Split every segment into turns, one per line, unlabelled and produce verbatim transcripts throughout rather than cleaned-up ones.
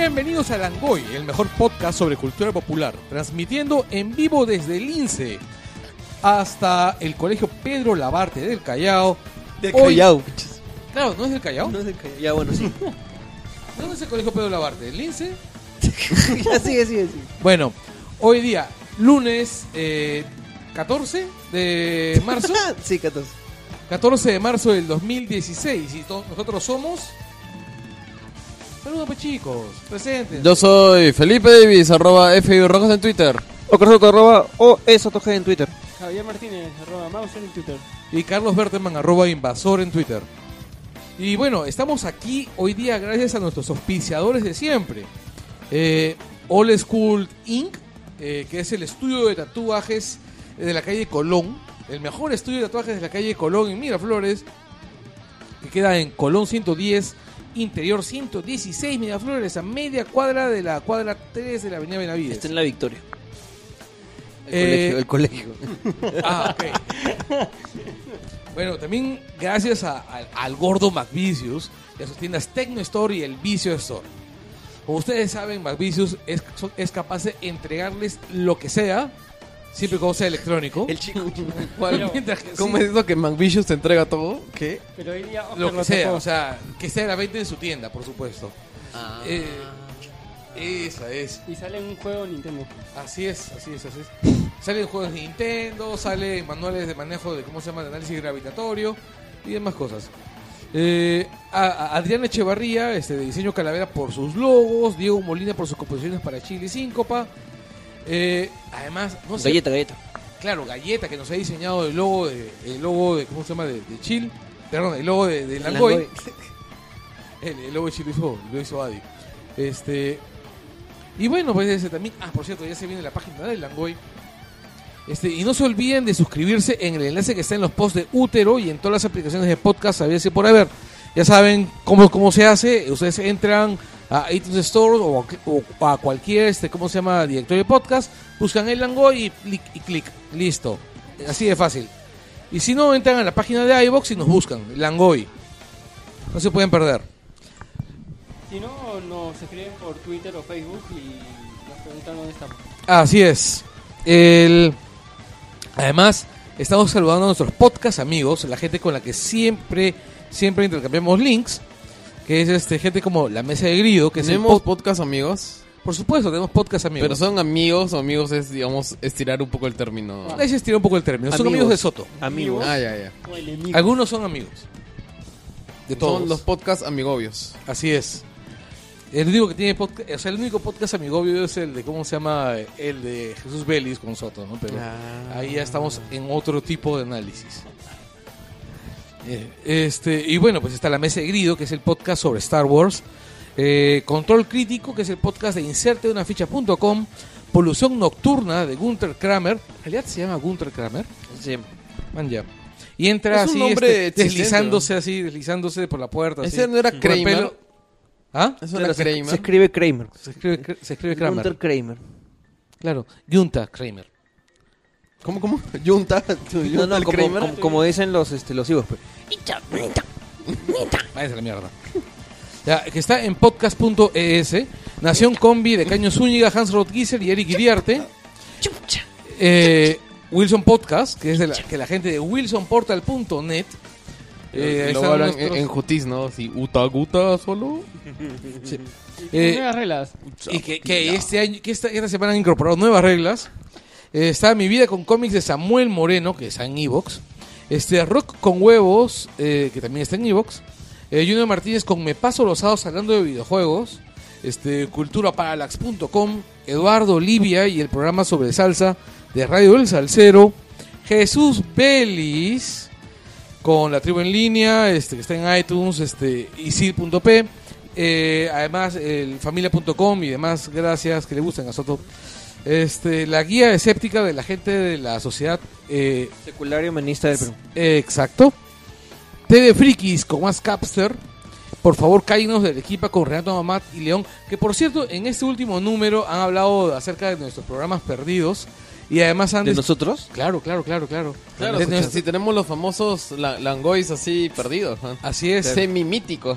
Bienvenidos a Langoy, el mejor podcast sobre cultura popular, transmitiendo en vivo desde el INSE hasta el Colegio Pedro Labarte del Callao.
Del
Hoy...
Callao.
Claro, ¿no es del Callao?
No es del Callao, ya bueno, sí.
¿Dónde es el Colegio Pedro Labarte? ¿El INSE?
Ya sigue, sigue, sigue.
Bueno, hoy día, lunes eh, catorce de marzo.
Sí, catorce.
catorce de marzo del dos mil dieciséis. Y to- nosotros somos... Saludos, pues, chicos, presentes.
Yo soy Felipe Davis, arroba F I Rojas en Twitter.
O Corsoto, arroba o G en Twitter.
Javier Martínez, arroba Mauser en Twitter.
Y Carlos Berteman, arroba invasor en Twitter. Y bueno, estamos aquí hoy día gracias a nuestros auspiciadores de siempre. Eh, All School Incorporated, eh, que es el estudio de tatuajes de la calle Colón. El mejor estudio de tatuajes de la calle Colón en Miraflores. Que queda en Colón ciento diez, interior ciento dieciséis, Miraflores, a media cuadra de la cuadra tres de la avenida Benavides.
Está en la Victoria. El
Eh,
colegio, el colegio.
Ah, ok. Bueno, también gracias a- a- al gordo McVicious y a sus tiendas Tecno Store y el Vicio Store. Como ustedes saben, McVicious es, so- es capaz de entregarles lo que sea, siempre y cuando sea electrónico.
El chico.
Cual- mientras que-
¿Cómo
sí,
es eso que McVicious te entrega todo? ¿Qué?
Pero hoy día Oscar
lo que
lo
sea,
tocó.
o sea, que sea a la venta en su tienda, por supuesto.
Ah.
Eh, esa es.
Y sale un juego Nintendo.
Así es, así es, así es. Salen juegos de Nintendo, salen manuales de manejo de, ¿cómo se llama?, de análisis gravitatorio y demás cosas. Eh, a, a Adrián Echevarría, este, de Diseño Calavera, por sus logos. Diego Molina por sus composiciones para Chile y Síncopa. Eh, además, no sé,
Galleta, galleta.
claro, Galleta, que nos ha diseñado el logo de, el logo de, ¿cómo se llama?, de, de Chile. Perdón, el logo de, de Langoy.
Langoy.
El, el logo de Chile lo hizo, lo hizo Adi. Este, y bueno, pues ese también. Ah, por cierto, ya se viene la página de Langoy. Este, y no se olviden de suscribirse en el enlace que está en los posts de Útero y en todas las aplicaciones de podcast, había por haber. Ya saben cómo, cómo se hace. Ustedes entran a iTunes Store o, o a cualquier, este, ¿cómo se llama?, directorio de podcast. Buscan el Langoy y clic, y clic. Listo. Así de fácil. Y si no, entran a la página de iVoox y nos buscan. Langoy. No se pueden perder.
Si no, nos escriben por Twitter o Facebook y nos preguntan dónde estamos.
Así es. El... Además, estamos saludando a nuestros podcast amigos, la gente con la que siempre, siempre intercambiamos links, que es este gente como La Mesa de Grido, que es el
¿Tenemos
pod-
podcast amigos?
Por supuesto, tenemos podcast amigos.
Pero son amigos o amigos es, digamos, estirar un poco el término.
Ahí se estira un poco el término. Son
Amigos.
amigos de Soto.
Amigos.
Ah, ya, ya.
O el enemigo.
Algunos son amigos. De todos.
Son los podcasts amigobios.
Así es. El único que tiene podcast, o sea, el único podcast amigobio es el de, ¿cómo se llama? El de Jesús Vélez con Soto, ¿no? Pero
Ah.
ahí ya estamos en otro tipo de análisis. Eh, Este, y bueno, pues está La Mesa de Grido, que es el podcast sobre Star Wars. Eh, Control Crítico, que es el podcast de inserte una ficha punto com. Polución Nocturna, de Gunther Kramer. ¿En realidad se llama Gunther Kramer?
Sí.
Man, ya. Y entra
Es un
así,
nombre
este,
existente,
deslizándose así, deslizándose por la puerta.
Ese
así,
no era
con el
Kramer.
pelo. ¿Ah?
Eso era
Se,
Kramer.
se escribe Kramer.
Se escribe, se escribe Kramer.
Gunther Kramer.
Claro, Gunther Kramer.
¿Cómo, cómo? Junta.
No,
Junta
no,
el
como,
Kramer.
como, como dicen los, este, los hijos. Pues.
Váyase a la mierda. Ya, que está en podcast punto e s. Nación Combi de Caño Zúñiga, Hans Rothgiesser y Eric Iriarte. Eh, Wilson Podcast, que es de la, que la gente de wilson portal punto net. Eh,
y
están
luego hablan
nuestros-
en, en Jutis, ¿no? Si Uta Guta solo.
sí.
Y
Eh,
nuevas reglas.
Y que, que este año, que esta, esta semana han incorporado nuevas reglas. Eh, está Mi Vida con Cómics de Samuel Moreno, que está en Evox. Este, Rock con Huevos, eh, que también está en Evox. Eh, Junior Martínez con Me Paso los Sábados hablando de videojuegos. Este, cultura parallax punto com. Eduardo Olivia y el programa sobre salsa de Radio El Salsero. Jesús Vélez con La Tribu en Línea, este, que está en iTunes, este, isil punto p. Eh, además, el familia punto com y demás, gracias, que le gusten a Soto. Este, la guía escéptica de la gente de la sociedad. Eh,
Seculario humanista del Perú.
eh, exacto. T de Frikis con más Capster. Por favor, cáiganos del equipo con Renato Mamat y León. Que por cierto, en este último número han hablado acerca de nuestros programas perdidos. Y además han
¿De
des-
nosotros?
Claro, claro, claro, claro.
Claro,
De
si,
nuestro-
si tenemos los famosos la- langois así perdidos, ¿no?
Así es.
Semimíticos.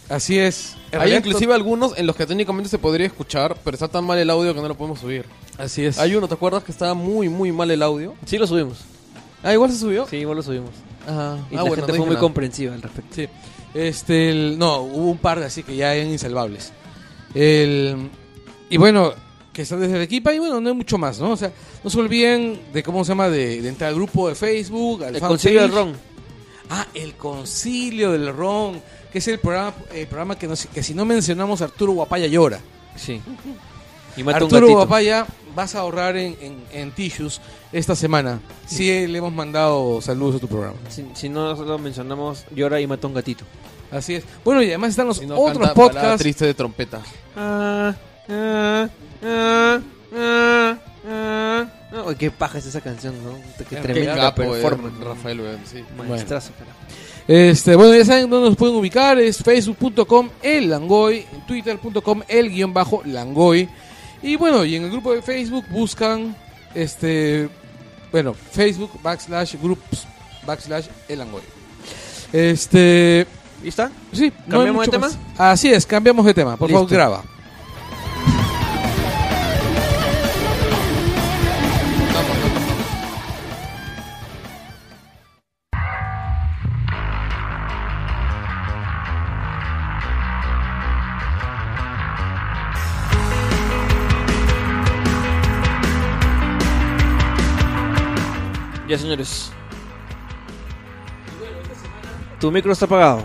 Así es. En
Hay
realidad,
inclusive algunos en los que técnicamente se podría escuchar, pero está tan mal el audio que no lo podemos subir.
Así es.
Hay uno, ¿te acuerdas que estaba muy, muy mal el audio?
Sí, lo subimos.
Ah, igual se subió.
Sí, igual lo subimos.
Ajá.
Y
Ah,
la
bueno,
gente
no
fue
dije
muy
nada.
comprensiva al respecto.
Sí. Este, el- no, hubo un par de así que ya eran insalvables. El, y bueno, que están desde Arequipa y bueno, no hay mucho más, ¿no? O sea, no se olviden de cómo se llama, de, de entrar al grupo de Facebook, al
El
fanpage.
concilio del ron.
Ah, el Concilio del Ron, que es el programa, el programa que, nos- que si no mencionamos Arturo Guapaya llora.
Sí. Y mata un
Arturo
gatito.
Guapaya, vas a ahorrar en, en, en tissues esta semana. Sí, le hemos mandado saludos a tu programa.
Si, si no lo mencionamos, llora y mata un gatito.
Así es. Bueno, y además están los
Si no,
otros
canta balada
podcasts.
triste de trompeta.
Ah, ah, ah, ah, ah. No, uy, qué paja es esa canción, ¿no? Qué
Qué
tremenda
Capo, eh,
performance.
Rafael, weón, sí.
Maestrazo, carajo.
Este, bueno, ya saben dónde nos pueden ubicar. Es facebook punto com el Langoy, twitter punto com el guión bajo Langoy. Y bueno, y en el grupo de Facebook buscan este, bueno, Facebook backslash groups backslash el Langoy. Este,
¿Y está?
sí, no hay
¿Cambiamos
mucho
de
más. Así es, cambiamos de tema. Por favor,
Listo.
graba.
Ya, señores. Tu micro está apagado.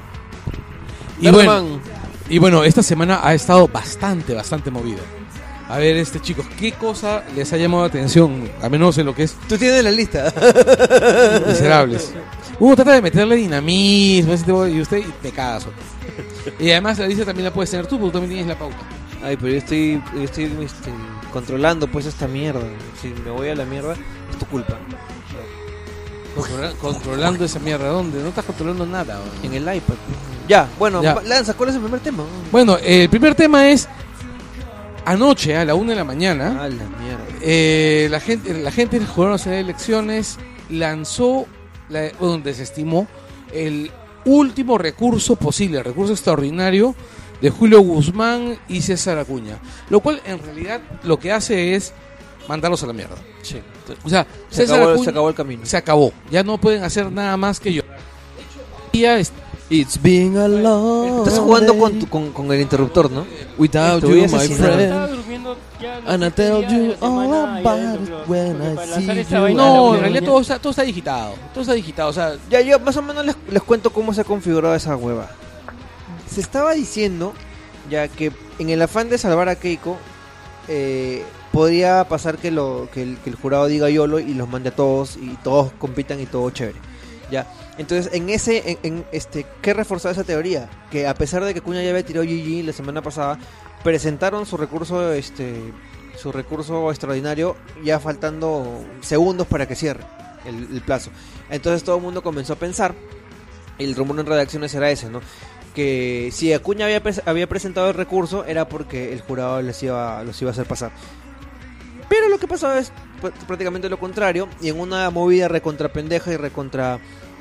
Y bueno,
Berman.
y bueno, esta semana ha estado bastante, bastante movida. A ver, este chicos, ¿qué cosa les ha llamado la atención? A menos en lo que es
Tú tienes la lista.
miserables. Uno trata de meterle dinamismo ese tipo, y usted y te cagas. otro. Y además la lista también la puedes tener tú, porque tú también tienes la pauta.
Ay, pero yo estoy, yo estoy este, controlando pues esta mierda. Si me voy a la mierda, es tu culpa.
Controla- controlando esa mierda, ¿dónde? No estás controlando nada. ¿o?
En el iPad. Ya, bueno,
Ya.
va- lanza, ¿cuál es el primer tema?
Bueno, el primer tema es anoche a la una de la mañana.
Ah, la mierda.
Eh, la gente, la gente del Jurado Nacional de Elecciones lanzó, la, bueno, desestimó el último recurso posible, el recurso extraordinario de Julio Guzmán y César Acuña, lo cual en realidad lo que hace es mandarlos a la mierda.
Sí.
O sea,
Se
César
acabó,
Acuña
se acabó el camino.
se acabó, ya no pueden hacer nada más que yo. Ya es-
It's been a long
Estás jugando
day
con, tu- con, con el interruptor, ¿no?
without
Te
you,
voy a
my
asesinar.
friend.
Estaba durmiendo ya los
And I
siete
tell
días de
you
la semana,
all
ya
about
lo-
it
lo-
when
porque
I
para
see
lanzar esta
you.
vaina
no,
la
en realidad
mañana-
todo está, todo está digitado, todo está digitado, o sea,
Ya, yo más o menos les, les cuento cómo se ha configurado esa hueva. Se estaba diciendo ya que en el afán de salvar a Keiko, eh, podría pasar que, lo, que, el, que el jurado diga YOLO y los mande a todos y todos compitan y todo chévere. Ya. Entonces, en ese, en, en este, ¿qué reforzaba esa teoría? Que a pesar de que Cuña ya había tirado G G la semana pasada, presentaron su recurso, este, su recurso extraordinario ya faltando segundos para que cierre el, el plazo. Entonces todo el mundo comenzó a pensar, y el rumor en redacciones era ese, ¿no? Que si Acuña había, pres- había presentado el recurso era porque el jurado les iba, los iba a hacer pasar. Pero lo que pasó es pr- prácticamente lo contrario, y en una movida recontra pendeja y recontra,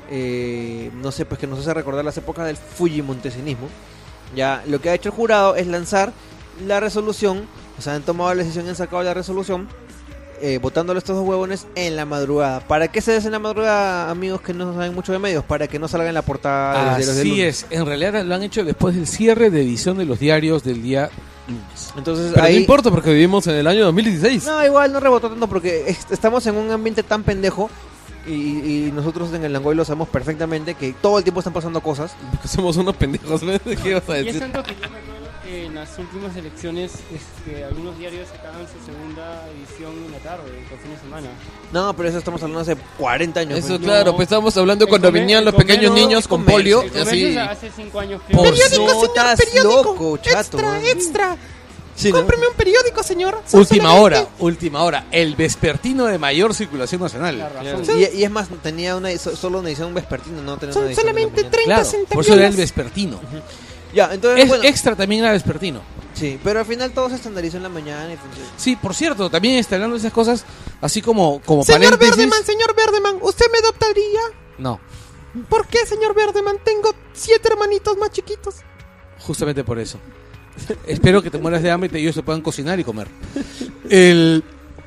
eh, no sé, pues que nos hace recordar las épocas del Fujimontesinismo, ya lo que ha hecho el jurado es lanzar la resolución, o sea, han tomado la decisión y han sacado la resolución, eh, votándole a estos dos huevones en la madrugada. ¿Para qué se hace en la madrugada, amigos que no saben mucho de medios? Para que no salga en la portada de los diarios del
así
lunes.
es. En realidad lo han hecho después del cierre de edición de los diarios del día lunes.
Entonces
Pero
ahí...
no importa porque vivimos en el año dos mil dieciséis.
No, igual no rebotó tanto porque est- estamos en un ambiente tan pendejo y, y nosotros en el Langoy lo sabemos perfectamente que todo el tiempo están pasando cosas.
Porque somos unos pendejos, ¿ves? ¿Qué vas a
Y es
decir?
tanto que yo recuerdo que en las últimas elecciones este, algunos diarios sacaban su segunda edición en la tarde, por fin de semana.
No, pero eso estamos hablando hace cuarenta años.
Eso,
pues.
no.
claro, pues estábamos hablando
El
cuando
comer-
venían
el
los
comer
pequeños
no,
niños
el
con
comer,
polio.
el
Y
Comercio
así.
es hace cinco años creo.
Por
No, estás loco, chato.
Extra,
man.
extra.
Sí, ¿no?
Cómpreme un periódico, señor.
Última
Solamente-
hora, última hora. El vespertino de mayor circulación
La
nacional.
razón.
Y, y es más, tenía una so- solo una edición vespertina, no tenía una
Son
edición de la
solamente
mañana.
treinta
Claro,
centavos.
por eso era el vespertino.
Ya, entonces,
Es,
bueno,
Extra también era vespertino.
sí, pero al final todo se estandarizó en la mañana. Y entonces-
Sí, por cierto, también está hablando de esas cosas, así como, como
Señor
paréntesis.
Verdeman, señor Verdeman, ¿usted me adoptaría?
No.
¿Por qué, señor Verdeman? Tengo siete hermanitos más chiquitos.
Justamente por eso. Espero que te mueras de hambre y ellos se puedan cocinar y comer. El...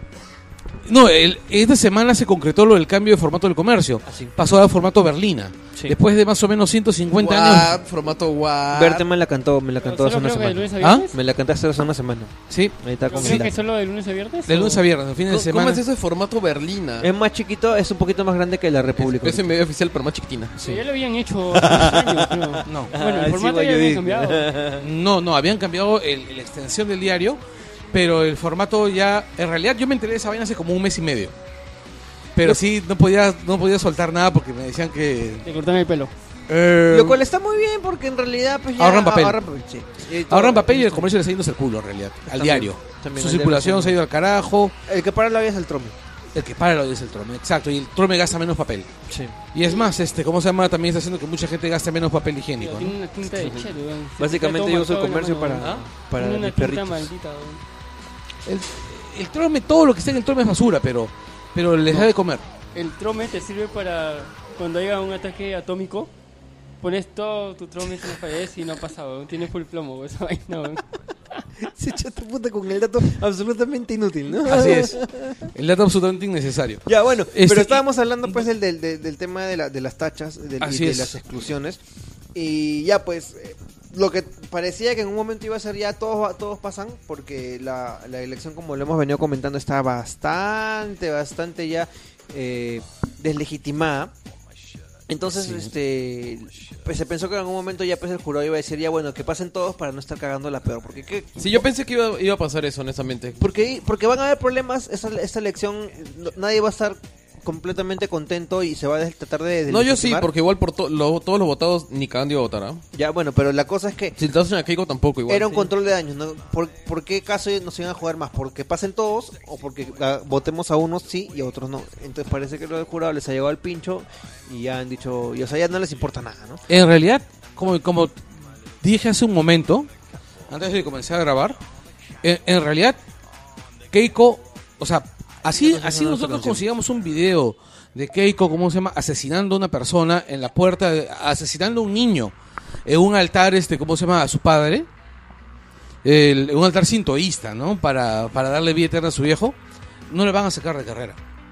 No, el, esta semana se concretó lo del cambio de formato del comercio.
Así.
Pasó al formato berlina.
Sí.
Después de más o menos ciento cincuenta años.
What? Formato what?
Berteman la cantó, me la cantó hace
Solo
una
creo que de lunes
semana.
a
¿Ah?
viernes.
Me la cantaste hace una semana.
Sí,
Ahí está con
Creo que solo de lunes a viernes.
de
o-
lunes a viernes, los fines de
¿Cómo,
semana.
cómo es eso de formato berlina?
Es más chiquito, es un poquito más grande que la República.
Es en medio oficial, pero más chiquitina.
Sí, ya lo habían hecho hace años, creo.
No.
Bueno,
Ah,
el formato ya había cambiado.
No, no, habían cambiado el, la extensión del diario, pero el formato ya... En realidad yo me enteré de esa vaina hace como un mes y medio. Pero sí, no podía, no podía soltar nada porque me decían que...
Te cortan el pelo.
eh,
Lo cual está muy bien porque en realidad pues ya
Ahorran papel.
Ahorran papel, sí. Y todo-
ahorran papel y el comercio le está yendo el culo en realidad, al
También,
diario.
también,
Su
al
circulación
diario.
se ha ido al carajo,
El que para la vida es el trome.
el que para lo es el trome, exacto, y el trome gasta menos papel.
Sí.
Y es más, este, ¿cómo se llama? También está haciendo que mucha gente gaste menos papel higiénico, ¿no?
Tiene una tinta de chelo, weón. Se
Básicamente
queda
yo
todo
uso el
marcado en
comercio
la
para,
mano, weón.
para
Tiene una
mis
tinta
perritos.
maldita, weón.
El, el trome, todo lo que está en el trome es basura, pero, pero les da de comer.
El trome te sirve para cuando haya un ataque atómico. Pones todo tu trome en la pared y no pasa, weón. Tiene full plomo, weón. Esa vaina, weón.
Se echó tu puta con el dato absolutamente inútil, ¿no?
Así es. El dato absolutamente innecesario.
Ya, bueno,
Este,
pero estábamos hablando pues del, del, del, del tema de, la, de las tachas del- y
Así
de
es.
las exclusiones. Y ya pues, eh, lo que parecía que en un momento iba a ser ya todos, todos pasan, porque la, la elección, como lo hemos venido comentando, está bastante, bastante ya eh, deslegitimada. Entonces,
Sí.
este, pues se pensó que en algún momento ya pues el jurado iba a decir ya bueno, que pasen todos para no estar cagando la peor, porque ¿qué?
Sí, yo pensé que iba, iba a pasar eso, honestamente.
Porque, porque van a haber problemas, esta, esta elección, no- nadie va a estar completamente contento y se va a des- tratar de... de
No, yo sí,
legitimar.
porque igual por to- lo- todos los votados ni cagando iba a votar, ¿ah?
Ya, bueno, pero la cosa es que
Si te hacen a Keiko tampoco igual.
era un
Sí.
control de daños, ¿no? ¿Por, por qué caso nos iban a jugar más? ¿Porque pasen todos o porque ah, votemos a unos sí y a otros no? Entonces parece que lo del jurado les ha llegado al pincho y ya han dicho, y, o sea, ya no les importa nada, ¿no?
En realidad, como, como dije hace un momento, antes de comenzar a grabar, en, en realidad, Keiko, o sea, así,
Ya no sé
así
nada de esta
nosotros
canción.
consigamos un video de Keiko, ¿cómo se llama? Asesinando a una persona en la puerta, de- asesinando a un niño en un altar, este, ¿cómo se llama? A su padre, el- un altar sintoísta, ¿no? Para, para darle vida eterna a su viejo, no le van a sacar de carrera.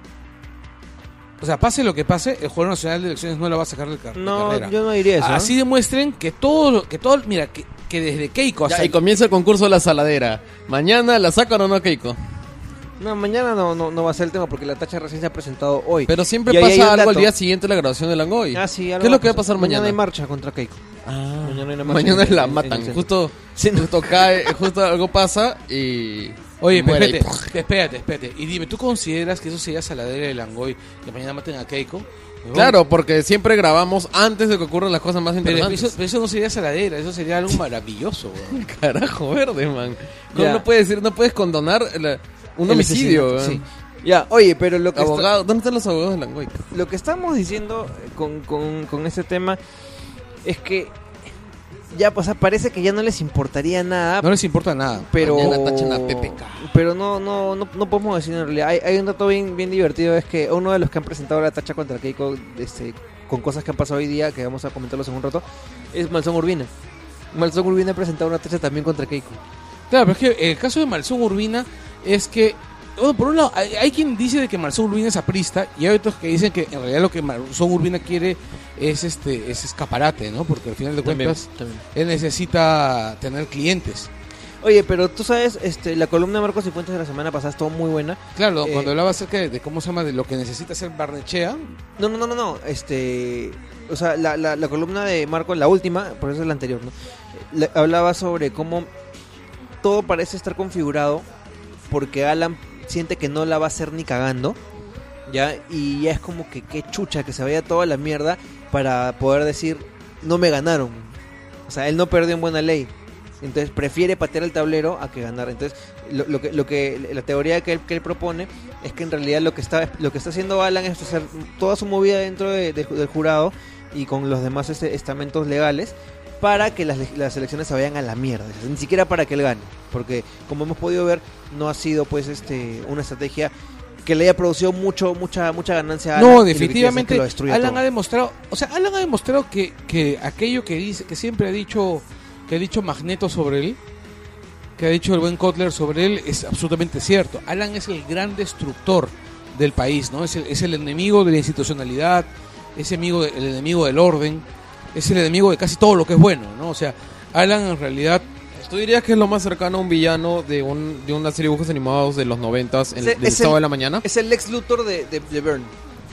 O sea, pase lo que pase, el Jurado Nacional de Elecciones no le va a sacar de, car- de
No,
carrera.
yo no diría eso. ¿eh?
Así demuestren que todo, lo- que todo, mira, que, que desde Keiko hasta
Ya, y comienza el concurso de la saladera. Mañana la sacan o no, Keiko.
No, mañana no, no, no va a ser el tema porque la tacha recién se ha presentado hoy.
Pero siempre
Y ahí hay
pasa
un
algo al
dato.
día siguiente de la grabación de Langoy.
Ah, sí, algo
¿Qué es lo que va a pasar mañana?
hay marcha contra Keiko.
Ah,
Mañana hay una marcha
mañana
en-
la
en- en
matan.
el centro.
Justo,
Sí, no.
justo cae, justo algo pasa y.
Oye,
y muere
espérate,
y-
espérate, espérate. Y dime, ¿tú consideras que eso sería saladera de Langoy que mañana maten a Keiko? Huevón.
Claro, porque siempre grabamos antes de que ocurran las cosas más
Pero
interesantes.
eso, pero eso no sería saladera, eso sería algo maravilloso, weón.
Carajo verde, man. ¿Cómo
Ya.
no puedes decir, no puedes condonar la- un
El
homicidio?
asesinato,
weón?
sí. Ya, oye, pero lo que está-
Abogado, ¿dónde están los abogados de Langoy?
lo que estamos diciendo con, con, con este tema es que ya, pues, parece que ya no les importaría nada,
No les importa nada.
pero
Mañana tachan a P P K.
pero no no no, no podemos decir en realidad. Hay, hay un dato bien bien divertido, es que uno de los que han presentado la tacha contra Keiko, este, con cosas que han pasado hoy día, que vamos a comentarlos en un rato, es Malzón Urbina. Malzón Urbina ha presentado una tacha también contra Keiko.
Claro, pero es que el caso de Malzón Urbina es que, bueno, por un lado, hay, hay quien dice de que Malzón Urbina es aprista y hay otros que dicen que en realidad lo que Malzón Urbina quiere es este es escaparate, ¿no? Porque al final de cuentas él necesita tener clientes.
Oye, pero tú sabes, este, la columna de Marcos Cifuentes de la semana pasada estuvo muy buena.
Claro,
Eh,
cuando hablaba acerca de, de cómo se llama, de lo que necesita hacer Barnechea,
No, no, no, no, no, este, o sea, la, la, la columna de Marco, la última, por eso es la anterior, ¿no? Le- hablaba sobre cómo todo parece estar configurado porque Alan siente que no la va a hacer ni cagando, ¿ya? Y ya es como que qué chucha, que se vaya toda la mierda para poder decir, no me ganaron. O sea, él no perdió en buena ley. Entonces prefiere patear el tablero a que ganar. Entonces, lo, lo que, lo que la teoría que él, que él propone es que en realidad lo que está lo que está haciendo Alan es hacer toda su movida dentro de- de- del jurado y con los demás este, estamentos legales para que las, las elecciones se vayan a la mierda. O sea, ni siquiera para que él gane, porque como hemos podido ver, no ha sido pues este una estrategia que le haya producido mucho mucha mucha ganancia a Alan.
no,
y lo que quiere hacer es
definitivamente
que lo destruya
Alan
todo.
ha demostrado, o sea, Alan ha demostrado que, que aquello que dice, que siempre ha dicho que ha dicho Magneto sobre él, que ha dicho el buen Kotler sobre él, es absolutamente cierto. Alan es el gran destructor del país, ¿no? Es el, es el enemigo de la institucionalidad, es enemigo de- el enemigo del orden, es el enemigo de casi todo lo que es bueno, ¿no? O sea, Alan en realidad
¿Tú dirías que es lo más cercano a un villano de un de una serie de dibujos animados de los noventas en
Ese-
el, del
es
Sábado
el-
de la Mañana?
Es el Lex Luthor de, de, de Byrne.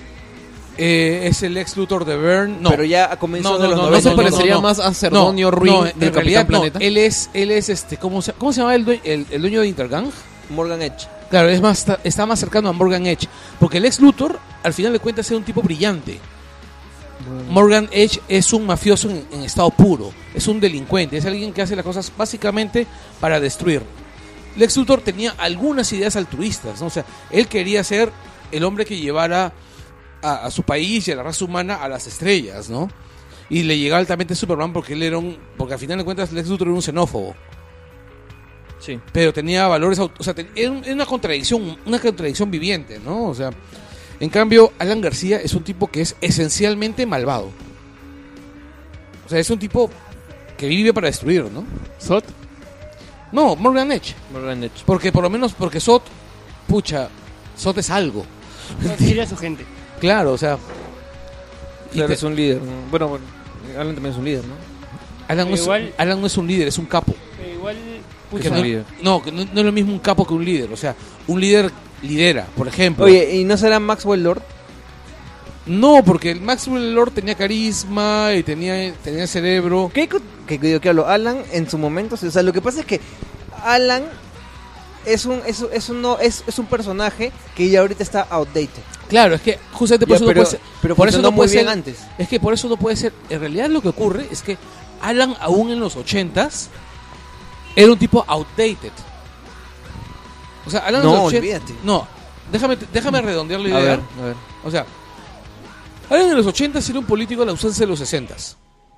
eh, es el ex Luthor de Byrne. No,
Pero ya a comienzos
No,
de
no,
los
no,
¿No,
noventa.
se parecería más a Cerdonio
no,
Ruin
no,
del
en
Capitán
realidad no.
Planeta?
Él es, él es este, ¿cómo se, cómo se llama el, due- el, el dueño de Intergang?
Morgan Edge.
Claro, es más, está, está más cercano a Morgan Edge, porque el ex Luthor, al final de cuentas, es un tipo brillante. Morgan Edge es un mafioso en, en estado puro, es un delincuente, es alguien que hace las cosas básicamente para destruir. Lex Luthor tenía algunas ideas altruistas, ¿no? O sea, él quería ser el hombre que llevara a, a su país y a la raza humana a las estrellas, ¿no? Y le llegaba altamente a Superman porque él era un, porque al final de cuentas Lex Luthor era un xenófobo,
Sí.
pero tenía valores, aut- o sea, ten- era, un- era una contradicción, una contradicción viviente, ¿no? O sea, en cambio, Alan García es un tipo que es esencialmente malvado. O sea, es un tipo que vive para destruir, ¿no?
¿Sot?
No, Morgan Edge.
Morgan Edge.
Porque por lo menos, porque Sot, pucha, Sot es algo.
No, quiere a su gente.
Claro, o sea. y
Claro,
te-
es un líder, ¿no? Bueno, bueno, Alan también es un líder, ¿no?
Alan, no es,
Igual-
Alan no es un líder, es un capo.
Pero igual,
Que
Que
es un
no,
líder.
no, que no, no es lo mismo un capo que un líder. O sea, un líder lidera, por ejemplo.
Oye, ¿y no será Maxwell Lord?
No, porque el Maxwell Lord tenía carisma y tenía, tenía cerebro.
¿Qué, co- que, que, que hablo? Alan en su momento, o sea, lo que pasa es que Alan es un es, es un no, es, es un personaje que ya ahorita está outdated.
Claro, es que justamente por
Ya,
eso
pero
no puede ser.
pero
por eso
funcionó
no puede
muy bien
ser-
antes.
Es que por eso no puede ser. En realidad lo que ocurre es que Alan aún en los ochentas era un tipo outdated. O sea, Alan en
No,
los ochenta
olvídate.
No, déjame, déjame redondear la
A
idea.
ver, a ver.
O sea, Alan en los ochentas era un político a la usanza de los sesentas.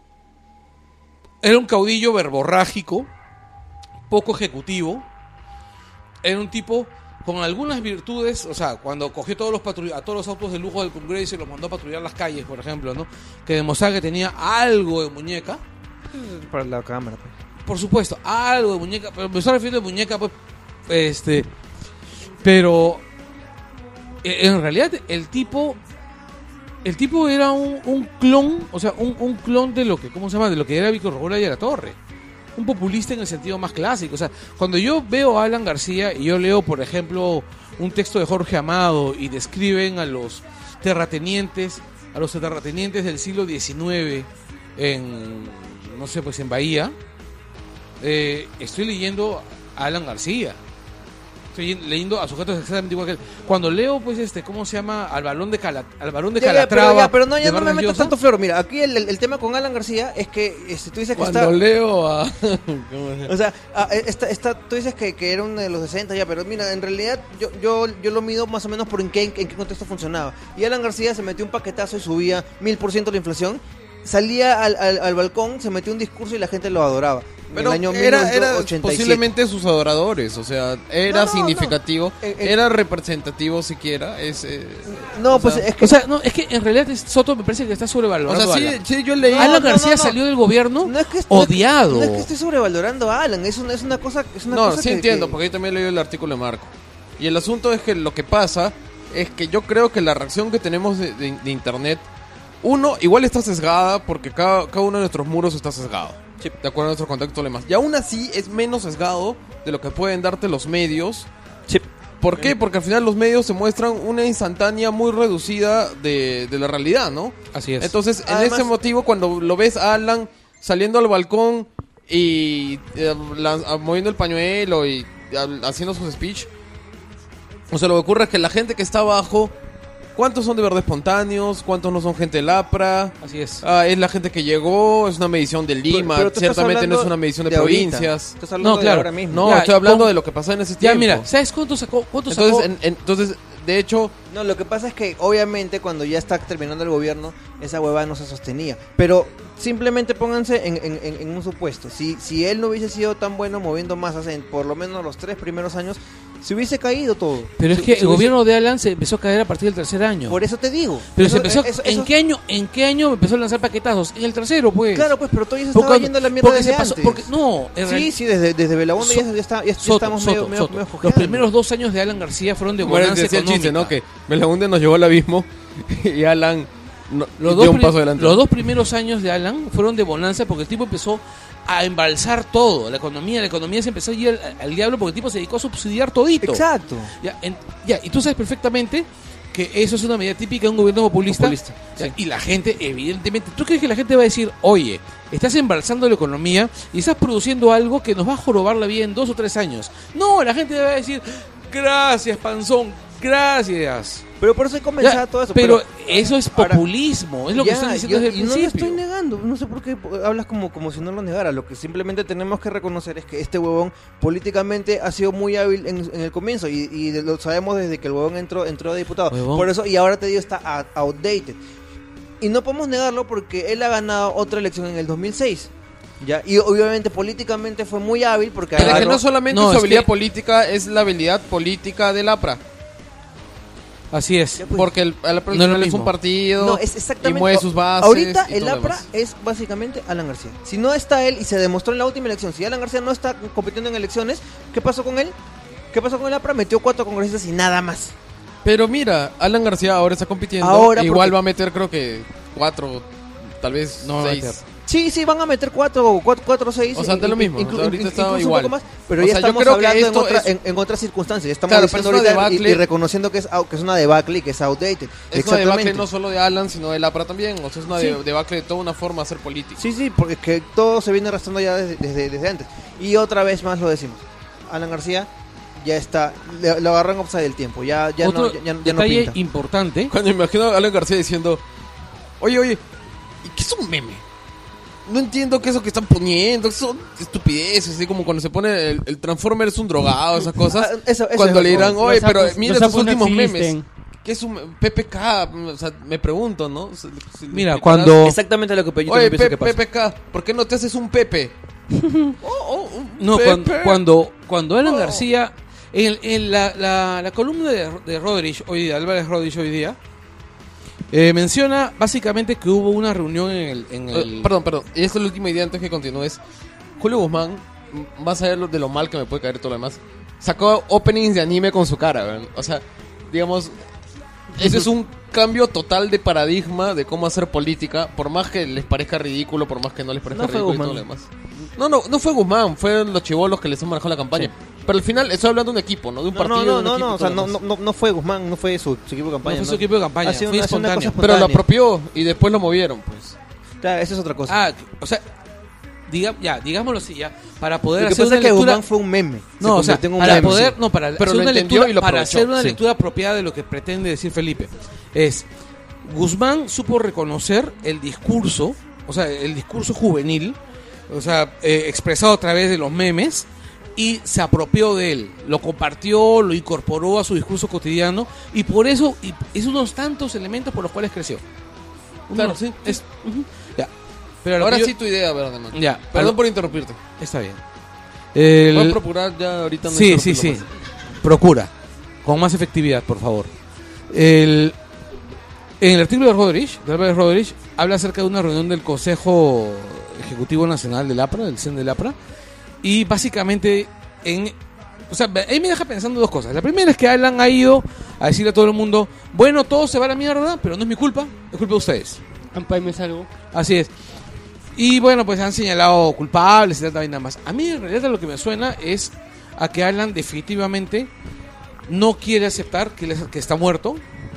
Era un caudillo verborrágico, poco ejecutivo. Era un tipo con algunas virtudes, o sea, cuando cogió todos los patrull- a todos los autos de lujo del Congreso y los mandó a patrullar las calles, por ejemplo, ¿no? Que demostraba que tenía algo de muñeca.
Para la cámara, pues.
Por supuesto, algo de muñeca, pero me estoy refiriendo a muñeca, pues, este, pero eh, en realidad el tipo, el tipo era un, un clon, o sea, un, un clon de lo que, ¿cómo se llama? De lo que era Víctor Rogola y la Torre, un populista en el sentido más clásico. O sea, cuando yo veo a Alan García y yo leo, por ejemplo, un texto de Jorge Amado y describen a los terratenientes, a los terratenientes del siglo diecinueve en, no sé, pues en Bahía. Eh, estoy leyendo a Alan García. Estoy leyendo a sujetos exactamente igual que él. Cuando leo, pues, este, ¿cómo se llama? Al balón de, Cala, al balón de
Ya, ya,
Calatrava.
pero, ya, pero no, ya
de
no me
Vargas
metas
Llosa.
tanto flor. Mira, aquí el, el- el tema con Alan García es que este, tú dices que
Cuando
está...
leo a... ¿cómo se llama?
O sea, ah, eh, está, está, tú dices que, que era uno de los sesenta ya, pero mira, en realidad yo, yo, yo lo mido más o menos por en qué, en qué contexto funcionaba. Y Alan García se metió un paquetazo y subía mil por ciento la inflación. Salía al, al, al balcón, se metió un discurso y la gente lo adoraba. En
Pero
el año
era, era
mil novecientos ochenta y siete.
posiblemente sus adoradores, o sea, era
No, no,
significativo,
no. Eh, eh.
era representativo siquiera. Es, eh,
No,
o
pues
sea,
es que...
O sea, no, es que en realidad es- Soto me parece que está
o
sobrevalorando.
sea,
a
sí,
Alan.
sí, yo leí...
No,
Alan
no,
García
no, no.
salió del gobierno
No es que
odiado.
No es que esté sobrevalorando a Alan, es una, es una cosa... Es una
No,
cosa
sí
que-
entiendo,
que-
porque yo también leí el artículo de Marco. Y el asunto es que lo que pasa es que yo creo que la reacción que tenemos de, de- de internet, uno, igual está sesgada porque cada, cada uno de nuestros muros está sesgado. De acuerdo a nuestros contactos y demás. Y aún así es menos sesgado de lo que pueden darte los medios.
Sí.
¿Por qué? Porque al final los medios se muestran una instantánea muy reducida de, de la realidad, ¿no?
Así es.
Entonces, en
Además-
ese motivo, cuando lo ves a Alan saliendo al balcón y eh, la- moviendo el pañuelo y eh, haciendo sus speech, o sea, lo que ocurre es que la gente que está abajo, ¿cuántos son de verdad espontáneos? ¿Cuántos no son gente lapra?
Así es.
Ah, es la gente que llegó, es una medición de Lima,
Pero tú estás
ciertamente no es
hablando
una medición de,
de ahorita.
provincias.
Estás hablando
No,
de
claro.
ahora mismo.
No,
Ya,
estoy hablando
con-
de lo que pasó en ese
Ya,
tiempo.
mira, ¿sabes cuánto sacó? ¿Cuánto sacó?
entonces, en- en- entonces, de hecho,
No, lo que pasa es que obviamente cuando ya está terminando el gobierno, esa huevada no se sostenía. Pero simplemente pónganse en, en- en- en un supuesto. Si, si él no hubiese sido tan bueno moviendo masas en por lo menos los tres primeros años, Se hubiese caído todo.
Pero es
Se-
que
se
el
hubiese-
gobierno de Alan se empezó a caer a partir del tercer año.
Por eso te digo.
Pero
Eso-
se empezó,
eso-
¿en
eso-
qué año en qué año empezó a lanzar paquetazos? En el tercero, pues.
Claro, pues, pero todo ya se
Porque
estaba
cuando-
yendo a la mierda
porque
desde
se pasó,
antes.
porque no, en
Sí,
real-
sí, desde, desde Belaunde ya,
So-
ya, está, ya, ya
Soto,
estamos
Soto,
medio, medio,
Soto.
medio
Los
cojeando.
primeros dos años de Alan García fueron de
Bueno,
bonanza
decía el chiste, ¿no?
económica.
Que Belaunde nos llevó al abismo y Alan no,
Los
dio
dos,
un
pri-
paso adelante.
los dos primeros años de Alan fueron de bonanza porque el tipo empezó a embalsar todo, la economía, la economía se empezó a ir al, al diablo porque el tipo se dedicó a subsidiar todito.
Exacto.
Ya, en- ya, y tú sabes perfectamente que eso es una medida típica de un gobierno populista.
Populista,
Ya,
sí.
Y la gente, evidentemente, ¿tú crees que la gente va a decir, oye, estás embalsando la economía y estás produciendo algo que nos va a jorobar la vida en dos o tres años? No, la gente va a decir, gracias, panzón, gracias.
Pero por eso hay que comenzar
Ya,
todo eso.
pero, eso es
ahora-
populismo, es lo que
Ya,
están diciendo
yo-
desde el
y no lo
principio.
estoy negando, no sé por qué hablas como, como si no lo negara. Lo que simplemente tenemos que reconocer es que este huevón políticamente ha sido muy hábil en, en el comienzo y, y de- lo sabemos desde que el huevón entró, entró de diputado.
Huevón.
Por eso, y ahora te digo, está out- outdated. Y no podemos negarlo porque él ha ganado otra elección en el dos mil seis. ¿Ya? Y obviamente políticamente fue muy hábil porque
Pero es que
agarró-
no solamente
No,
su
es
habilidad
que-
política, es la habilidad política del APRA.
Así es.
Ya, pues,
Porque el, el APRA
No es lo
es
mismo.
un partido
No, es
y
exactamente.
mueve sus bases.
Ahorita
y
el
todo lo
APRA
demás.
es básicamente Alan García. Si no está él y se demostró en la última elección, si Alan García no está compitiendo en elecciones, ¿qué pasó con él? ¿Qué pasó con el APRA? Metió cuatro congresistas y nada más.
Pero mira, Alan García ahora está compitiendo.
Ahora,
e igual
porque-
va a meter, creo que cuatro, tal vez
No va a
seis.
meter.
Sí, sí, van a meter cuatro, cuatro, cuatro seis.
O sea, da lo mismo,
inclu-
o sea, ahorita
in-
está
incluso
igual.
un poco más, pero
O
ya
sea, yo
estamos
creo que
hablando en,
esto
otra,
es-
en, en otras circunstancias. Estamos
Claro,
diciendo
pero es una
ahorita y,
debacle-
y reconociendo que es, au- que es una debacle y que es outdated.
Es una debacle no solo de Alan, sino del APRA también. O sea, es una
Sí.
de- debacle de toda una forma de hacer política.
Sí, sí, porque es que todo se viene arrastrando ya desde, desde, desde antes. Y otra vez más lo decimos. Alan García ya está, le- lo agarran upside del tiempo. Ya, ya
Otro
no, ya, ya no
detalle
pinta.
importante.
Cuando imagino a Alan García diciendo, oye, oye, ¿y qué es un meme? No entiendo qué es lo que están poniendo, son estupideces, así como cuando se pone el, el Transformer es un drogado, esas cosas.
Ah, eso- eso
cuando
es
le dirán,
razón.
oye,
Los
pero
sapos-
mira
los
estos
sapos no
últimos memes.
existen.
¿Qué es un P P K? O sea, me pregunto, ¿no? Si- si le
Mira,
explicarás.
cuando...
Exactamente lo que Pellito
Oye,
me pienso
P-
que pasa.
P P K, ¿por qué no te haces un Pepe? Oh, oh, un
No,
Pepe.
cuando, cuando, cuando Alan
Oh.
García, en, en la, la, la columna de, de Rodríguez hoy día, Álvarez Rodríguez hoy día, eh, menciona básicamente que hubo una reunión en el... En el
Eh, perdón, perdón. Y esta es la última idea antes que continúes. Julio Guzmán, m- más allá de lo, de lo mal que me puede caer todo lo demás, sacó openings de anime con su cara, ¿verdad? O sea, digamos, ese es un cambio total de paradigma de cómo hacer política, por más que les parezca ridículo, por más que no les parezca
No fue
ridículo y todo lo
Guzmán.
demás. No, no, no fue Guzmán, fueron los chivolos que les han manejado la campaña. Pero al final estoy hablando de un equipo, ¿no? De un
No,
partido.
no,
de
no,
un
no,
equipo y
no, o
todo
sea,
lo
no,
demás.
no, no fue Guzmán, no fue su, su equipo de campaña.
No fue su equipo de campaña,
Ha sido
fue
una- ha sido una
espontáneo.
cosa
Pero lo
espontánea.
apropió y después lo movieron, pues.
Claro, esa es otra cosa.
Ah, o sea, diga, ya, digámoslo así, ya, para poder
Lo que
hacer
pasa
una
es que
lectura...
Guzmán fue un meme. Se
No, o sea,
convirtió en un
para
meme,
poder,
sí.
no, para
Pero
hacer
lo
una
entendió
lectura,
y lo
para
aprovechó,
hacer una
sí.
lectura apropiada de lo que pretende decir Felipe, es Guzmán supo reconocer el discurso, o sea, el discurso juvenil, o sea, eh, expresado a través de los memes, y se apropió de él, lo compartió, lo incorporó a su discurso cotidiano, y por eso y es unos tantos elementos por los cuales creció.
Claro,
Uno,
sí.
es, ujú, ya. Pero a lo
Ahora
que yo-
sí tu idea, Verdeman.
Ya,
Perdón
a lo-
por interrumpirte.
está bien. El-
Voy a procurar ya ahorita no
Sí, sí,
interrumpirlo
sí.
más.
Procura. Con más efectividad, por favor. El, en el artículo de Rodríguez, de Álvarez Rodríguez, habla acerca de una reunión del Consejo Ejecutivo Nacional del APRA, del C E N del APRA, y básicamente, en, o sea, ahí me deja pensando dos cosas. La primera es que Alan ha ido a decirle a todo el mundo, bueno, todo se va a la mierda, pero no es mi culpa, es culpa de ustedes.
Ampay me salgo.
Así es. Y bueno, pues han señalado culpables y tanta vaina más. A mí en realidad lo que me suena es a que Alan definitivamente no quiere aceptar que, él es- que está muerto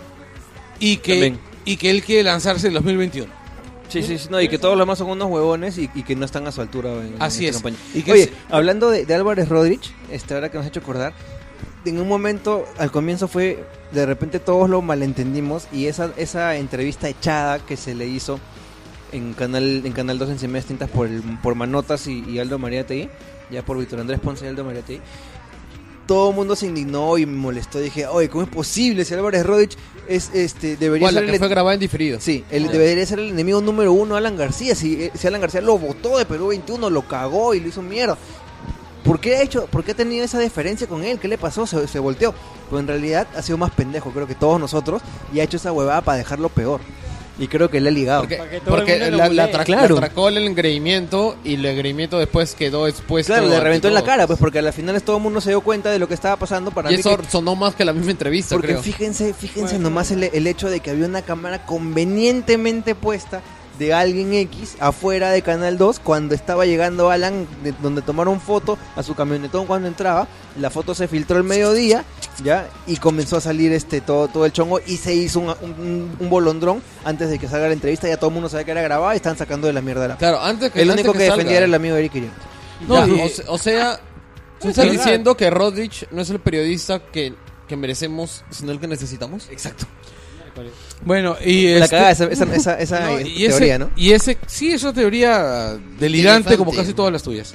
y que,
También.
y que él quiere lanzarse en dos mil veintiuno.
Sí, sí, sí, no, y que todos los demás son unos huevones y, y que no están a su altura en, en
Así
esta
es.
campaña.
Y que
Oye,
es-
hablando de, de Álvarez Rodríguez, este, ahora que nos ha hecho acordar, en un momento, al comienzo fue, de repente todos lo malentendimos y esa, esa entrevista echada que se le hizo en Canal en Canal dos en Semillas Tintas por, el, por Manotas y, y Aldo Mariategui, ya por Víctor Andrés Ponce y Aldo Mariategui, todo el mundo se indignó y me molestó. Dije, oye, ¿cómo es posible? Si Álvarez Rodríguez es, este, debería
¿Cuál? La
ser
que
el...
fue grabada en diferido.
Sí, él
Ah.
debería ser el enemigo número uno, Alan García. Si, eh, si Alan García lo votó de Perú veintiuno, lo cagó y lo hizo mierda. ¿Por qué ha hecho, por qué ha tenido esa deferencia con él? ¿Qué le pasó? Se, se volteó. Pero en realidad ha sido más pendejo, creo que todos nosotros, y ha hecho esa huevada para dejarlo peor. Y creo que le ha ligado.
Porque,
Para que todo el
porque
mundo lo
la, la,
bulee.
atra-
Claro.
la atracó el engreimiento y el engreimiento después quedó expuesto.
Claro, le
ante
reventó en la
todos.
cara, pues porque al final todo el mundo se dio cuenta de lo que estaba pasando. Para
Y
mí
eso
que-
sonó más que la misma entrevista,
porque
creo.
fíjense, fíjense
Bueno.
nomás el, el hecho de que había una cámara convenientemente puesta de alguien X afuera de Canal dos cuando estaba llegando Alan, de- donde tomaron foto a su camionetón cuando entraba. La foto se filtró el mediodía, ya, y comenzó a salir este todo todo el chongo y se hizo un, un, un bolondrón antes de que salga la entrevista. Ya todo el mundo sabía que era grabada y están sacando de la mierda la.
Claro, antes que
El
antes
único que,
salga.
defendía era el amigo de Eric Iriarte.
No,
Ya,
y-
o, se- o sea, tú
Es
estás
verdad.
diciendo que Rodrich no es el periodista que, que merecemos, sino el que necesitamos.
Exacto.
Bueno, y
La
este-
cagada esa, esa, esa, esa
no,
eh,
y ese-
teoría, ¿no?
Y ese, sí, es una teoría delirante
Elefante.
como casi todas las tuyas.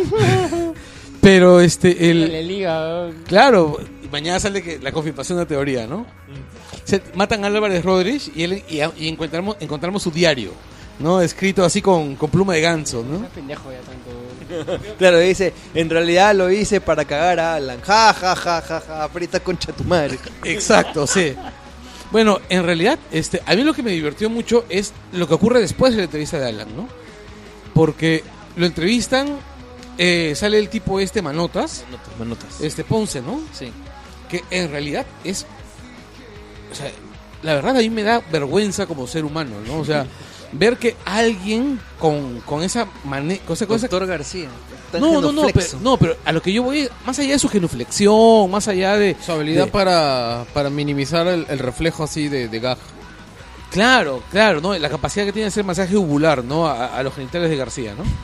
Pero este, el...
Le liga, weón.
Claro, y mañana sale que la confirmación de la teoría, ¿no? Se matan a Álvarez Rodríguez y, él, y, y encontramos, encontramos su diario, ¿no? Escrito así con, con pluma de ganso, ¿no?
Es pendejo ya tanto. weón.
Claro, dice, en realidad lo hice para cagar a Alan. Ja, ja, ja, ja, ja, aprieta concha tu madre.
Exacto, sí. Bueno, en realidad, este, a mí lo que me divirtió mucho es lo que ocurre después de la entrevista de Alan, ¿no? Porque lo entrevistan, eh, sale el tipo este Manotas,
Manotas, manotas.
este Ponce, ¿no?
Sí.
Que en realidad es, o sea, la verdad a mí me da vergüenza como ser humano, ¿no? O sea, ver que alguien con, con esa manera, con esa cosa...
Doctor García. tan
No, no, no, pero,
genuflexo.
no, pero a lo que yo voy, más allá de su genuflexión, más allá de...
Su habilidad
de-
para, para minimizar el, el reflejo así de, de gag.
Claro, claro, ¿no? La capacidad que tiene de hacer masaje uvular, ¿no? A, a los genitales de García, ¿no?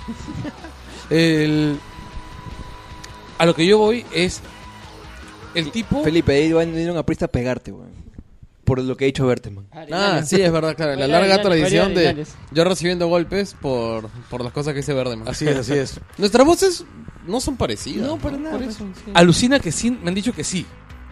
El- a lo que yo voy es... El tipo...
Felipe, ahí van a venir un aprista a pegarte, weón. Por lo que ha dicho Berteman.
Ah, sí, es verdad, claro. La
Varios
larga
arenales,
tradición
varios
de
arenales.
yo recibiendo golpes por, por las cosas que dice Verdeman.
Así es, así es.
Nuestras voces no son parecidas.
No, para nada,
Por
pues.
eso, sí.
Alucina que sí, me han dicho que sí.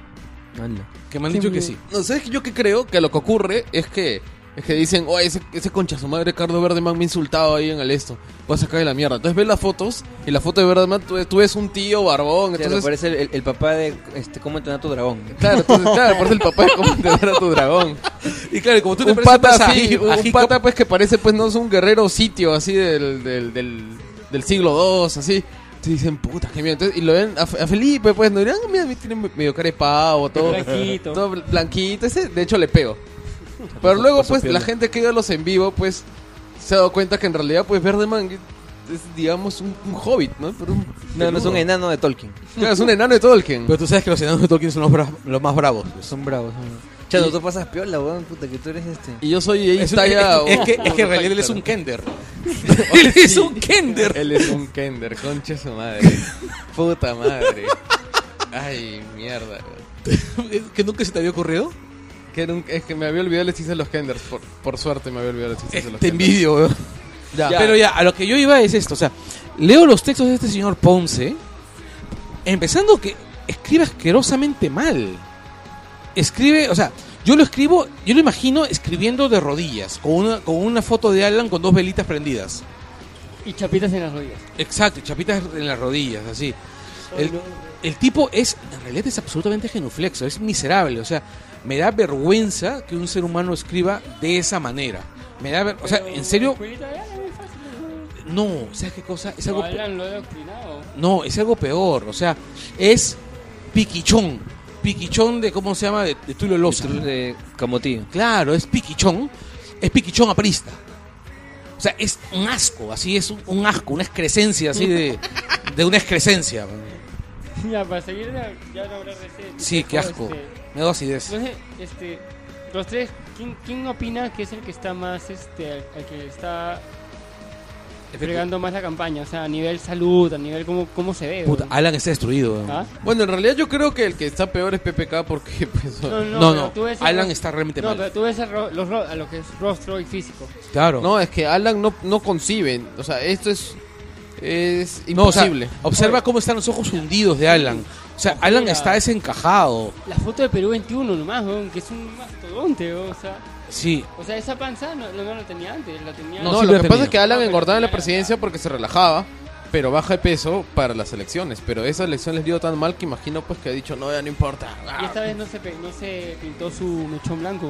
Que me han dicho que sí.
No, ¿sabes yo qué creo? Que lo que ocurre es que es que dicen, oh, ese, ese concha su madre Carlos Verdeman me ha insultado ahí en el esto. Voy a sacar de la mierda. Entonces ves las fotos y la foto de Verdeman tú, tú ves un tío barbón.
Claro,
Entonces,
parece el, el- el papá de este, cómo entrenar a tu dragón.
claro, entonces, claro, parece el papá de cómo entrenar a tu dragón.
Y claro, como tú te
Un
pareces
pata
más a
así,
Hi- a
un
Hiccup,
pata pues que parece pues no es un guerrero sitio así del, del, del, del siglo dos, así. Te dicen, puta, qué miedo. Entonces, y lo ven a, Fe- a Felipe, pues, no dirán, ah, mira, tiene medio cara de pavo, todo
Blanquito.
todo bl- blanquito. Ese, de hecho, le pego. Pero luego, pues, la gente que ve los en vivo, pues, se ha dado cuenta que en realidad, pues, Verdeman es, digamos, un, un hobbit, ¿no? Pero un,
No, no es un
peludo.
enano de Tolkien.
Claro, es un enano de Tolkien.
Pero tú sabes que los enanos de Tolkien son los, bra- los más bravos. pues.
Son bravos. Son... Chano, tú pasas piola, weón, puta, que tú eres este.
Y yo soy ahí
Es, un-
está ya.
es- es que, es que en realidad él es un Kender. Él es un Kender.
Él es un Kender, concha su madre. Puta madre. Ay, mierda.
¿Que nunca se te había ocurrido?
Que era un- es que me había olvidado el chiste de los Kenders. Por, por suerte me había olvidado el chiste de los
Te
Kenders.
envidio, weón.
Ya.
Pero ya, a lo que yo iba es esto. O sea, leo los textos de este señor Ponce, empezando que escribe asquerosamente mal. Escribe, o sea, yo lo escribo, yo lo imagino escribiendo de rodillas, con una, con una foto de Alan con dos velitas prendidas.
Y chapitas en las rodillas.
Exacto, y chapitas en las rodillas, así.
Ay,
El,
no.
el tipo es, en realidad es absolutamente genuflexo, es miserable, o sea, me da vergüenza que un ser humano escriba de esa manera. Me da, ver- o sea,
Pero
en serio,
escuelita, ya, es muy fácil,
no, ¿sabes qué cosa? Es
¿no?
algo,
No,
pe-
Alan lo he adoctrinado.
no, es algo peor, o sea, es piquichón, piquichón de, ¿cómo se llama? De, de Tulio Loza.
de Camotillo.
Claro, es piquichón, es piquichón aprista. O sea, es un asco, así es un, un asco, una excrescencia así de, de una excrescencia.
Ya, para seguir, ya, ya no habrá receta.
Sí, qué asco.
Este,
Me da acidez.
Entonces, este, los tres, ¿quién, quién opina que es el que está más, este, al, al que está fregando más la campaña? O sea, a nivel salud, a nivel cómo, cómo se ve.
Puta,
weón.
Alan está destruido. weón.
¿Ah?
Bueno, en realidad yo creo que el que está peor es P P K porque pues,
No, no,
No,
pero
no,
tú ves el
Alan
ro-
está realmente
No,
mal.
pero tú ves el ro- los ro- a lo que es rostro y físico.
Claro.
no, es que Alan no, no concibe. O sea, esto es es
No, o sea,
imposible.
observa cómo están los ojos hundidos de Alan. O sea, Alan
Mira.
está desencajado.
La foto de Perú veintiuno nomás, weón, que es un mastodonte, weón, o sea...
Sí.
O sea, esa panza no, no, no la tenía antes, la tenía...
no,
no, sí
lo
lo
que
he
pasa
tenido.
es que Alan
No, pero
engordaba en la
tenía-
presidencia porque se relajaba pero baja de peso para las elecciones. Pero esa elección les dio tan mal que imagino pues que ha dicho, no, ya no importa.
Y esta vez no se, pe- no se pintó su mechón blanco.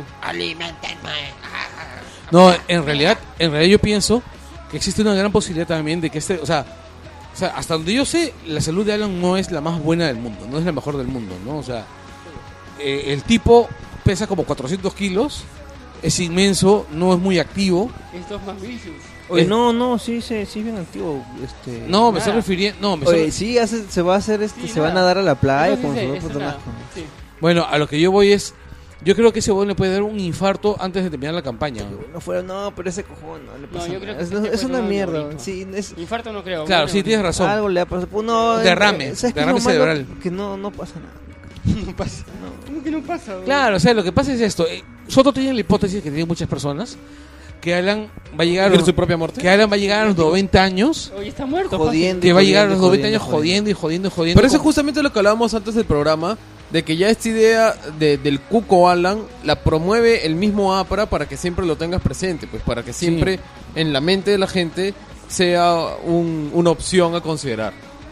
No, en realidad, en realidad yo pienso que existe una gran posibilidad también de que este, o sea, o sea, hasta donde yo sé, la salud de Alan no es la más buena del mundo, no es la mejor del mundo, ¿no? O sea, eh, el tipo pesa como cuatrocientos kilos, es inmenso, no es muy activo.
Estos más vicios.
Oye,
Eh,
no, no, sí, sí, sí, bien activo. Este...
No, me
Nada.
estoy refiriendo, no, me
Oye,
estoy-
sí, hace, se va a hacer, este,
Sí,
se
nada.
van a dar a la playa
No, sí,
con
sí,
sus dos
eso
personas.
nada.
con-
Sí.
Bueno, a lo que yo voy es, yo creo que ese weón le puede dar un infarto antes de terminar la campaña.
No fuera, no, pero ese cojón no le
No,
pasa
yo creo
nada.
que
Es,
sí te
es
puede
una
dar
mierda.
ahorita.
Sí, es,
Infarto no creo.
Claro,
bueno,
sí, tienes razón.
algo le ha pasado. Pues no,
Derrame,
eh, ¿sabes qué es
derrame
lo malo?
cerebral.
Que no, no pasa nada.
No pasa. ¿Cómo que no pasa? güey?
Claro, o sea, lo que pasa es esto. eh, Soto tiene la hipótesis que tienen muchas personas, que Alan va a llegar a
¿Pero
los,
su propia muerte?
que Alan va a llegar a los noventa años,
Oye, está muerto.
Jodiendo.
que va a llegar a los
Jodiendo,
noventa años
jodiendo,
jodiendo y jodiendo y jodiendo.
Pero eso es
como-
justamente lo que hablábamos antes del programa, de que ya esta idea de, del Cuco Alan la promueve el mismo APRA para que siempre lo tengas presente, pues para que siempre en la mente de la gente sea un- una opción a considerar.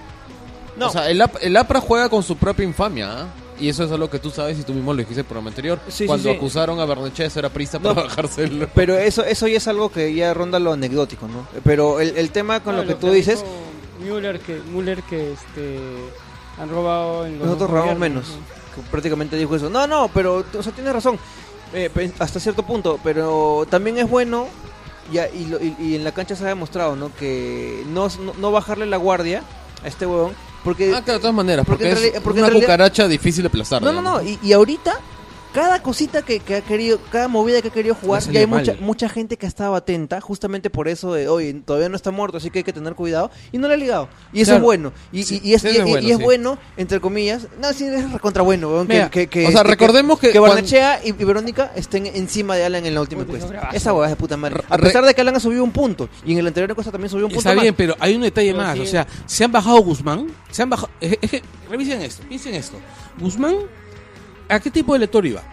No.
O sea, el, ap- el APRA juega con su propia infamia, ¿ah? Y eso es algo que tú sabes y tú mismo lo dijiste en el programa anterior,
Sí, sí,
cuando
sí.
acusaron a Bernechea de ser aprista
No.
para bajárselo.
Pero eso, eso ya es algo que ya ronda lo anecdótico, ¿no? Pero el, el tema con
No,
lo que tú dices,
dijo Müller que, Müller que este, han robado en los
nosotros
dos
robamos
gobiernos,
menos.
¿no?
Que prácticamente dijo eso. No, no, pero, o sea, tienes razón. Eh, pe- hasta cierto punto. Pero también es bueno, ya, y, lo- y, y en la cancha se ha demostrado, ¿no? Que no, no, no bajarle la guardia a este huevón. Porque
Ah, claro, de todas maneras,
Porque
porque,
en
es
realidad- porque en
una
realidad-
cucaracha difícil de aplastar.
No, no, no.
digamos.
Y, y ahorita, cada cosita que, que ha querido, cada movida que ha querido jugar,
Le
ya hay
salió
mucha,
mal.
mucha gente que ha estado atenta, justamente por eso de, oye, todavía no está muerto, así que hay que tener cuidado. Y no le ha ligado. Y eso
Claro.
es bueno. Y,
Sí,
y- y es,
sí,
y-
eso es
y-
bueno,
y es
sí.
bueno, entre comillas. No, sí, es recontra bueno, weón,
Mira,
que, que, que-
o sea,
que-
recordemos que
que
cuando-
Barnechea y, y Verónica estén encima de Alan en la última
Puta,
encuesta.
eso bravazo.
Esa hueá es de puta madre. A
Re-
pesar de que Alan ha subido un punto, y en el anterior encuesta también subió un punto
Está
más.
bien, pero hay un detalle
Pero
más.
sí.
O sea, se han bajado Guzmán. Se han bajado. Es, es que, revisen esto, piensen esto. Guzmán, ¿a qué tipo de elector iba?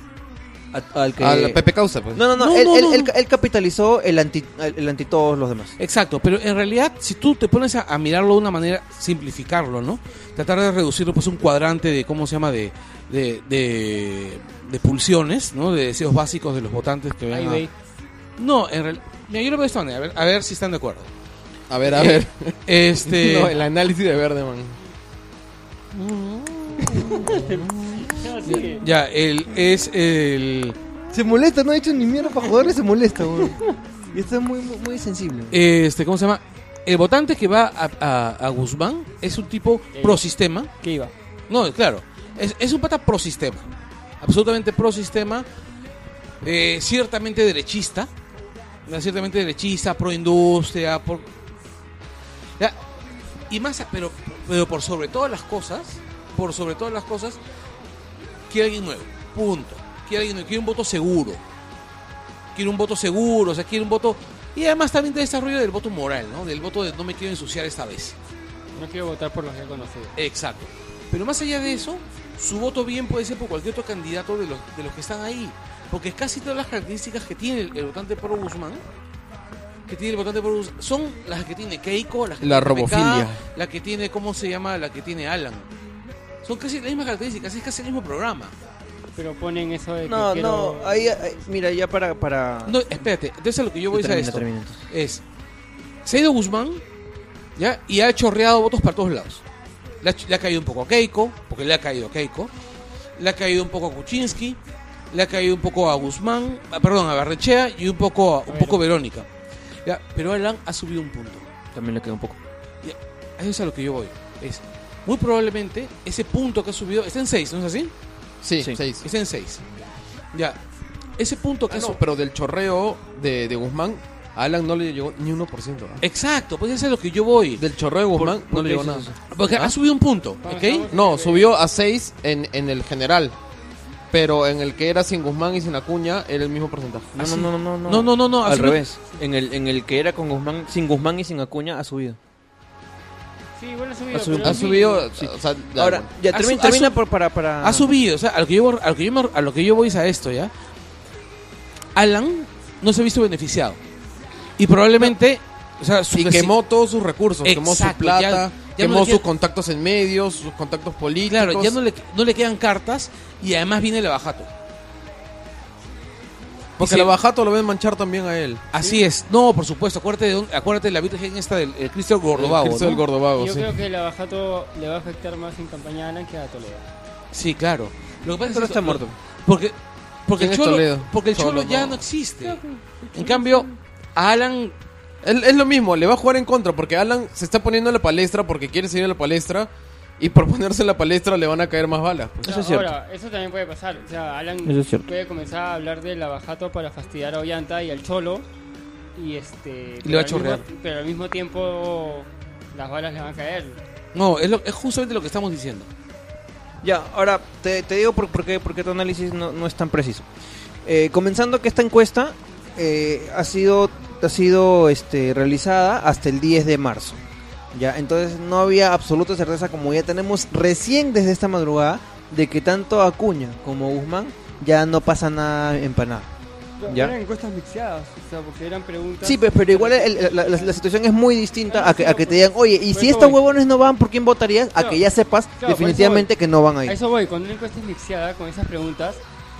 A- al que...
A la Pepe Causa, pues.
No, no, no,
No,
él,
no,
él-
no,
él-
no.
él capitalizó el anti, el, el anti todos los demás.
Exacto, pero en realidad, si tú te pones a, a mirarlo de una manera, simplificarlo, ¿no? Tratar de reducirlo, pues, un cuadrante de, ¿cómo se llama? De, de, de, de pulsiones, ¿no? De deseos básicos de los votantes que
Ahí
ven.
ve.
No, en realidad. Mira, yo lo veo de esta manera, a ver, a ver si están de acuerdo.
A ver, a ver.
Este.
No, el análisis de Verdeman.
No, sigue.
Ya, el, es el.
Se molesta, no ha hecho ni mierda para jugarle, se molesta, weón. Y esto es muy, muy, muy sensible.
Este, ¿cómo se llama? El votante que va a, a, a Guzmán es un tipo pro sistema.
¿Qué iba?
No, claro. Es, es un pata pro sistema. Absolutamente pro sistema. Eh, ciertamente derechista. ¿no? Ciertamente derechista, pro industria. Por... Ya, y más, pero, pero por sobre todas las cosas, por sobre todas las cosas, quiere alguien nuevo. Punto. Quiere alguien nuevo. Quiere un voto seguro. Quiere un voto seguro. O sea, quiere un voto. Y además también de desarrollo del voto moral, ¿no? Del voto de no me quiero ensuciar esta vez.
No quiero votar por los que he conocido.
Exacto. Pero más allá de eso, su voto bien puede ser por cualquier otro candidato de los, de los que están ahí. Porque casi todas las características que tiene el, el votante pro Guzmán, que tiene el votante pro Guzmán, son las que tiene Keiko, las que
La
tiene P K,
robofilia.
la que tiene, ¿cómo se llama? La que tiene Alan. Son casi las mismas características, es casi el mismo programa.
Pero ponen eso de que
No,
quiero...
no, ahí, ahí- mira, ya para... para...
No, espérate, entonces a lo que yo voy a
Termina,
esto.
termina, entonces.
Es, se ha ido Guzmán, ¿ya? Y ha chorreado votos para todos lados. Le ha, le ha caído un poco a Keiko, porque le ha caído a Keiko. Le ha caído un poco a Kuczynski. Le ha caído un poco a Guzmán, ah, perdón, a Barrechea y un poco a, un poco a Verónica. ¿Ya? Pero Alan ha subido un punto.
También le queda un poco.
¿Ya? Eso es a lo que yo voy. Es, muy probablemente ese punto que ha subido está en seis, ¿no es así?
Sí,
Sí.
seis.
Está en seis. Ya. Ese punto que
Ah,
ha
no,
subido.
pero del chorreo de, de Guzmán, a Alan no le llegó ni uno por ciento. ¿ah?
Exacto, pues eso es a lo que yo voy.
Del chorreo de Guzmán
¿Por-
no
por
le
qué
llegó
dices
nada.
eso?
Porque
¿Ah?
ha subido un punto,
Vamos,
¿ok?
vamos.
No, subió a seis en, en el general. Pero en el que era sin Guzmán y sin Acuña era el mismo porcentaje.
No,
¿Ah,
no,
sí?
no, no, no.
No, no, no, no. ha
Al
subido-
revés. En el, en el que era con Guzmán, sin Guzmán y sin Acuña, ha subido.
Sí, bueno, ha subido.
Ha subido-
pero
Ha
sí.
subido,
Sí.
o sea, ya,
Ahora,
bueno.
ya
Ha
termina,
su- ha
termina
su-
por, para, para...
Ha subido, o sea, a lo que yo, a lo que yo, me- a lo que yo voy es a esto, ¿ya? Alan no se ha visto beneficiado. Y probablemente O sea, su
Y
creci-
quemó todos sus recursos, quemó su
Exacto,
plata,
ya- ya no
quemó
le
sus
queda-
contactos en medios, sus contactos políticos.
Claro, ya no le, no le quedan cartas y además viene el abajato.
Porque
y
el
se-
abajato lo ven manchar también a él.
Así es. No, por supuesto. Acuérdate de, dónde- acuérdate de la Virgen esta del el Cristo Gordovago,
El Cristo
¿no?
del Gordovago,
Yo
sí.
creo que el abajato le va a afectar más en campaña a Alan que a Toledo.
Sí, claro. Lo que pasa
Pero
es
está
eso,
muerto.
Porque, porque el
¿Quién es
Cholo,
Toledo?
porque el Cholo,
Cholo,
ya
no.
no existe. En cambio, a Alan
Es, es lo mismo, le va a jugar en contra porque Alan se está poniendo en la palestra porque quiere seguir en la palestra y por ponerse en la palestra le van a caer más balas. pues.
Eso es cierto.
Ahora, eso también puede pasar. O sea, Alan
Eso es cierto.
puede comenzar a hablar del abajato para fastidiar a Ollanta y al Cholo. Y este.
Y le va a
pero al
chorrear.
mismo- pero al mismo tiempo, las balas le van a caer.
no, es, lo, es justamente lo que estamos diciendo.
Ya, ahora te, te digo por, por, qué, por qué tu análisis no, no es tan preciso. Eh, comenzando que esta encuesta eh, ha sido, ha sido este, realizada hasta el diez de marzo. Ya, entonces no había absoluta certeza, como ya tenemos recién desde esta madrugada, de que tanto Acuña como Guzmán ya no pasa nada empanada. Ya.
Eran encuestas mixeadas, o sea, porque eran preguntas.
Sí, pero, pero igual el- el- la, la- la situación es muy distinta
Claro,
a que,
sí,
a que
no,
te digan, oye, y
por
si
eso
estos
voy.
huevones no van, ¿por quién votarías? A
Claro.
que ya sepas
Claro, por eso
definitivamente que no van a
A
ir.
eso voy, cuando una encuesta es mixeada con esas preguntas,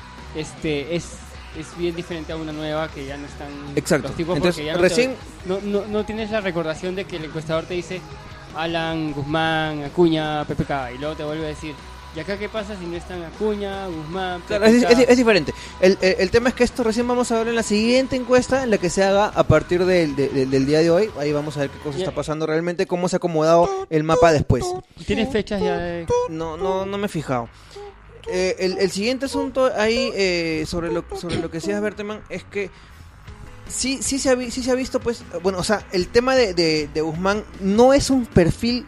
este es, es bien diferente a una nueva que ya no están
Exacto.
los tipos
Entonces,
porque ya no,
recién-
te- no, no, no tienes la recordación de que el encuestador te dice Alan, Guzmán, Acuña, P P K y luego te vuelve a decir, ¿y acá qué pasa si no están Acuña, Guzmán,
Claro, es,
P P K?
es- es diferente. El, el- el tema es que esto recién vamos a ver en la siguiente encuesta, en la que se haga a partir del, de- de- del día de hoy. Ahí vamos a ver qué cosa
Ya.
está pasando realmente, cómo se ha acomodado el mapa después.
¿Tienes fechas ya de...?
No, no, no me he fijado. Eh, el, el siguiente asunto ahí eh, sobre lo sobre lo que decías, Berteman, es que sí, sí se ha, vi- sí se ha visto, pues, bueno, o sea, el tema de, de, de Guzmán no es un perfil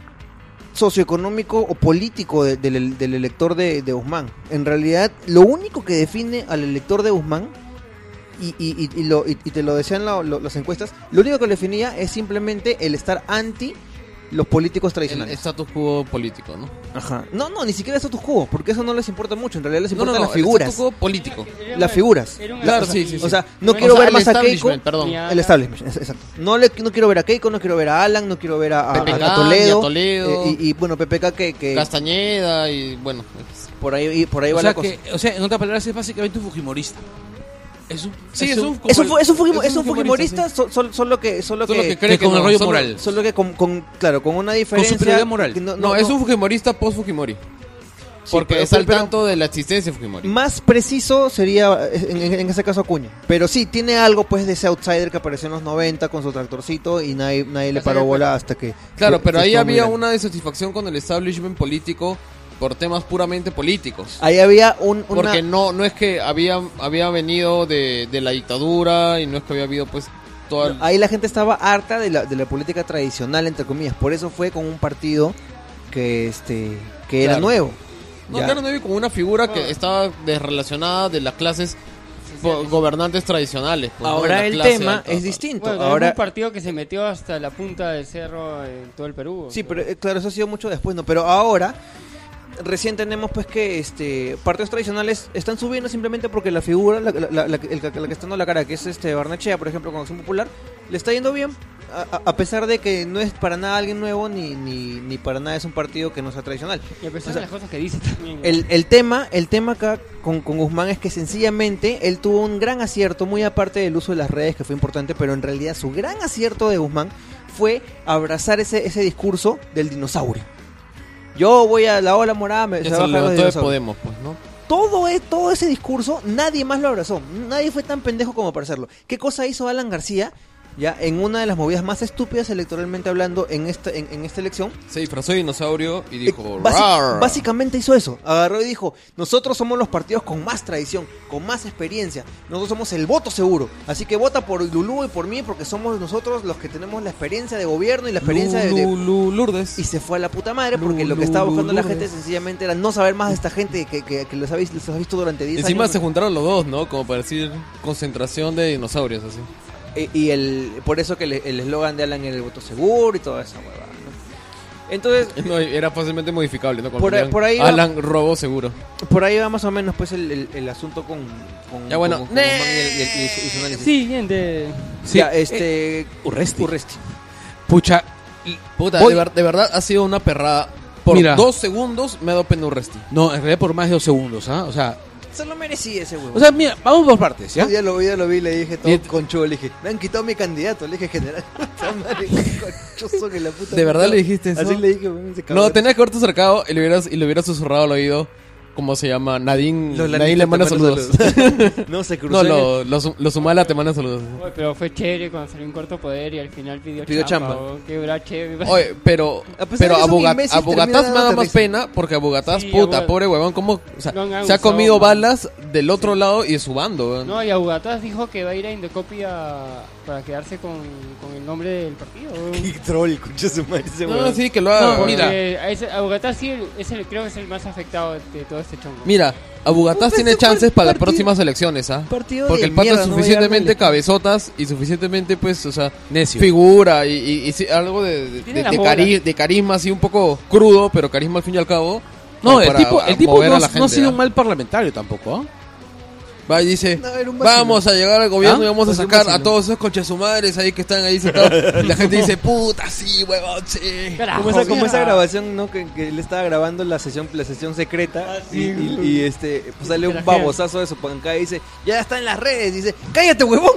socioeconómico o político de- del, del elector de, de Guzmán. En realidad, lo único que define al elector de Guzmán, y, y, y, y lo, y, y te lo decían la- lo- las encuestas, lo único que lo definía es simplemente el estar anti los políticos
El
tradicionales.
status quo político, ¿no?
Ajá. No, no, ni siquiera status quo, porque eso no les importa mucho. En realidad les
No, no,
importan
no,
las
el
figuras.
status quo político.
Era
Las
una-
figuras.
era una-
Claro,
o sea,
sí, sí,
O sea, no
O
quiero
sea,
ver
el
más a Keiko.
establishment, perdón.
Ni a-
El establishment, es- exacto. No, le, no quiero ver a Keiko, no quiero ver a Alan, no quiero ver a, a-
P P K,
a Toledo.
ni a Toledo.
eh, y, y, bueno, P P K que, que
Castañeda y bueno. es-
por ahí, y por ahí
O
va
sea,
la cosa.
que, o sea, en otras palabras, es básicamente un fujimorista. Es un,
Sí, es un,
Es un, fu- es un, fujimo-
es
es un fujimorista,
sí.
so- so- solo que, solo
Solo
que,
que cree
que con
no,
el rollo
solo-
moral.
solo que con, con- claro, con una diferencia.
superioridad moral.
que no,
No,
no-
es
no-
un fujimorista post-Fujimori.
sí,
Porque
pero-
está al
pero-
tanto de la existencia de Fujimori.
Más preciso sería en, en- en ese caso Acuña. Pero sí, tiene algo pues de ese outsider que apareció en los noventa con su tractorcito y nadie, nadie le
O sea,
paró
que-
bola hasta que...
Claro,
que-
pero
que
ahí
estuvo muy
había
grande.
una desatisfacción con el establishment político por temas puramente políticos.
Ahí había un, una...
Porque no no es que había había venido de, de la dictadura y no es que había habido pues toda el-
Ahí la gente estaba harta de la, de la política tradicional, entre comillas. Por eso fue con un partido que este que era
Claro.
nuevo.
No,
Ya.
claro, no había como una figura que estaba desrelacionada de las clases po- gobernantes tradicionales. pues, ¿no? De
Ahora
la
el
clase
tema
alta,
es
tal.
distinto.
Bueno, también
Ahora
fue un partido que se metió hasta la punta del cerro en todo el Perú.
sí,
o sea.
pero eh, claro, eso ha sido mucho después, ¿no? Pero ahora recién tenemos pues que este partidos tradicionales están subiendo simplemente porque la figura, la, la- la- la que- el que- la que está dando la cara, que es este Barnechea, por ejemplo, con Acción Popular, le está yendo bien, a, a- a pesar de que no es para nada alguien nuevo ni, ni, ni para nada es un partido que no sea tradicional.
Y a pesar
o sea,
de las cosas que dice también. ¿no?
El, el tema, el tema acá con, con Guzmán es que sencillamente él tuvo un gran acierto, muy aparte del uso de las redes que fue importante, pero en realidad su gran acierto de Guzmán fue abrazar ese, ese discurso del dinosaurio. Yo voy a la ola morada, me
Que
se
se
bajan los
levantó de
dinosaurios.
Podemos, pues, ¿no?
Todo, e- todo ese discurso, nadie más lo abrazó. Nadie fue tan pendejo como para hacerlo. ¿Qué cosa hizo Alan García? Ya, en una de las movidas más estúpidas electoralmente hablando en esta, en, en esta elección,
Se disfrazó de dinosaurio y dijo...
Eh, basi-
"Rar".
básicamente hizo eso. Agarró y dijo, nosotros somos los partidos con más tradición, con más experiencia. Nosotros somos el voto seguro. Así que vota por Lulú y por mí porque somos nosotros los que tenemos la experiencia de gobierno y la experiencia de... de-
Lu- Lu- Lourdes.
Y se fue a la puta madre porque
Lu-
lo que estaba
Lu-
buscando la
Lourdes.
gente sencillamente era no saber más de esta gente que, que, que les, habéis, les has visto durante diez
Encima
años.
se juntaron los dos, ¿no? Como para decir concentración de dinosaurios, así.
Y, y el, por eso que le- el eslogan de Alan era el voto seguro y toda esa huevada, ¿no? Entonces,
No, era fácilmente modificable, ¿no? Cuando
Por ahí-
ponían
por ahí va-
Alan robó seguro.
por ahí va más o menos pues el, el, el asunto con, con,
Ya, bueno.
con- con Guzmán y, el- y el- y su- y su análisis.
Siguiente.
Sí,
Ya,
eh,
este...
Urresti.
Urresti.
Pucha,
Puta,
Voy-
de, ver- de verdad ha sido una perrada. Por
Mira.
dos segundos me ha dado pena Urresti.
no, en realidad por más de dos segundos, ¿ah? O sea,
Se lo merecía ese huevo.
o sea, mira, vamos por partes, ¿ya?
Un día lo vi, ya lo vi, le dije todo
Y-
conchudo, le dije, me han quitado mi candidato, le dije general. Puta madre, qué conchoso que la puta
¿De verdad
madre.
le dijiste eso?
Así le dije, weón, ese cabrón.
No, tenías que haberte acercado y le hubieras, y le hubieras susurrado al oído. ¿Cómo se llama? Nadine.
Los
Nadine le
lanitos
manda
te
saludos.
saludos. No, se cruzó.
No,
en el-
lo, lo, su- lo Sumala te manda saludos.
Oye, pero fue chévere cuando salió en corto poder y al final pidió,
Pidió
chamba.
chamba.
oh, Qué brache.
Oye, pero,
A pesar
pero
de que
a,
es un
Bogat-
imbécil,
a Bogatás
termina
me da
dándote
más
risa.
pena porque a Bogatás,
Sí,
puta,
a Bogat-
pobre huevón, como, o sea,
Lo han
se ha
abusado,
comido
man.
balas del otro lado y de su bando, weón.
No, y Abugataz dijo que va a ir a Indecopy a- para quedarse con, con el nombre del partido.
Qué troll, concha su madre ese
No,
huevón.
sí, que lo haga.
No,
mira,
mira.
A ese, Abugataz sí es el, creo que es el más afectado de, de todo este chongo.
mira, a Bogatás
Puta,
tiene
ese fue
chances para las
partido-
próximas elecciones, ¿ah?
partido
Porque
de
el pato
mierda,
es
no va a llegar
suficientemente
ni lejos.
cabezotas y suficientemente, pues, o sea,
Necio.
figura y, y- y sí, algo de, de,
Tiene
de-
las
de
bolas.
cari- de carisma así un poco crudo, pero carisma al fin y al cabo.
No,
como
el
para
tipo, el tipo
mover
no,
a la
no ha
gente,
sido
¿ah?
un mal parlamentario tampoco, ¿ah?
Va y dice,
No, era un vacilo.
vamos a llegar al gobierno
¿Ah?
y vamos a
Pues un
sacar a
vacilo.
todos esos conchesumadres ahí que están ahí sentados. Y la gente dice, puta, sí, huevón, sí.
Carajo,
Como esa, como
mira.
esa grabación, ¿no? Que, que él estaba grabando la sesión, la sesión secreta
Ah,
y,
sí.
y- y, este pues sale un
Carajean.
babosazo de su pancada y dice, ya está en las redes, y dice, cállate huevón.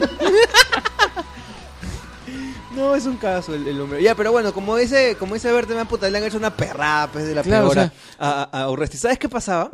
No, es un caso el, el hombre. Ya, pero bueno, como dice, como dice Berteman, puta, le han hecho una perrada pues de la
Claro,
peor
o sea-
a, a, a Urresti. ¿Sabes qué pasaba?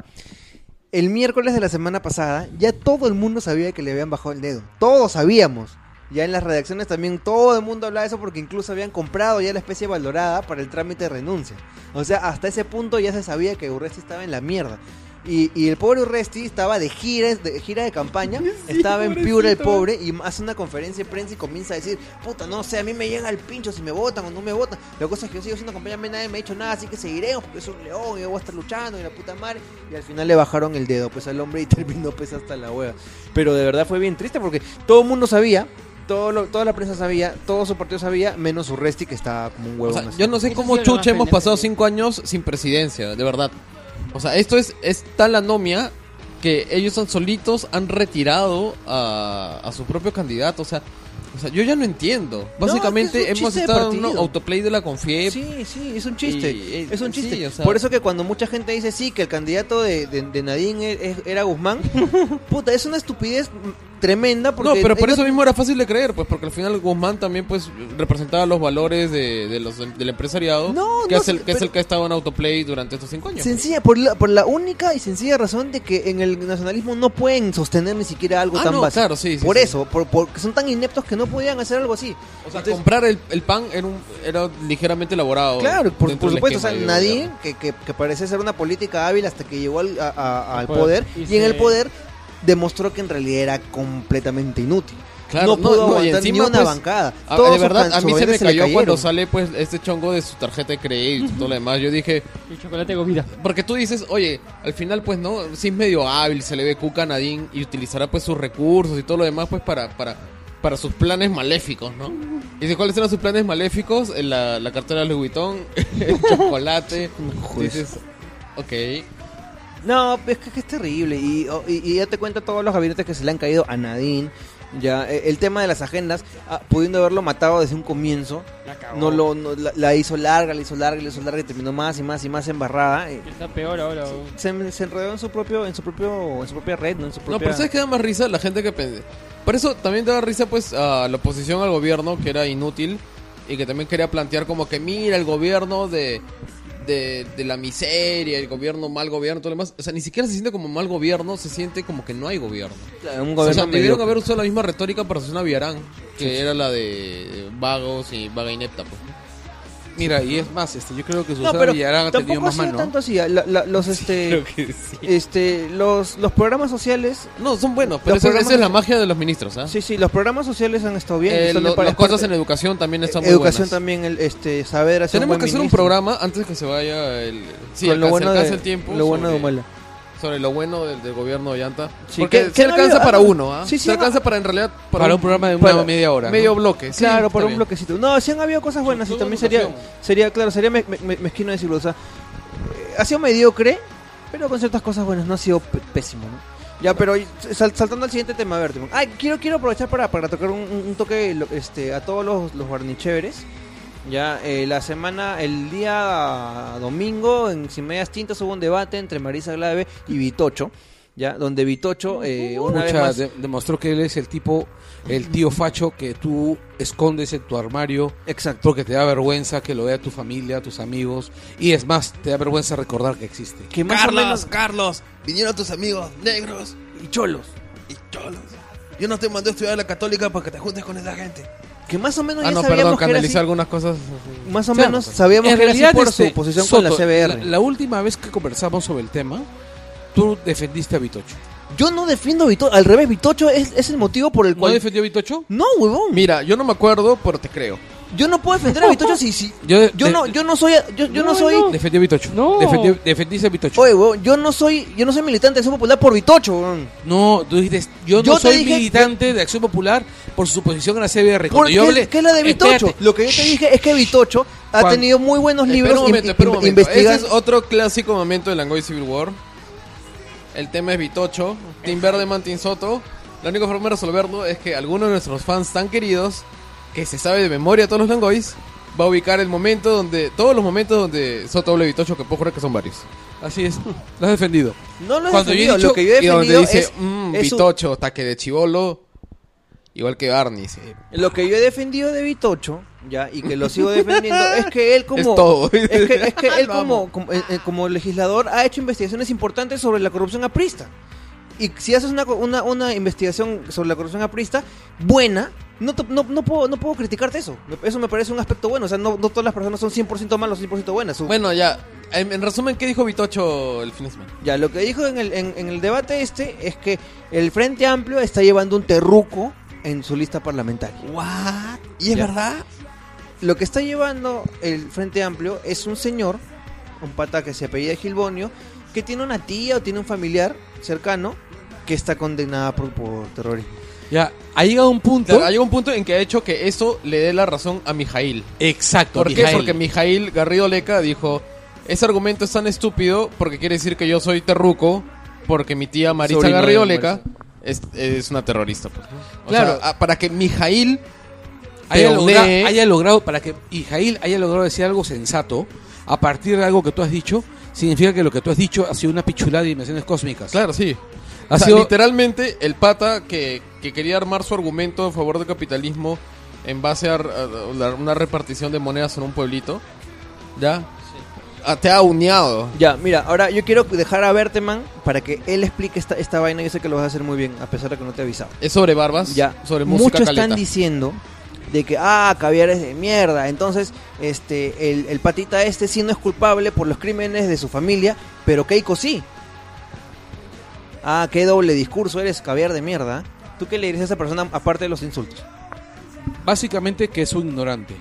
El miércoles de la semana pasada, ya todo el mundo sabía que le habían bajado el dedo. Todos sabíamos. Ya en las redacciones también todo el mundo hablaba de eso porque incluso habían comprado ya la especie valorada para el trámite de renuncia. O sea, hasta ese punto ya se sabía que Urresti estaba en la mierda. Y, y el pobre Urresti estaba de gira de, gira de campaña, estaba en Piura el pobre y hace una conferencia de prensa y comienza a decir, puta, no sé, a mí me llega el pincho si me votan o no me votan. La cosa es que yo sigo haciendo campaña, a mí nadie me ha hecho nada, así que seguiremos porque es un león y yo voy a estar luchando y la puta madre. Y al final le bajaron el dedo pues al hombre y terminó pues hasta la hueva. Pero de verdad fue bien triste porque todo el mundo sabía. Todo lo- toda la prensa sabía, todo su partido sabía, menos Urresti que estaba como un
O
huevón.
sea,
así.
yo no sé
Eso
cómo
sí es lo más
chucha hemos
pendejo,
pasado
sí.
cinco años sin presidencia, de verdad. O sea, esto es, es tal la anomia que ellos han solitos han retirado a, a su propio candidato. O sea, o sea, yo ya no entiendo.
No,
Básicamente
es que es un
hemos
chiste de
estado en un
partido.
autoplay de la Confiep.
Sí, sí, es un chiste.
Y, eh,
es un
sí,
chiste.
o sea-
Por eso que cuando mucha gente dice sí, que el candidato de, de, de Nadine es- es- era Guzmán, puta, es una estupidez mm, tremenda. Porque
No, pero por
ellos-
eso mismo era fácil de creer, pues porque al final Guzmán también pues representaba los valores de, de los del empresariado,
No,
que,
no
es el,
sé,
que es
pero-
el que ha estado en autoplay durante estos cinco años.
Sencilla, por la, por la única y sencilla razón de que en el nacionalismo no pueden sostener ni siquiera algo
Ah,
tan
no,
básico.
claro, sí, sí,
por
sí.
eso, por, porque son tan ineptos que no podían hacer algo así.
O sea,
Entonces,
comprar el, el pan era, un, era ligeramente elaborado.
claro, por,
dentro
por
del
supuesto, o sea,
esquema de
Nadine,
gobierno.
que, que, que parece ser una política hábil hasta que llegó al, a- a- al
Poder.
poder,
Y
y, en
se-
el poder demostró que en realidad era completamente inútil.
Claro,
no pudo
no, no, y
aguantar
encima,
ni una
pues,
bancada.
A-
Todos
de
sus
verdad,
can-
a mí
sus
se me
gobiernos
cayó cuando
cayeron.
sale pues este chongo de su tarjeta de crédito y todo lo demás. Yo dije,
El chocolate comida.
porque tú dices, oye, al final pues no, sí es medio hábil, se le ve cuca a Nadine y utilizará pues sus recursos y todo lo demás pues para, para, para sus planes maléficos, ¿no? Y dice, ¿cuáles eran sus planes maléficos? En la, la cartera de Louis Vuitton, el chocolate.
Joder.
Dices, ok.
No, es que, que es terrible. Y, o- y, y ya te cuento todos los gabinetes que se le han caído a Nadine. Ya, eh, el tema de las agendas, ah, pudiendo haberlo matado desde un comienzo,
La cagó.
no lo no, la, la hizo larga, la hizo larga, la hizo larga y terminó más y más y más embarrada. eh.
Está peor ahora. weón.
Se, se enredó en su propio, en su propio, en su propia red, ¿no? En su
No,
propia...
pero ¿sabes qué da más risa? La gente que pensé. Por eso también daba risa pues a la oposición al gobierno, que era inútil, y que también quería plantear como que mira el gobierno de, de, de la miseria, el gobierno mal gobierno, todo lo demás. O sea, ni siquiera se siente como mal gobierno, se siente como que no hay gobierno.
Claro, un
O
gobierno
sea, debieron
mediocre.
haber usado la misma retórica para Susana Villarán, que era la de vagos y vaga inepta, pues.
Mira, y es más, este, yo creo que
No,
Susana
pero
Villarán ha tenido
tampoco ha
más
sido
mano.
tanto así. la- la- los este,
que sí.
este, los, los programas sociales,
No, son buenos, pero
Los
esa, esa
programas-
es la magia de los ministros, ¿ah?
sí, sí, los programas sociales han estado bien.
Eh,
están
lo-
de par-
las
es parte-
cosas en educación también están muy
educación
buenas.
también, el, este, saber hacer
Tenemos
un
que
buen
hacer un
ministro.
programa antes de que se vaya el... Sí,
Con
al
lo
que se
bueno
alcance
de,
el tiempo
lo bueno de
sobre,
Humala.
sobre lo bueno del, del gobierno de Ollanta.
Sí,
Porque
que-
se
que no
alcanza
había-
para
ah,
uno, ¿ah?
sí, sí,
se alcanza
ah,
para en realidad
Para un programa de una
para-
media hora. ¿no?
medio bloque. Sí,
Claro,
está
por un
bien.
bloquecito. No, sí han habido cosas buenas y
Todo
también
educación.
sería, sería claro, sería me- me- mezquino decirlo. O sea, eh, ha sido mediocre, pero con ciertas cosas buenas, no ha sido p- pésimo, ¿no? Ya, pero sal- saltando al siguiente tema, a ver, Timón. Ay, quiero, quiero aprovechar para, para tocar un, un- un toque lo- este, a todos los, los barnichéveres. Ya, eh, la semana, el día domingo, en Sin Medias Tintas hubo un debate entre Marisa Glave y Vitocho. Ya, donde Vitocho, eh, una vez
Pucha,
más...
de- demostró que él es el tipo, el tío facho que tú escondes en tu armario
Exacto.
porque te da vergüenza que lo vea tu familia, tus amigos, y es más, te da vergüenza recordar que existe.
Que más o menos...
Carlos, vinieron tus amigos negros
Y cholos.
y cholos. Yo no te mandé a estudiar a la católica para que te juntes con esa gente.
Que más o menos
Ah,
ya
no,
sabíamos
perdón,
que era
canalicé
así.
algunas cosas.
Más o
Claro,
menos
pues.
sabíamos
En
que era así
realidad,
por
este,
su posición con la
Soto,
C B R.
La, la última vez que conversamos sobre el tema, tú defendiste a Vitocho.
Yo no defiendo a Vitocho, al revés, Vitocho es, es el motivo por el
¿No
cual...
defendió a Vitocho?
No, huevón.
Mira, yo no me acuerdo, pero te creo.
Yo no puedo defender a Vitocho si... si...
Yo, de-
Yo
de-
no, yo no soy... Yo, yo no,
No,
soy...
no.
Defendió a Vitocho.
No.
Defendió- defendiste a Vitocho.
Oye, huevón, yo no soy... Yo no soy militante de Acción Popular por Vitocho, huevón.
No, tú dijiste, yo,
Yo
no
te
soy
dije-
militante de Acción Popular por su posición en la C B R.
¿Por
Cuando yo
qué,
hablé,
qué es la de Vitocho?
Espérate,
Lo que yo te dije es que Vitocho ha
Juan,
tenido muy buenos libros
Espera un momento,
in-
espera un
in-
momento. Ese
investigan...
es otro clásico momento de Langoy Civil War. El tema es Vitocho, Team Verde, Team Soto. La única forma de resolverlo es que alguno de nuestros fans tan queridos, que se sabe de memoria todos los Langoys, va a ubicar el momento donde, todos los momentos donde Soto habla de Vitocho, que puedo creer que son varios.
Así es, lo has defendido.
No lo he
Cuando yo he
defendido,
dicho-
lo que yo he
Y donde
defendido
dice,
es...
mmm,
es su-
Vitocho, ataque de chivolo, igual que Barney. Sí.
Lo que yo he defendido de Vitocho, ya, y que lo sigo defendiendo, es que él como...
Es todo.
Es que, es que él
Lo
como,
amo.
como, eh, eh, como legislador ha hecho investigaciones importantes sobre la corrupción aprista. Y si haces una, co- una, una investigación sobre la corrupción aprista buena, no, te- no, no, puedo, no puedo criticarte eso. Me- Eso me parece un aspecto bueno. O sea, no, no todas las personas son cien por ciento malas o cien por ciento buenas. Su-
Bueno, ya, en, en resumen, ¿qué dijo Vitocho el fin de semana?
Ya, lo que dijo en el, en, en el debate este es que el Frente Amplio está llevando un terruco en su lista parlamentaria.
¿What? ¿Y es
Ya.
verdad?
Lo que está llevando el Frente Amplio es un señor, un pata que se apellida Gilbonio, que tiene una tía o tiene un familiar cercano que está condenada por, por terrorismo.
Ya, ha llegado un punto.
Claro, ha llegado un punto en que ha hecho que eso le dé la razón a Mijail.
Exacto,
¿Por qué?
Mijail.
Porque Mijail Garrido Leca dijo, ese argumento es tan estúpido porque quiere decir que yo soy terruco, porque mi tía Marisa
Sobrino de
Garrido Leca
Marisa.
es, es una terrorista. pues, ¿no? O
Claro.
sea, a- para que Mijail
haya,
peonee-
logra- haya logrado, para que Mijail haya logrado decir algo sensato a partir de algo que tú has dicho, significa que lo que tú has dicho ha sido una pichulada de dimensiones cósmicas.
Claro, sí.
Ha
O sea,
sido-
literalmente el pata que, que quería armar su argumento a favor del capitalismo en base a, a- a la- una repartición de monedas en un pueblito, ¿ya? Ah, te ha uneado.
Ya, mira, ahora yo quiero dejar a Berteman para que él explique esta, esta vaina. Yo sé que lo vas a hacer muy bien, a pesar de que no te he avisado.
Es sobre barbas,
Ya,
sobre música
muchos
caleta.
están diciendo de que, ah, Caviar es de mierda. Entonces, este, el, el patita este sí no es culpable por los crímenes de su familia, pero Keiko sí. Ah, qué doble discurso eres, Caviar de mierda. ¿Tú qué le dirías a esa persona aparte de los insultos?
Básicamente que es un ignorante.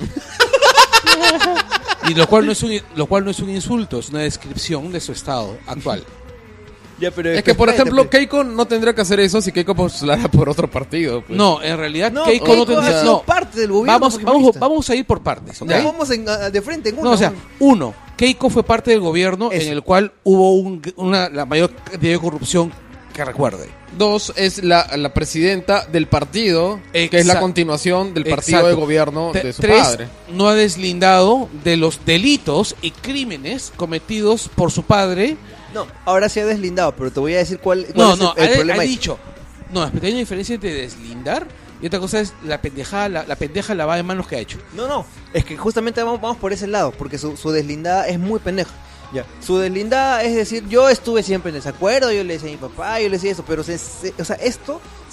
Y lo cual no es un lo cual no es un insulto, es una descripción de su estado actual.
Ya, pero
Es que, por ejemplo, Keiko no tendría que hacer eso si Keiko postulara por otro partido. pues.
No, en realidad
no,
Keiko,
Keiko
no tendría
ha sido
no.
parte del gobierno.
Vamos, vamos,
fujimorista.
vamos a ir por partes, ¿ok?
No, vamos en- a- de frente en uno.
No, o sea, uno, Keiko fue parte del gobierno
Eso.
en el cual hubo un- una, la mayor cantidad de corrupción que recuerde.
Dos, es la, la presidenta del partido, que es la
Exacto.
continuación del partido
Exacto.
de gobierno
Te-
de su
tres,
padre.
no ha deslindado de los delitos y crímenes cometidos por su padre.
No, ahora se ha deslindado, pero te voy a decir cuál, cuál
No,
es
no,
el, el
ha,
problema.
ha
ahí.
dicho. No, pero hay una diferencia entre deslindar y otra cosa es la pendejada, la, la pendeja lavada de manos que ha hecho.
No, no, es que justamente vamos, vamos por ese lado, porque su, su deslindada es muy pendeja. Ya. Su deslindada es decir, yo estuve siempre en desacuerdo, yo le decía a mi papá, yo le decía eso, pero se, se- o sea, esto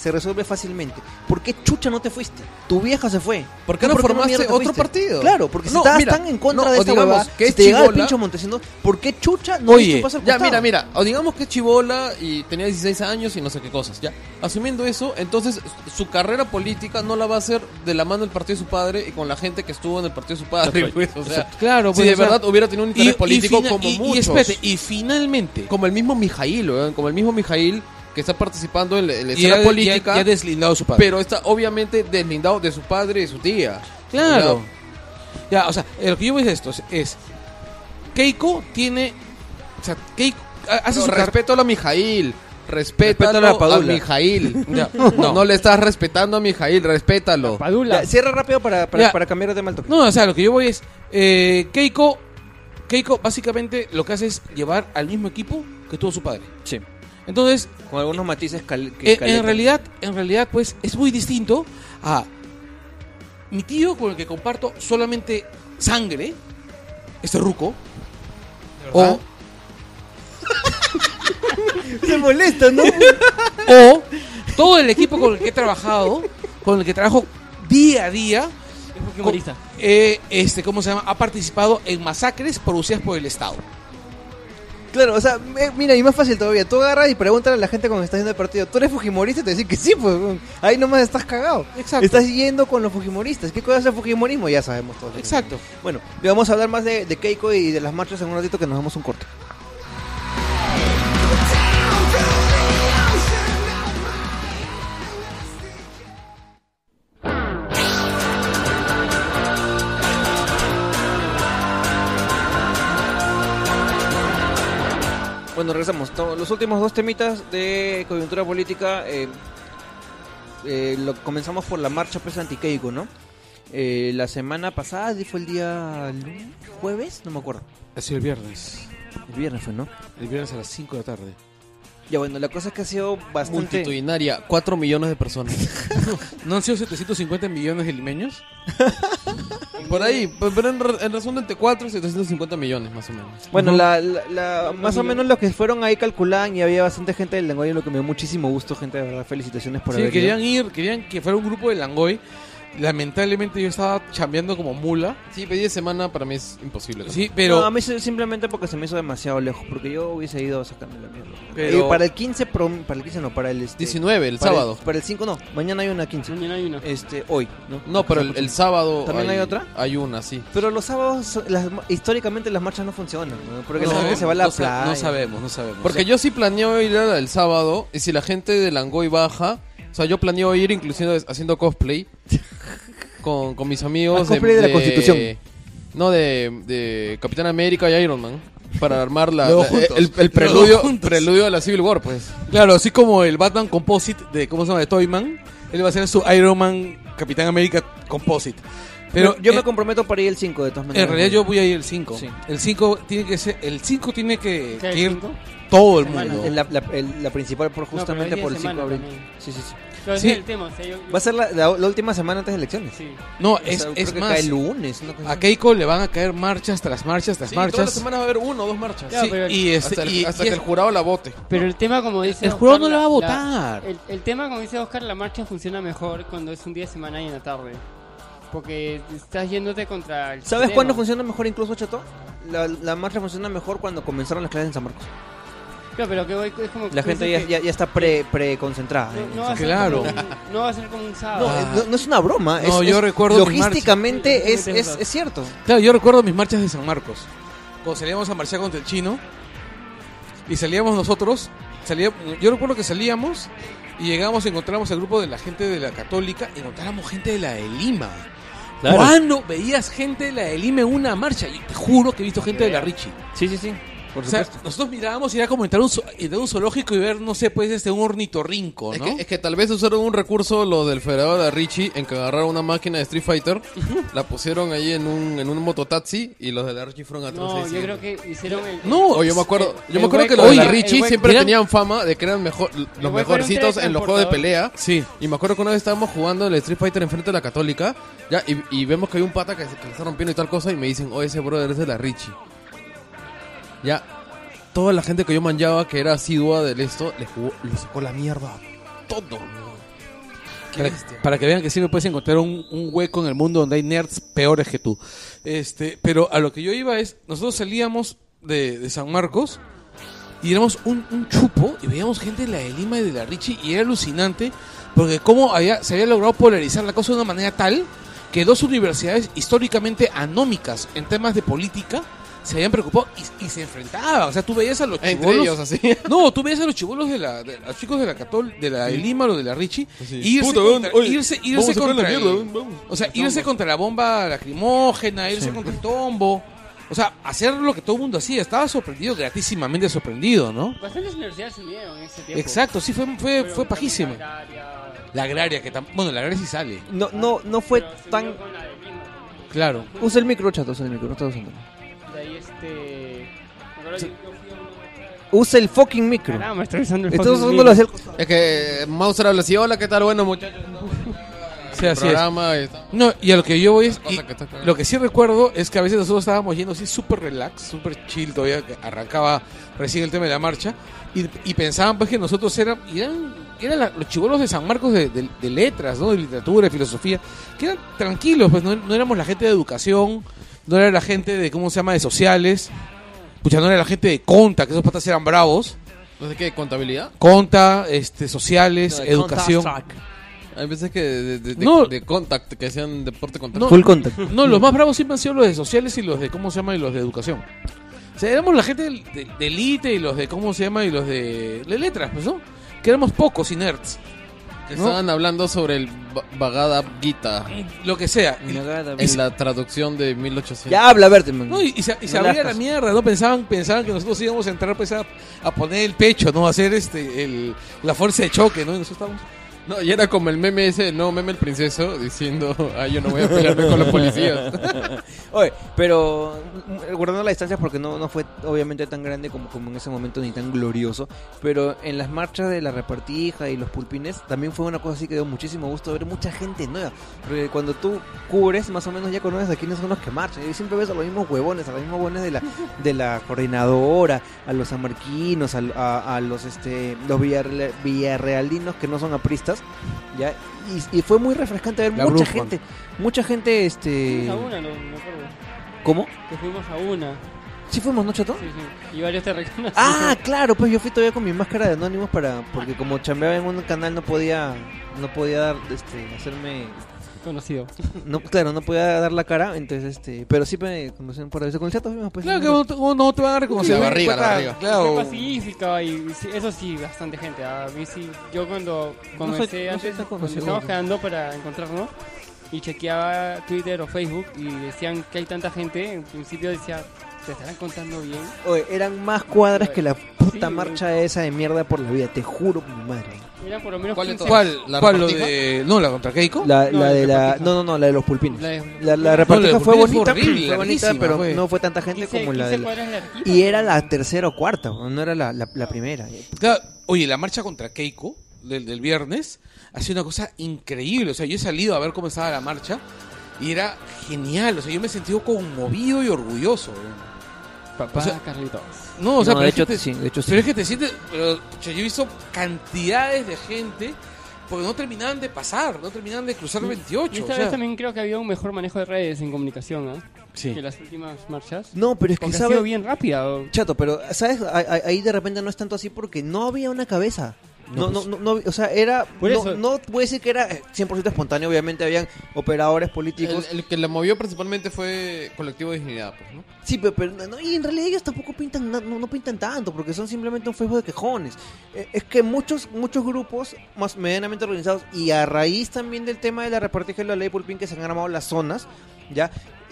se resuelve fácilmente. ¿Por qué chucha no te fuiste? Tu vieja se fue.
¿Por qué no formaste
mierda te
otro
fuiste?
partido?
Claro, porque si
No,
estabas
mira,
tan en contra
no,
de
o
esta
digamos
huevada,
que
si
es
te llegaba el
chibola-
pincho Montesinos, ¿por qué chucha no
Oye,
diste un paso al
Ya,
costado?
mira, mira, o digamos que es chibola y tenía dieciséis años y no sé qué cosas, ya. Asumiendo eso, entonces su carrera política no la va a hacer de la mano del partido de su padre y con la gente que estuvo en el partido de su padre, pues, o sea,
Claro,
si
pues,
de
o sea,
verdad hubiera tenido un interés político
fina-
como
y,
muchos.
Y, espérate, y finalmente...
Como el mismo Mijail, weón, como el mismo Mijail que está participando en la, en la
y
escena
ya-
política,
ya- ya deslindado su padre.
pero está obviamente deslindado de su padre y de su tía.
Claro. Ya, o sea, eh, lo que yo voy es esto, es, es Keiko tiene, o sea, Keiko ha- hace
Pero
su carrera.
respétalo a Mijail.
Respétalo
Respétalo
a
a,
Padula.
Mijail.
Ya,
no. no le estás respetando a Mijail, respétalo.
Padula.
Ya, cierra rápido para, para,
Ya.
para cambiar de tema al toque.
No, o sea, lo que yo voy es eh, Keiko Keiko básicamente lo que hace es llevar al mismo equipo que tuvo su padre.
Sí.
Entonces,
Con algunos matices cal- que
en,
caletan.
en realidad, en realidad pues es muy distinto a mi tío con el que comparto solamente sangre, este ruco, o
Se molesta, ¿no?
o todo el equipo con el que he trabajado, con el que trabajo día a día,
Es fujimorista.
eh, este, ¿cómo se llama? Ha participado en masacres producidas por el Estado.
Claro, o sea, eh, mira, y más fácil todavía. Tú agarras y pregúntale a la gente cuando estás viendo el partido, ¿tú eres fujimorista? Y te dicen que sí, pues. weón. Ahí nomás estás cagado.
Exacto.
Estás yendo con los fujimoristas. ¿Qué cosa es el fujimorismo? Ya sabemos todos.
Exacto.
Bueno, le vamos a hablar más de, de Keiko y de las marchas en un ratito que nos damos un corte. Bueno, regresamos. To- Los últimos dos temitas de coyuntura política. Eh, eh, lo, comenzamos por la marcha pues anti-Keiko, ¿no? Eh, la semana pasada, ¿fue el día lunes? ¿Jueves? No me acuerdo.
Ha sido el viernes.
El viernes fue, ¿no?
El viernes a las cinco de la tarde.
Ya bueno, la cosa es que ha sido bastante...
Multitudinaria, cuatro millones de personas.
¿No han sido setecientos cincuenta millones de limeños?
Por ahí, pe- pero en, re- en razón de entre cuatro y setecientos cincuenta millones más o menos.
Bueno,
Ujú.
la, la- la- más o menos lo que fueron ahí calculaban y había bastante gente del Langoy, lo que me dio muchísimo gusto, gente, de verdad, felicitaciones por
Sí,
haber
querían
ido.
ir, querían que fuera un grupo de Langoy. Lamentablemente yo estaba chambeando como mula.
Sí, pedí de semana para mí es imposible.
Sí,
Pero...
pero...
No, a mí se- simplemente porque se me hizo demasiado lejos, porque yo hubiese ido a sacarme la mierda.
Pero-
Eh, para el quince, pro- para el quince no, para el... Este,
diecinueve, el
para
sábado.
para el cinco no, mañana hay una quince.
Mañana hay una.
Este, hoy, ¿no?
No, pero el, el sábado.
¿También hay otra?
Hay una, sí.
Pero los sábados, son- las- históricamente las marchas no funcionan, ¿no? Porque la
No,
gente se va a la
no sa-
playa.
No sabemos, no sabemos.
Porque yo sí planeo ir a la del sábado. Y si la gente de Langoy baja. O sea, yo planeo ir inclusive haciendo cosplay. Con, con mis amigos.
Ah, cosplay de la Constitución.
No, de, de Capitán América y Iron Man. Para armar la,
Luego
la-
juntos.
el, el
Luego
preludio,
juntos.
preludio de la Civil War, pues.
Claro, así como el Batman Composite de, ¿cómo se llama? De Toyman. Él va a hacer su Iron Man Capitán América Composite. Pero
Pero yo
eh,
me comprometo para ir el cinco de todas maneras.
en realidad yo voy a ir el cinco.
Sí.
El cinco tiene que ser... El cinco tiene que,
¿Qué,
que ir
cinco?
todo el
Semana.
mundo.
En la, la, el- la principal por
No,
justamente
pero es
por el
de
cinco de
semana
abril.
también.
Sí, sí, sí.
Pero
Sí.
ese es el tema. O sea, yo, yo-
Va a ser la, la- la última semana antes de elecciones.
Sí.
No,
O
es,
sea,
es
creo que
más...
cae el lunes. una cosa
A
así.
Keiko le van a caer marchas tras marchas tras
Sí, todas las
marchas.
semanas va a haber uno o dos marchas.
Ya,
Sí,
pero-
y este,
hasta el,
y-
hasta
y
que
es-
el jurado la vote.
Pero el tema, como dice
el
Oscar,
jurado no la va a
la-
votar.
El, el tema, como dice Oscar, la marcha funciona mejor cuando es un día de semana y en la tarde. Porque estás yéndote contra el
¿Sabes
sistema.
cuándo funciona mejor incluso, Chato? La, la marcha funciona mejor cuando comenzaron las clases en San Marcos.
Claro, pero que voy, es como que
La
tú
gente
dices
ya,
que
ya, ya está pre, preconcentrada.
no,
eh.
no va a ser
Claro.
como un- no va a ser como un
No,
sábado.
Ah.
eh, no, no es una broma.
No,
es,
yo
es-
recuerdo mi
logísticamente
marcha.
es, es, es cierto.
Claro, yo recuerdo mis marchas de San Marcos. Cuando salíamos a marchar contra el chino y salíamos nosotros, salía, yo recuerdo que salíamos y llegamos y encontramos al grupo de la gente de la Católica y encontramos gente de la de Lima.
Claro.
¿Cuándo veías gente de la de Lima en una marcha? Y te juro que he visto gente de la Richie.
Sí, sí, sí. Por
O sea,
supuesto.
nosotros mirábamos y era como entrar a un, zo- entrar a un zoológico y ver, no sé, pues este un ornitorrinco,
Es,
¿no?
que, es que tal vez usaron un recurso los del Federado de Richie en que agarraron una máquina de Street Fighter, la pusieron ahí en un, en un mototaxi y los de la Richie fueron atrás.
No,
ahí
yo
siguiendo.
creo que hicieron el...
No,
O yo me acuerdo,
el-
yo me
el
acuerdo que
hueco-
los de la
oye,
Richie
el hueco-
siempre
eran-
tenían fama de que eran mejor, los
hueco era un
mejorcitos en los juegos de
teletransportador.
pelea.
Sí.
Y me acuerdo que una vez estábamos jugando el Street Fighter enfrente de la Católica, ya, y, y vemos que hay un pata que se, que se está rompiendo y tal cosa, y me dicen, oh, ese brother es de la Richie. Ya, toda la gente que yo manjaba, que era asidua del esto, le jugó, le sacó la mierda a todo, ¿no?
Para, para que vean que siempre puedes encontrar un, un hueco en el mundo donde hay nerds peores que tú. Este, pero a lo que yo iba es, nosotros salíamos de, de San Marcos y éramos un, un chupo y veíamos gente de la de Lima y de la Richie y era alucinante porque cómo había, se había logrado polarizar la cosa de una manera tal que dos universidades históricamente anómicas en temas de política se habían preocupado y, y se enfrentaban. O sea, tú veías a los
Entre
chibolos.
ellos, así.
No, tú veías a los chibolos de la, de los chicos de la Catol, de la de Lima, los de la Richie,
Sí.
irse
Puta,
contra,
oye,
irse, irse
vamos a sacar
contra
la
el-
mierda, vamos.
o sea, irse contra la bomba lacrimógena, irse contra el tombo. O sea, hacer lo que todo el mundo hacía. Estaba sorprendido, gratísimamente sorprendido, ¿no?
Bastantes universidades se unieron en ese tiempo.
Exacto, sí, fue, fue,
Pero
fue
también
pajísimo.
la agraria,
La agraria, que tam- bueno, la agraria sí sale.
No, no, no fue
pero se
tan...
unió con la de Lima.
Claro.
Usa el micro, chato, usa el micro, no estás usando.
De ahí este... me acuerdo que yo fui a una-
Usa el fucking micro.
Caramba, estoy usando el
Estás
fucking
usándolo hacia el
micro.
costado.
Es que Mauser habla así, hola, ¿qué tal? Bueno, muchachos.
Sí, así es.
programa y está-
No, y a lo que yo voy es...
Cosa
y
que está claro.
lo que sí recuerdo es que a veces nosotros estábamos yendo así súper relax, súper chill todavía, que arrancaba recién el tema de la marcha, y, y pensaban pues que nosotros eran, y eran, eran la- los chibolos de San Marcos de, de- de letras, ¿no? De literatura, de filosofía, que eran tranquilos, pues no, no éramos la gente de educación, no era la gente de, ¿cómo se llama?, de sociales, pucha, no era la gente de conta, que esos patas eran bravos,
No sé qué, contabilidad.
conta, este, sociales,
No,
educación.
Hay veces que de, de, de,
No.
de contact, que hacían deporte contact.
No,
Full contact.
No, los más bravos siempre han sido los de sociales y los de, ¿cómo se llama? Y los de educación. O sea, éramos la gente del- de, de elite y los de, ¿cómo se llama? Y los de, de letras, pues, ¿no? Que éramos pocos y nerds.
Que
¿no?
estaban hablando sobre el Ba- Bhagavad Gita
Lo que sea. Y-
en la traducción de mil ochocientos.
Ya habla, Berteman.
no, y, y se, y se
No le
abría
hagas
la mierda, ¿no? Pensaban, pensaban que nosotros íbamos a entrar pues, a, a poner el pecho, ¿no? A hacer este, el, la fuerza de choque, ¿no? Y nosotros estábamos...
No, y era como el meme ese, no, meme el princeso, diciendo, ah, yo no voy a pelearme con los policías.
Oye, pero mm, guardando la distancia porque no, no fue obviamente tan grande como, como en ese momento ni tan glorioso, pero en las marchas de la repartija y los pulpines también fue una cosa así que dio muchísimo gusto ver mucha gente nueva, porque cuando tú cubres más o menos ya conoces a quiénes son los que marchan y siempre ves a los mismos huevones, a los mismos huevones de la, de la coordinadora, a los sanmarquinos, a, a, a los este los villarre- villarrealinos que no son apristas, ya, y, y fue muy refrescante ver
La
mucha
Brufman.
gente, mucha gente este...
Fuimos a una, no me acuerdo.
¿Cómo?
Que fuimos a una.
¿Sí fuimos, no, chato?
Sí, sí. Y varios te reconocen.
Ah, claro, pues yo fui todavía con mi máscara de Anonymous para porque como chambeaba en un canal no podía no podía dar este hacerme
Conocido.
no claro, no podía dar la cara, entonces este, pero sí me conocían por eso con el chato fuimos, pues.
Claro que no, te- no te van a reconocer.
La barriga, la
Pata,
barriga.
Claro.
Fue pacífica y sí, eso sí, bastante gente. A mí sí, yo cuando comencé,
soy- no soy
antes,
tan
cuando
conocido.
estábamos quedando para encontrarnos y chequeaba Twitter o Facebook y decían que hay tanta gente, en principio decía, ¿te estarán contando bien?
Oye, eran más cuadras que la puta
Sí,
marcha esa de mierda por la vida, te juro por mi madre.
Eran por lo menos
¿Cuál de
quince.
todas?
¿Cuál?
¿La
¿Cuál? Lo
repartija?
de... No, la contra Keiko.
La,
No,
la
la
de la
repartija.
no, no, no, la de los pulpines.
La de-
La, la
No, la
repartija
de
fue
Pulpines fue
bonita,
horrible,
fue bonita,
larguísima,
pero
fue.
no fue tanta gente
quince,
como la
quince
de la...
cuadras larguitas.
Y era la tercera o cuarta, no era la, la, la primera.
Claro, oye, la marcha contra Keiko del, del viernes ha sido una cosa increíble. O sea, yo he salido a ver cómo estaba la marcha y era genial. O sea, yo me he sentido conmovido y orgulloso. ¿eh?
Papá
o sea,
Carlitos.
No, o sea,
No,
pero
de
es que
hecho
te-
sí, de hecho sí.
Pero es que te sientes... Pero, pucha, yo he visto cantidades de gente porque no terminaban de pasar, no terminaban de cruzar
Y
veintiocho.
esta
o
vez
sea,
también creo que había un mejor manejo de redes en comunicación, ¿ah?
sí.
Que las últimas marchas.
No, pero es que
Porque ha
sabe
sido bien rápida. ¿o?
Chato, pero ¿sabes? Ahí- ahí ahí de repente no es tanto así porque no había una cabeza. No, no, no, no, o sea, era.
Por
no,
eso.
no puedo decir que era eh, cien por ciento espontáneo, obviamente habían operadores políticos.
El, el que la movió principalmente fue Colectivo de Dignidad, pues, ¿no?
Sí, pero, pero no, y en realidad ellos tampoco pintan, na- no, no pintan tanto porque son simplemente un Facebook de quejones. Eh, es que muchos muchos grupos más medianamente organizados y a raíz también del tema de la repartija de la ley Pulpín que se han armado las zonas, ya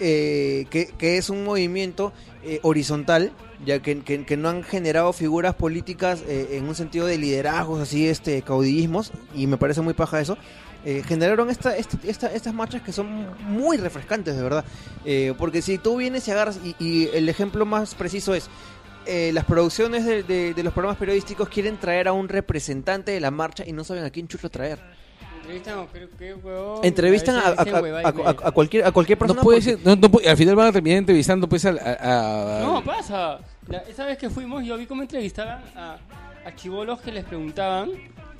eh, que, que es un movimiento eh, horizontal, ya que, que, que no han generado figuras políticas eh, en un sentido de liderazgos, así, este, caudillismos, y me parece muy paja eso. Eh, generaron esta, esta, esta- estas marchas que son muy refrescantes, de verdad. Eh, porque si tú vienes y agarras, y, y el ejemplo más preciso es, eh, las producciones de, de- de los programas periodísticos quieren traer a un representante de la marcha y no saben a quién chucho traer.
Entrevistan, o creo que, huevón,
Entrevistan a,
veces
a-
dicen
a-
huevada y
a-
media.
a cualquier, a cualquier persona.
No puede
porque-
ser, no, no puede- al final van a terminar entrevistando pues al- a, a-
No, pasa. La- esa vez que fuimos, yo vi cómo entrevistaban a, a chibolos que les preguntaban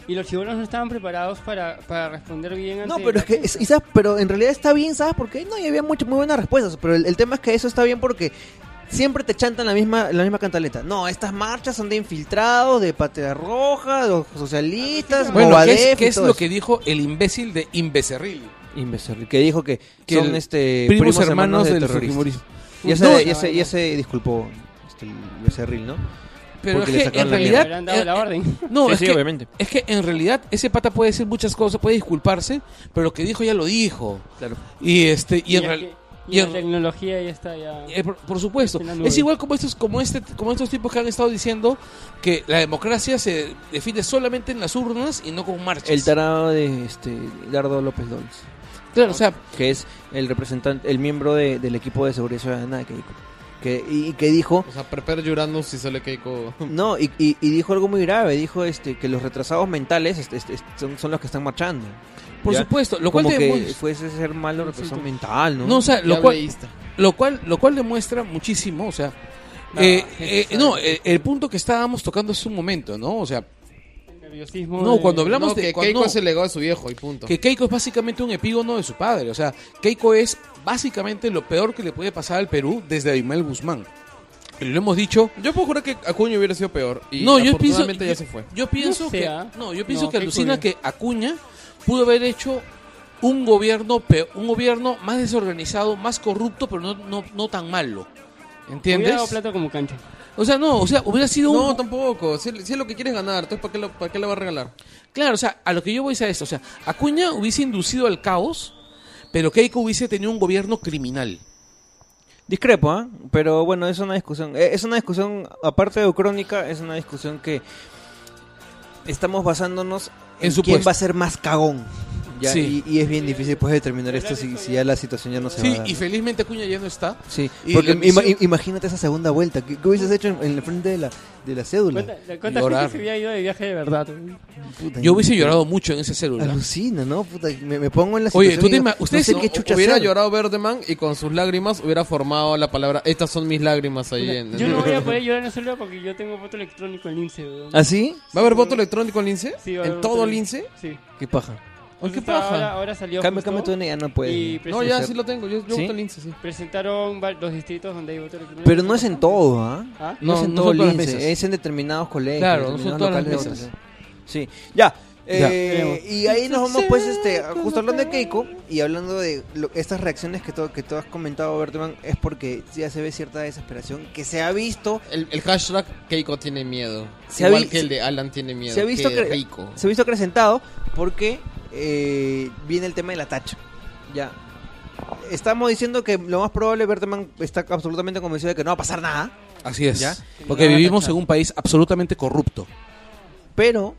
Y los chibolos no estaban preparados para, para responder bien ante
No, pero
la
es que,
prensa.
es- y sabes, pero en realidad está bien, ¿sabes por qué? No, y había muchas muy buenas respuestas, pero el, el tema es que eso está bien porque siempre te chantan la misma la misma cantaleta. No, estas marchas son de infiltrados, de Patria Roja, de los socialistas,
Bueno, ¿qué
Movadef
es,
y
qué es
todo
lo
eso.
que dijo el imbécil de Imbecerril?
Imbécil, que dijo que,
Que
son
el
este
primos hermanos
de
del
terroristas.
fujimorismo.
Y ese,
No,
y ese, y ese disculpó este, el Becerril, ¿no?
Pero
Porque
es
le
que
sacaron
en
la
realidad...
Le han dado
eh,
la orden.
No,
Sí,
es,
sí,
que,
obviamente.
es que en realidad ese pata puede decir muchas cosas, puede disculparse, pero lo que dijo ya lo dijo.
Claro.
Y este y,
Y,
en
es
real-
que-
y
y
en-
la tecnología ya está ya...
eh, por, por supuesto,
En la nube.
es igual como estos como este como estos tipos que han estado diciendo que la democracia se define solamente en las urnas y no con marchas.
El tarado de este Dardo López Dols,
Claro, o sea,
que es el representante, el miembro de- del equipo de seguridad ciudadana de Keiko. Que, y, y que dijo,
O sea, prepare llorando si sale Keiko.
no, y, y, y dijo algo muy grave, dijo este que los retrasados mentales este, este, este, son, son los que están marchando.
por
¿Ya?
supuesto, lo cual
Como que
demuestra-
fuese ser malo retrasado mental, ¿no?
no, o sea, lo
Ya
cual
veísta.
lo cual lo cual demuestra muchísimo, o sea,
No,
eh,
gente
eh,
sabe.
no, eh, el punto que estábamos tocando hace un momento, ¿no? O sea,
El nerviosismo
no,
de-
cuando hablamos
No,
de
que
cuando-
Keiko
no,
es el legado de su viejo y punto.
que Keiko es básicamente un epígono de su padre, o sea, Keiko es básicamente lo peor que le puede pasar al Perú desde Abimael Guzmán. Y lo hemos dicho.
Yo puedo jurar que Acuña hubiera sido peor. Y
No, yo pienso,
afortunadamente ya
yo,
se fue.
yo pienso
No
que
sea.
no, yo pienso
No,
que
Keiko
alucina
bien.
que Acuña pudo haber hecho un gobierno pe- un gobierno más desorganizado, más corrupto, pero no no, no tan malo.
Hubiera
¿Entiendes?
dado plata como cancha.
O sea, no, o sea, hubiera sido
No,
un
tampoco. Si, si es lo que quieres ganar, entonces ¿para qué, lo, ¿para qué le va a regalar?
claro, o sea, a lo que yo voy es a esto, o sea, Acuña hubiese inducido al caos, pero Keiko hubiese tenido un gobierno criminal.
Discrepo, ¿ah? Pero bueno, es una discusión. eh, Es una discusión, aparte de crónica, es una discusión que estamos basándonos en,
En su
quién
puesto.
va a ser más cagón. ¿Ya?
Sí.
Y, y es bien difícil pues determinar esto si, si ya la situación ya no se va
Sí,
a dar.
y felizmente Acuña ya no está.
Sí,
y
porque
la misión-
ima- imagínate esa segunda vuelta. ¿Qué, qué hubieses hecho en, en el frente de la, de la cédula?
¿Cuánta, cuánta
Llorar.
gente se había ido de viaje de verdad?
Puta,
Yo hubiese llorado mucho en ese celular.
Alucina, ¿no? Puta, me, me pongo en la
Oye,
situación
tú
y
te
digo,
ima- ustedes
no sé
no-
qué chucha
Hubiera
hacer.
llorado Verdeman y con sus lágrimas hubiera formado la palabra estas son mis lágrimas ahí en...
Yo no voy a poder llorar en el celular porque yo tengo voto electrónico en Lince. weón.
¿Ah, sí?
¿Va a haber voto electrónico en Lince?
Sí, va a haber
¿En
voto
todo
electrónico.
Lince?
Sí.
Qué paja.
Ay, qué
Entonces,
paja.
Ahora, ahora salió
Cambia,
justo
cambia tu D N I, ya no puedes.
y
No, ya
presentaron-
sí lo tengo. Yo, yo
¿Sí?
voto en Lince, sí.
presentaron va- los distritos donde hay voto electrónico.
Pero no es en todo, ¿ah?
¿Ah?
No,
No,
es en
no
todo
son todas las
Lince,
mesas.
es en determinados colegios.
Claro, no son
determinados
todas las
locales de
mesas.
votación. Sí, ya.
Ya.
Eh, y ahí nos vamos pues este justo hablando de Keiko y hablando de lo- estas reacciones que, todo, que tú has comentado, Berteman, es porque ya se ve cierta desesperación que se ha visto
El, el hashtag Keiko tiene miedo.
Se ha
Igual
vi-
que el de Alan tiene miedo.
se ha visto
Qué
que-
rico.
se ha visto acrecentado porque eh, viene el tema de la tacha. Ya. Estamos diciendo que lo más probable, Berteman está absolutamente convencido de que no va a pasar nada,
Así es.
¿Ya?
Porque
No van a
vivimos
tachar.
en un país absolutamente corrupto.
pero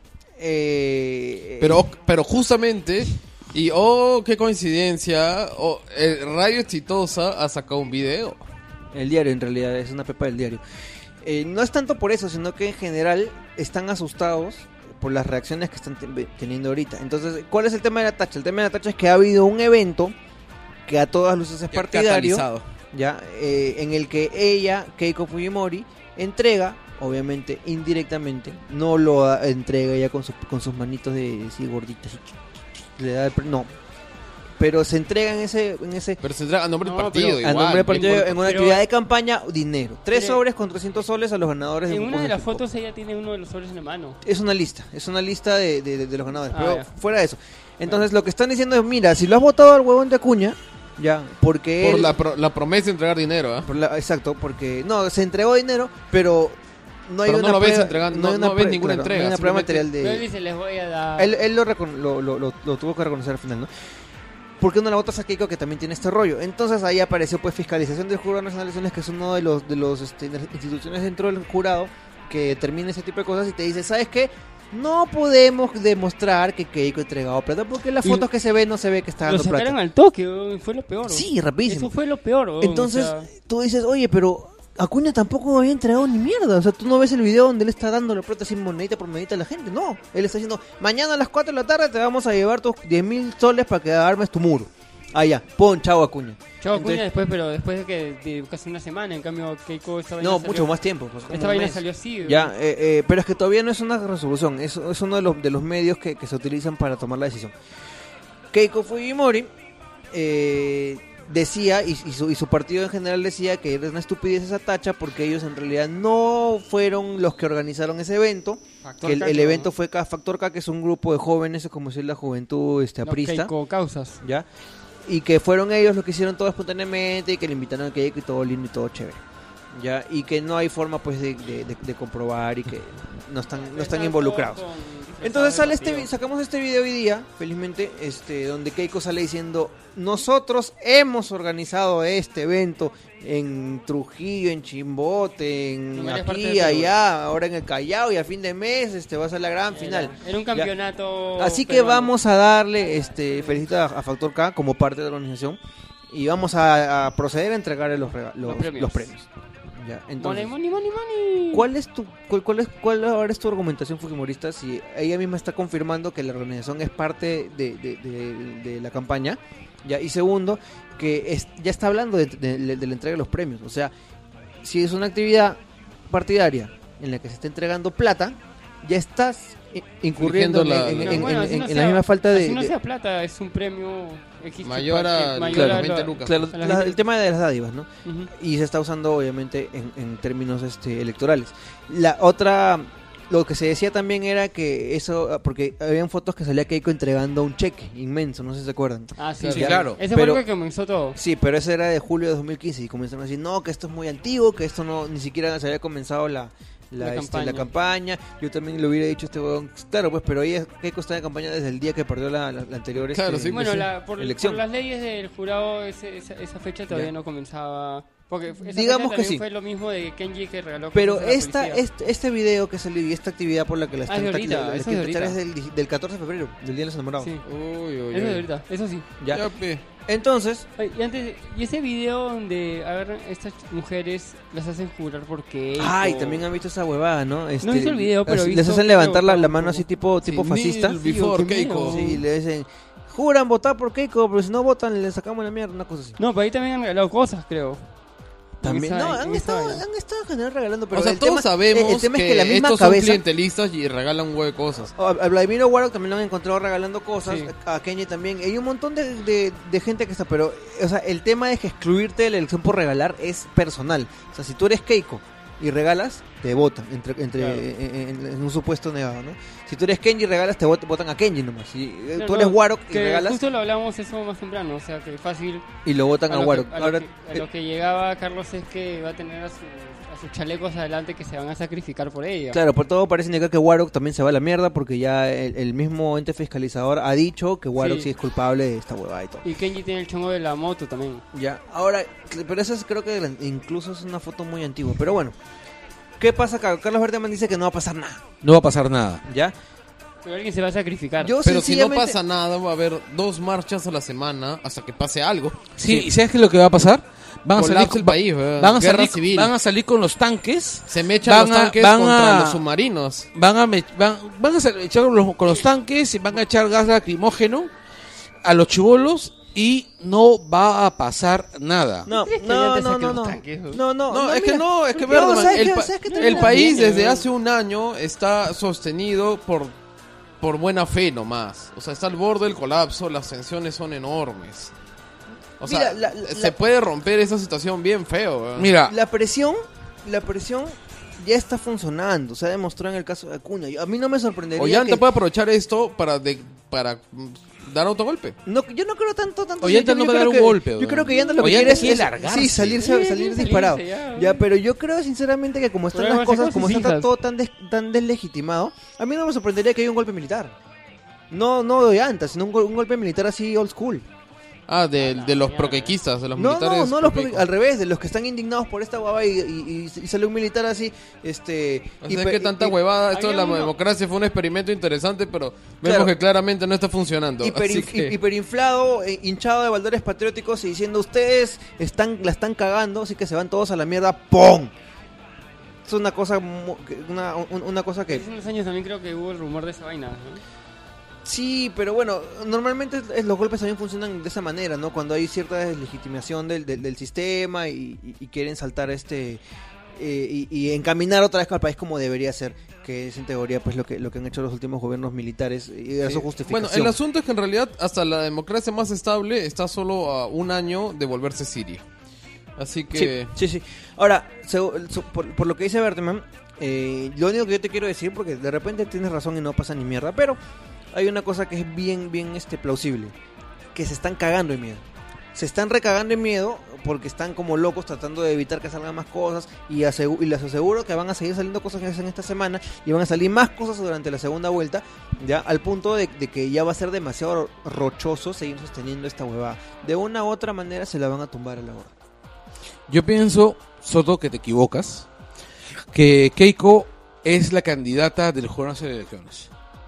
eh,
Pero, pero justamente, y oh, qué coincidencia, oh, el Radio Exitosa ha sacado un video.
el diario en realidad es una pepa del diario. Eh, no es tanto por eso, sino que en general están asustados por las reacciones que están te- teniendo ahorita. Entonces, ¿cuál es el tema de la tacha? El tema de la tacha es que ha habido un evento que a todas luces es partidario,
Catalizado.
ya eh, en el que ella, Keiko Fujimori, entrega, obviamente indirectamente, no lo ah, entrega ella con, su- con sus manitos de así gorditas, así, le da el pre- no, pero se entrega en ese, en ese
Pero se entrega a nombre
No,
del partido,
pero-
igual.
a nombre del
¿qué
partido,
importa?
en una
Pero-
actividad de campaña, dinero. Tres
Pero-
sobres con trescientos soles a los ganadores
En
de
una de las
concurso.
fotos ella tiene uno de los sobres en la mano.
Es una lista, es una lista de, de- de- de los ganadores.
Ah,
pero
ya.
fuera de eso. Entonces lo que están diciendo es, mira, si lo has votado al huevón de Acuña, ya, porque
Por
él-
la, pro- la promesa de entregar dinero, ¿ah?
por la- exacto, porque no, se entregó dinero, pero no hay
Pero no
una
lo ves
prueba-
entregando,
hay
no-
una
no ves
prue-
ninguna
claro,
entrega,
no hay una prueba
simplemente-
material
Pero él
de
dice, les voy a dar...
él, él lo, recon- lo, lo- lo- lo tuvo que reconocer al final, ¿no? ¿Por qué no la votas a Keiko, que también tiene este rollo? Entonces ahí apareció pues Fiscalización del Jurado Nacional de Elecciones, que es uno de los de los este, de las instituciones dentro del jurado que determina ese tipo de cosas y te dice, ¿sabes qué? No podemos demostrar que Keiko ha entregado plata porque en las
Y-
fotos que se ve no se ve que está
Lo
dando
sacaron
plata.
al toque, weón, fue lo peor. weón.
Sí, rapidísimo.
Eso fue lo peor. weón,
Entonces
o sea,
tú dices, oye, pero Acuña tampoco había entregado ni mierda. O sea, tú no ves el video donde él está dando la plata sin monedita por monedita a la gente. No, él está diciendo, mañana a las cuatro de la tarde te vamos a llevar tus diez mil soles para que armes tu muro. Ah, ya, pon chao Acuña.
Chavo
Entonces-
Acuña después, pero después de que de casi una semana, en cambio Keiko esta vaina
No,
salió-
mucho más tiempo. Pues, como
Esta
un
vaina
mes.
salió así.
Ya, eh, eh, pero es que todavía no es una resolución, es, es uno de los, de los medios que, que se utilizan para tomar la decisión. Keiko Fujimori eh, decía, y, y, su, y su partido en general decía que era una estupidez esa tacha porque ellos en realidad no fueron los que organizaron ese evento,
Factor
que el,
K,
el
¿no?
evento fue K- Factor K, que es un grupo de jóvenes, como decir la juventud este,
No,
aprista,
Keiko causas.
¿ya? Y que fueron ellos los que hicieron todo espontáneamente y que le invitaron a Keiko y todo lindo y todo chévere. Ya, y que no hay forma pues de, de, de- de comprobar y que no están no están involucrados. Entonces sale este vi- sacamos este video hoy día, felizmente, este donde Keiko sale diciendo, "Nosotros hemos organizado este evento en Trujillo, en Chimbote, en
En varias partes
aquí,
del Perú.
allá, ahora en el Callao y a fin de mes este va a ser la gran final."
Era un
Ya.
campeonato.
Así que
peruano.
vamos a darle, este, felicito a, a Factor K como parte de la organización y vamos a, a proceder a entregarle los, rega- los,
Los premios.
los premios. Ya, entonces,
Money, money, money, money.
¿cuál es tu, cuál, cuál es, cuál ahora es tu argumentación fujimorista si ella misma está confirmando que la organización es parte de, de, de- de la campaña? Ya, y segundo, que es- ya está hablando de, de- de- de la entrega de los premios. O sea, si es una actividad partidaria en la que se está entregando plata, ya estás i- incurriendo en,
Infringiendo la-
en-
la-
en-
Pero bueno,
en-
así
en-
no
en
sea-
la misma falta de...
así no
de-
sea plata, es un premio X
Mayor a
mayor
las
a
veinte
lo-
lucas.
claro,
a las
la-
veinte
el tema de las dádivas, ¿no?
Ujú.
Y se está usando obviamente en, en términos este electorales. La otra, lo que se decía también era que eso, porque habían fotos que salía Keiko entregando un cheque inmenso, no sé si se acuerdan.
Ah, sí,
Sí,
Ya.
claro.
Ese
Pero-
fue lo que comenzó todo.
Sí, pero ese era de julio de dos mil quince y comenzaron a decir, no, que esto es muy antiguo, que esto no, ni siquiera se había comenzado la... La,
La
este,
campaña.
la campaña, yo también le hubiera dicho a este huevón, claro, pues, pero ella, Keiko está en campaña desde el día que perdió la, la, la anterior
Claro,
este,
sí,
Bueno,
sí.
la, por,
elección.
por las leyes del jurado, ese- esa, esa fecha todavía
Ya.
no comenzaba. Porque esa
Digamos
fecha
que
también
sí.
fue lo mismo de Kenji que regaló.
Pero
cosas a la
esta,
policía.
este, este video que salió y esta actividad por la que la
Ah,
están
es de ahorita,
la- la
eso
quieren
es de
tachar
ahorita.
es del, del catorce de febrero, del Día de los Enamorados.
Sí,
Uy, uy,
eso de
uy.
ahorita, eso sí.
Ya.
Ya, pe.
Entonces,
Oye, Y, antes, y ese video donde agarran estas mujeres, las hacen jurar por qué.
ay, también han visto esa huevada, ¿no? Este,
he visto el video, pero he
así- les
visto
hacen
que
levantar la,
votaban
la mano
por-
así tipo, tipo
Sí,
fascista.
kneel before
Sí, qué
Keiko.
miedo.
Sí, y le dicen, juran votar por Keiko, pero si no votan le sacamos la mierda, una cosa así.
No, pero ahí también han regalado cosas, creo.
También,
En esa-
no,
en
han
esa
estado,
vaina.
han estado en general regalando, pero
O sea,
el
todos
tema,
sabemos
el tema
que,
es que la misma
estos son
cabeza,
clientelistas y regalan un huevo de cosas.
a a Vladimir Warok también lo han encontrado regalando cosas,
Sí.
a Kenji también, hay un montón de, de, de gente que está, pero, o sea, el tema es que excluirte de la elección por regalar es personal. O sea, si tú eres Keiko y regalas, te votan, entre, entre
Claro.
en, en- en un supuesto negado, ¿no? Si tú eres Kenji y regalas, te vot- votan a Kenji nomás. Si eh,
Claro,
tú eres
no,
Warok y
que
regalas,
Justo lo hablamos eso más temprano, o sea, que fácil.
y lo votan a,
lo que-
Warok.
a lo
Ahora,
que, a lo que llegaba Carlos es que va a tener a, sus- a sus chalecos adelante que se van a sacrificar por ella.
claro, por todo parece indicar que Warok también se va a la mierda porque ya el, el mismo ente fiscalizador ha dicho que Warok sí,
Sí.
es culpable de esta huevada y todo.
Y Kenji tiene el chongo de la moto también.
Ya, ahora, pero esa es, creo que la- incluso es una foto muy antigua. Pero bueno, ¿qué pasa acá? Carlos Verdeman dice que no va a pasar nada.
No va a pasar nada.
¿Ya?
Pero alguien se va a sacrificar.
Yo
Pero si no
sencillamente-
pasa nada, va a haber dos marchas a la semana hasta que pase algo.
Sí, ¿y sabes qué es lo que va a pasar? Van a salir,
Colapsa el país, ¿verdad?
van a
Guerra
salir,
civil.
van a salir con los tanques.
Se me echan
Van
los
a-
tanques
van
contra
a-
los submarinos.
Van a, me- van, van a sal- echar con los, con los tanques y van a echar gas lacrimógeno a los chibolos y no va a pasar nada.
No,
¿Crees que
no,
ya te
no,
saquen
no,
los
no.
tanques?
No, no,
No, es que
mira.
no, es que
No,
Verdeman,
¿sabes
el,
qué?
pa-
¿Sabes qué
el
termina
país
bien,
desde
eh?
hace un año está sostenido por, por buena fe nomás. O sea, está al borde del colapso, las tensiones son enormes. O sea,
Mira, la- la-
se puede romper esa situación bien feo. ¿verdad?
Mira,
La presión, la presión ya está funcionando. Se ha demostrado en el caso de Acuña. Yo- A mí no me sorprendería
Ollanta
que...
puede aprovechar esto para, de, para mm, dar autogolpe.
No, yo no creo tanto, tanto.
Ollanta
yo
no va a
creo
dar un
que-
golpe,
Yo
weón.
creo que Ollanta lo que
Ollanta
quiere es,
quiere
es-
largarse.
sí, salirse,
Sí,
salir
salirse
disparado.
ya,
Ya, pero yo creo sinceramente que como están
Pero
las
además
cosas,
con
como
sus
está
hijas.
todo tan des- tan deslegitimado, a mí no me sorprendería que haya un golpe militar. No, no de Ollanta, sino un, gol- un golpe militar así old school.
Ah, de, de los
mierda.
proquequistas, de los
No,
militares.
no, no los
proqueicos.
al revés, de los que están indignados por esta guava y, y, y- y sale un militar así, este...
O
y
sea,
pe-
que tanta
y-
huevada, esto de la
Había uno-
democracia fue un experimento interesante, pero
Claro.
vemos que claramente no está funcionando.
Hiper-
así que-
hi- hiperinflado, eh, hinchado de valores patrióticos y diciendo ustedes están la están cagando, así que se van todos a la mierda, ¡pum! Es una cosa mu- que- una, un- una cosa que
Hace unos años también creo que hubo el rumor de esa vaina, ¿no?
Sí, pero bueno, normalmente es- los golpes también funcionan de esa manera, ¿no? Cuando hay cierta deslegitimación del, del, del sistema y, y- y quieren saltar este eh, y, y encaminar otra vez al país como debería ser, que es en teoría pues lo que lo que han hecho los últimos gobiernos militares y era
Sí.
su justificación.
Bueno, el asunto es que en realidad hasta la democracia más estable está solo a un año de volverse Siria. Así que...
Sí, sí, sí. Ahora, seg- so- por, por lo que dice Berteman, eh, lo único que yo te quiero decir, porque de repente tienes razón y no pasa ni mierda, pero hay una cosa que es bien, bien este, plausible, que se están cagando en miedo. Se están recagando en miedo porque están como locos tratando de evitar que salgan más cosas y, asegu- y les aseguro que van a seguir saliendo cosas en esta semana y van a salir más cosas durante la segunda vuelta, ya al punto de, de que ya va a ser demasiado rochoso seguir sosteniendo esta huevada. De una u otra manera se la van a tumbar a la hora.
Yo pienso, Soto, que te equivocas, que Keiko es la candidata del juego de las elecciones.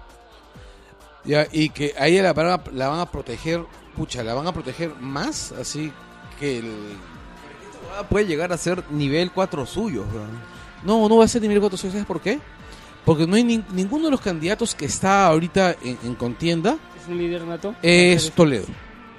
Ya, y que a ella la van a, la van a proteger, pucha, la van a proteger más, así que el...
puede llegar a ser nivel cuatro suyo, weón.
No, no va a ser nivel cuatro, ¿sabes por qué? Porque no hay nin- ninguno de los candidatos que está ahorita en, en contienda
¿Es un líder nato?
es Toledo.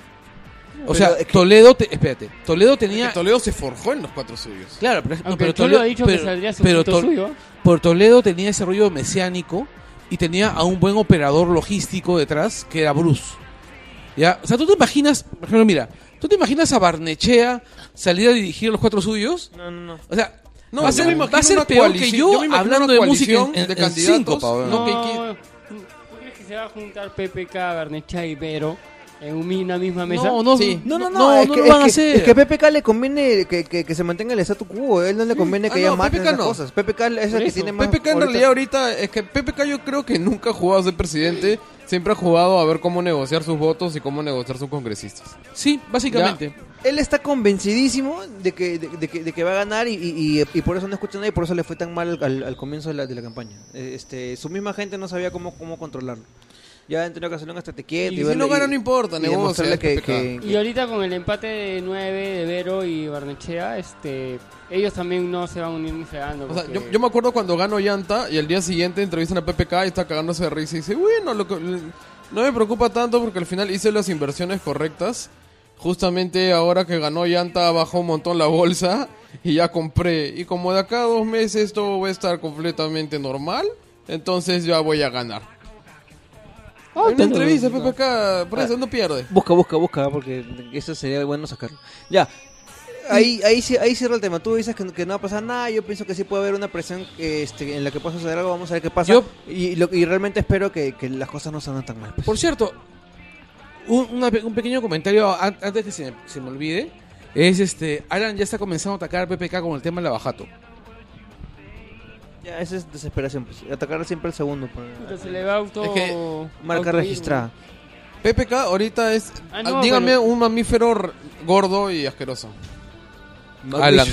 O
Pero
sea,
es que-
Toledo, te- espérate, Toledo tenía...
Que Toledo se forjó en los cuatro suyos.
Claro, pero, no,
Aunque
pero
el Cholo
Toledo,
ha dicho
pero-
que saldría su
pero
punto
Tol-
suyo.
por Toledo tenía ese rollo mesiánico y tenía a un buen operador logístico detrás que era Bruce. ¿Ya? O sea, tú te imaginas, por ejemplo, mira, tú te imaginas a Barnechea salir a dirigir los cuatro suyos.
No, no, no.
O sea,
No,
va a
yo
ser,
me imagino
va a ser
una
peor
coalición-
que
yo
yo,
me imagino
hablando
una
de música en,
coalición
en,
de
en
candidatos.
síncopa, weón.
No,
No,
que-
¿tú crees que se va a juntar P P K, Barnechea y Vero en un- una misma mesa?
No, no,
Sí.
No, no, no,
no,
es,
no
que,
lo
es
van a
que-
hacer.
es que a P P K le conviene que, que, que se mantenga el statu quo, a él no le conviene que
Ah,
ella
no,
mate
P P K
esas
no.
cosas. P P K es el
Por
que
eso.
tiene más...
P P K en
ahorita-
realidad ahorita, es que P P K yo creo que nunca ha jugado a ser presidente, siempre ha jugado a ver cómo negociar sus votos y cómo negociar sus congresistas.
Sí, básicamente.
Él está convencidísimo de que, de, de que, de que va a ganar y, y, y- y por eso no escucha a nadie y por eso le fue tan mal al, al- al comienzo de la, de la campaña. Eh, Este, su misma gente no sabía cómo, cómo controlarlo. Ya han tenido que hacerlo en hasta te quieto.
Y si
verle-
no gana no importa,
y
negocia,
demostrarle
es
que,
P P K.
que-
Y ahorita con el empate de nueve de Vero y Barnechea, este, ellos también no se van a unir ni fregando.
O sea,
porque-
yo, yo me acuerdo cuando ganó Llanta y al día siguiente entrevistan a P P K y está cagándose de risa y dice, bueno, lo que, no me preocupa tanto porque al final hice las inversiones correctas. Justamente ahora que ganó Llanta bajó un montón la bolsa y ya compré. Y como de acá a dos meses todo va a estar completamente normal, entonces ya voy a ganar.
Ah,
En una
tanto,
entrevista,
no.
P P K, por eso no pierde.
Busca, busca, busca, porque eso sería bueno sacarlo. Ya. Ahí, ahí, sí- ahí cierra el tema. Tú dices que, que no va a pasar nada. Yo pienso que sí puede haber una presión este, en la que pueda suceder algo. Vamos a ver qué pasa.
Yo-
y, lo, y realmente espero que, que las cosas no salgan tan mal. pues.
Por cierto, un, una pe- un pequeño comentario an- antes que se me, se me olvide. Es este, Alan ya está comenzando a atacar a P P K con el tema del abajato.
Ya, esa es desesperación. Pues. Atacar siempre al segundo. pues.
Pero se le va a auto...
Es que
Marca
auto ir,
registrada.
P P K ahorita es,
Ah, no,
dígame
pero-
un mamífero r- gordo y asqueroso.
Alan.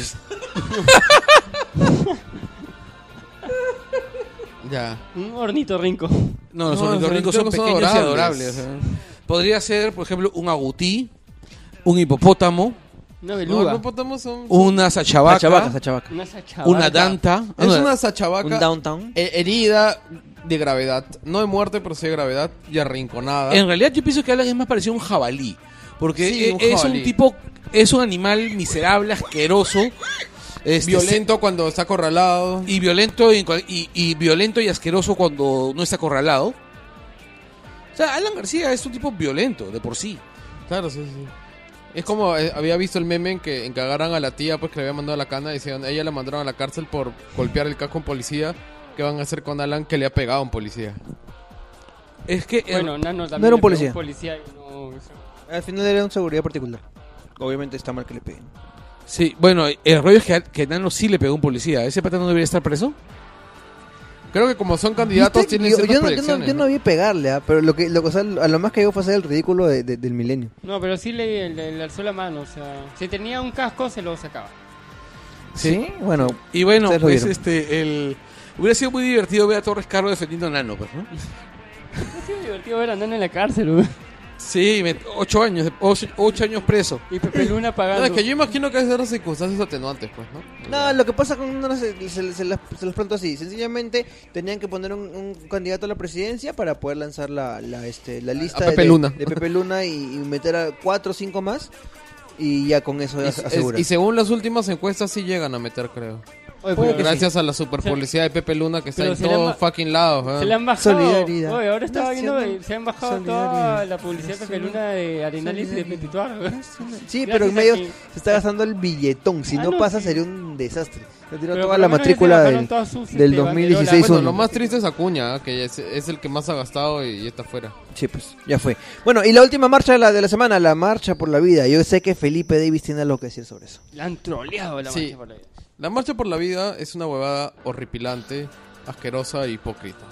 Ya.
Un ornitorrinco.
No, los
No,
ornitorrincos
los
son
ornitorrincos son
pequeños y
adorables.
adorables. ¿eh? Podría ser, por ejemplo, un agutí, un hipopótamo,
Una
No,
beluga.
los hipopótamos son...
una sachabaca,
Sachabaca, sachabaca.
Una sachabaca.
una danta.
Es
una-
una
Un
sachabaca
downtown.
eh, herida de gravedad. No de muerte, pero sí de gravedad y arrinconada.
En realidad yo pienso que Alan es más parecido a un jabalí. Porque
Sí,
e-
un
es
jabalí.
un tipo, es un animal miserable, asqueroso, este,
Violento cuando está acorralado.
y violento y, y- y violento y asqueroso cuando no está acorralado. O sea, Alan García es un tipo violento de por sí.
Claro, sí, sí. Es como eh, había visto el meme en que, en que agarran a la tía pues que le había mandado a la cana y decían, ella la mandaron a la cárcel por golpear el casco a un policía. ¿Qué van a hacer con Alan que le ha pegado a un policía?
Es que eh,
Bueno, Nano también.
No era un
le pegó
policía.
policía y no...
Al final era un seguridad particular. Obviamente está mal que le peguen.
sí, bueno, el rollo es que, que Nano sí le pegó a un policía. ¿Ese pata no debería estar preso?
Creo que como son candidatos
¿Viste?
tienen
yo,
ciertas
yo no, yo, no,
proyecciones,
yo no vi pegarle, ¿ah? Pero lo que, lo, o sea, a lo más que llegó fue hacer el ridículo de- de- del milenio.
No, pero sí le, le, le alzó la mano, o sea... Si tenía un casco, se lo sacaba.
Sí, bueno.
Y bueno,
Ustedes lo
pues
vieron.
este, el... Hubiera sido muy divertido ver a Torres Caro defendiendo a Nano, pues, ¿no?
Ha sido divertido ver a Nano en la cárcel, güey.
Sí, me- ocho años, ocho, ocho años preso.
Y Pepe Luna
No,
pagando.
es que yo imagino que es de circunstancias atenuantes, pues, ¿no?
No, lo que pasa con uno se, se, se las, se las pronto así. Sencillamente tenían que poner un, un candidato a la presidencia para poder lanzar la, la, este, la lista
A Pepe
de,
Luna.
de Pepe Luna y, y meter a cuatro o cinco más. Y ya con eso
Y,
as- asegura.
es- y según las últimas encuestas sí llegan a meter, creo.
Oye, pero-
Gracias a la super publicidad de Pepe Luna que está
Pero
en
se le han
todos
ba-
fucking lados. ¿eh?
Se le han bajado.
Solidaridad.
Oye, ahora estaba viendo,
Nacional.
eh, se han bajado
Solidaridad.
toda la publicidad de Pepe Luna de Arenales y de Petituar. ¿no?
Sí,
Gracias
pero en
a
medio
que-
se está gastando el billetón. Si
Ah,
no,
no,
pasa
sí.
sería un desastre. Se tiró
Pero
toda
por
la
lo menos ya se
matrícula
bajaron
del,
todas sus,
del
este,
dos mil dieciséis.
banderolas.
Bueno,
uno.
lo más triste es Acuña, ¿eh? que es, es el que más ha gastado y, y está fuera.
Sí, pues, ya fue. Bueno, y la última marcha de la, de la semana, la marcha por la vida. Yo sé que Felipe Davis tiene algo que decir sobre eso.
La han troleado la
Sí.
marcha por la vida.
La marcha por la vida es una huevada horripilante, asquerosa e hipócrita.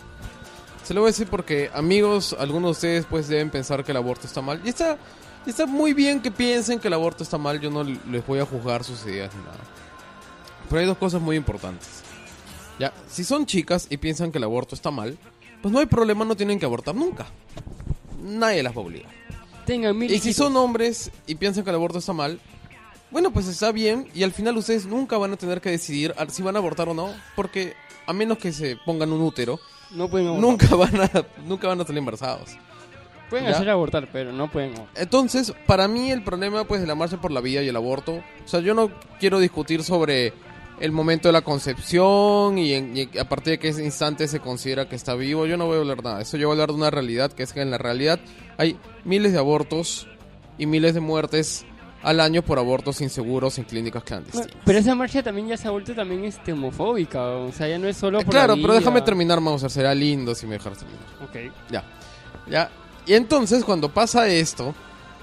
Se lo voy a decir porque, amigos, algunos de ustedes pues deben pensar que el aborto está mal. Y está, y está muy bien que piensen que el aborto está mal, yo no les voy a juzgar sus ideas ni nada. Pero hay dos cosas muy importantes. Ya, si son chicas y piensan que el aborto está mal, pues no hay problema, no tienen que abortar nunca. Nadie las va a obligar.
Tengan mil
Y si
hijitos.
son hombres y piensan que el aborto está mal, bueno, pues está bien y al final ustedes nunca van a tener que decidir a- si van a abortar o no, porque a menos que se pongan un útero,
No pueden abortar.
nunca van a nunca van a salir embarazados.
Pueden
¿Ya?
hacer abortar, pero no pueden abortar.
Entonces, para mí el problema pues de la marcha por la vida y el aborto, o sea, yo no quiero discutir sobre el momento de la concepción y, en- y a partir de qué instante se considera que está vivo, yo no voy a hablar nada de eso, yo voy a hablar de una realidad, que es que en la realidad hay miles de abortos y miles de muertes al año por abortos inseguros en clínicas clandestinas.
Pero esa marcha también ya se ha vuelto también este, homofóbica. O sea, ya no es solo
Eh,
por
claro,
la
pero
vida.
déjame terminar, Mauser, será lindo si me dejas terminar.
Ok.
Ya, ya. Y entonces, cuando pasa esto,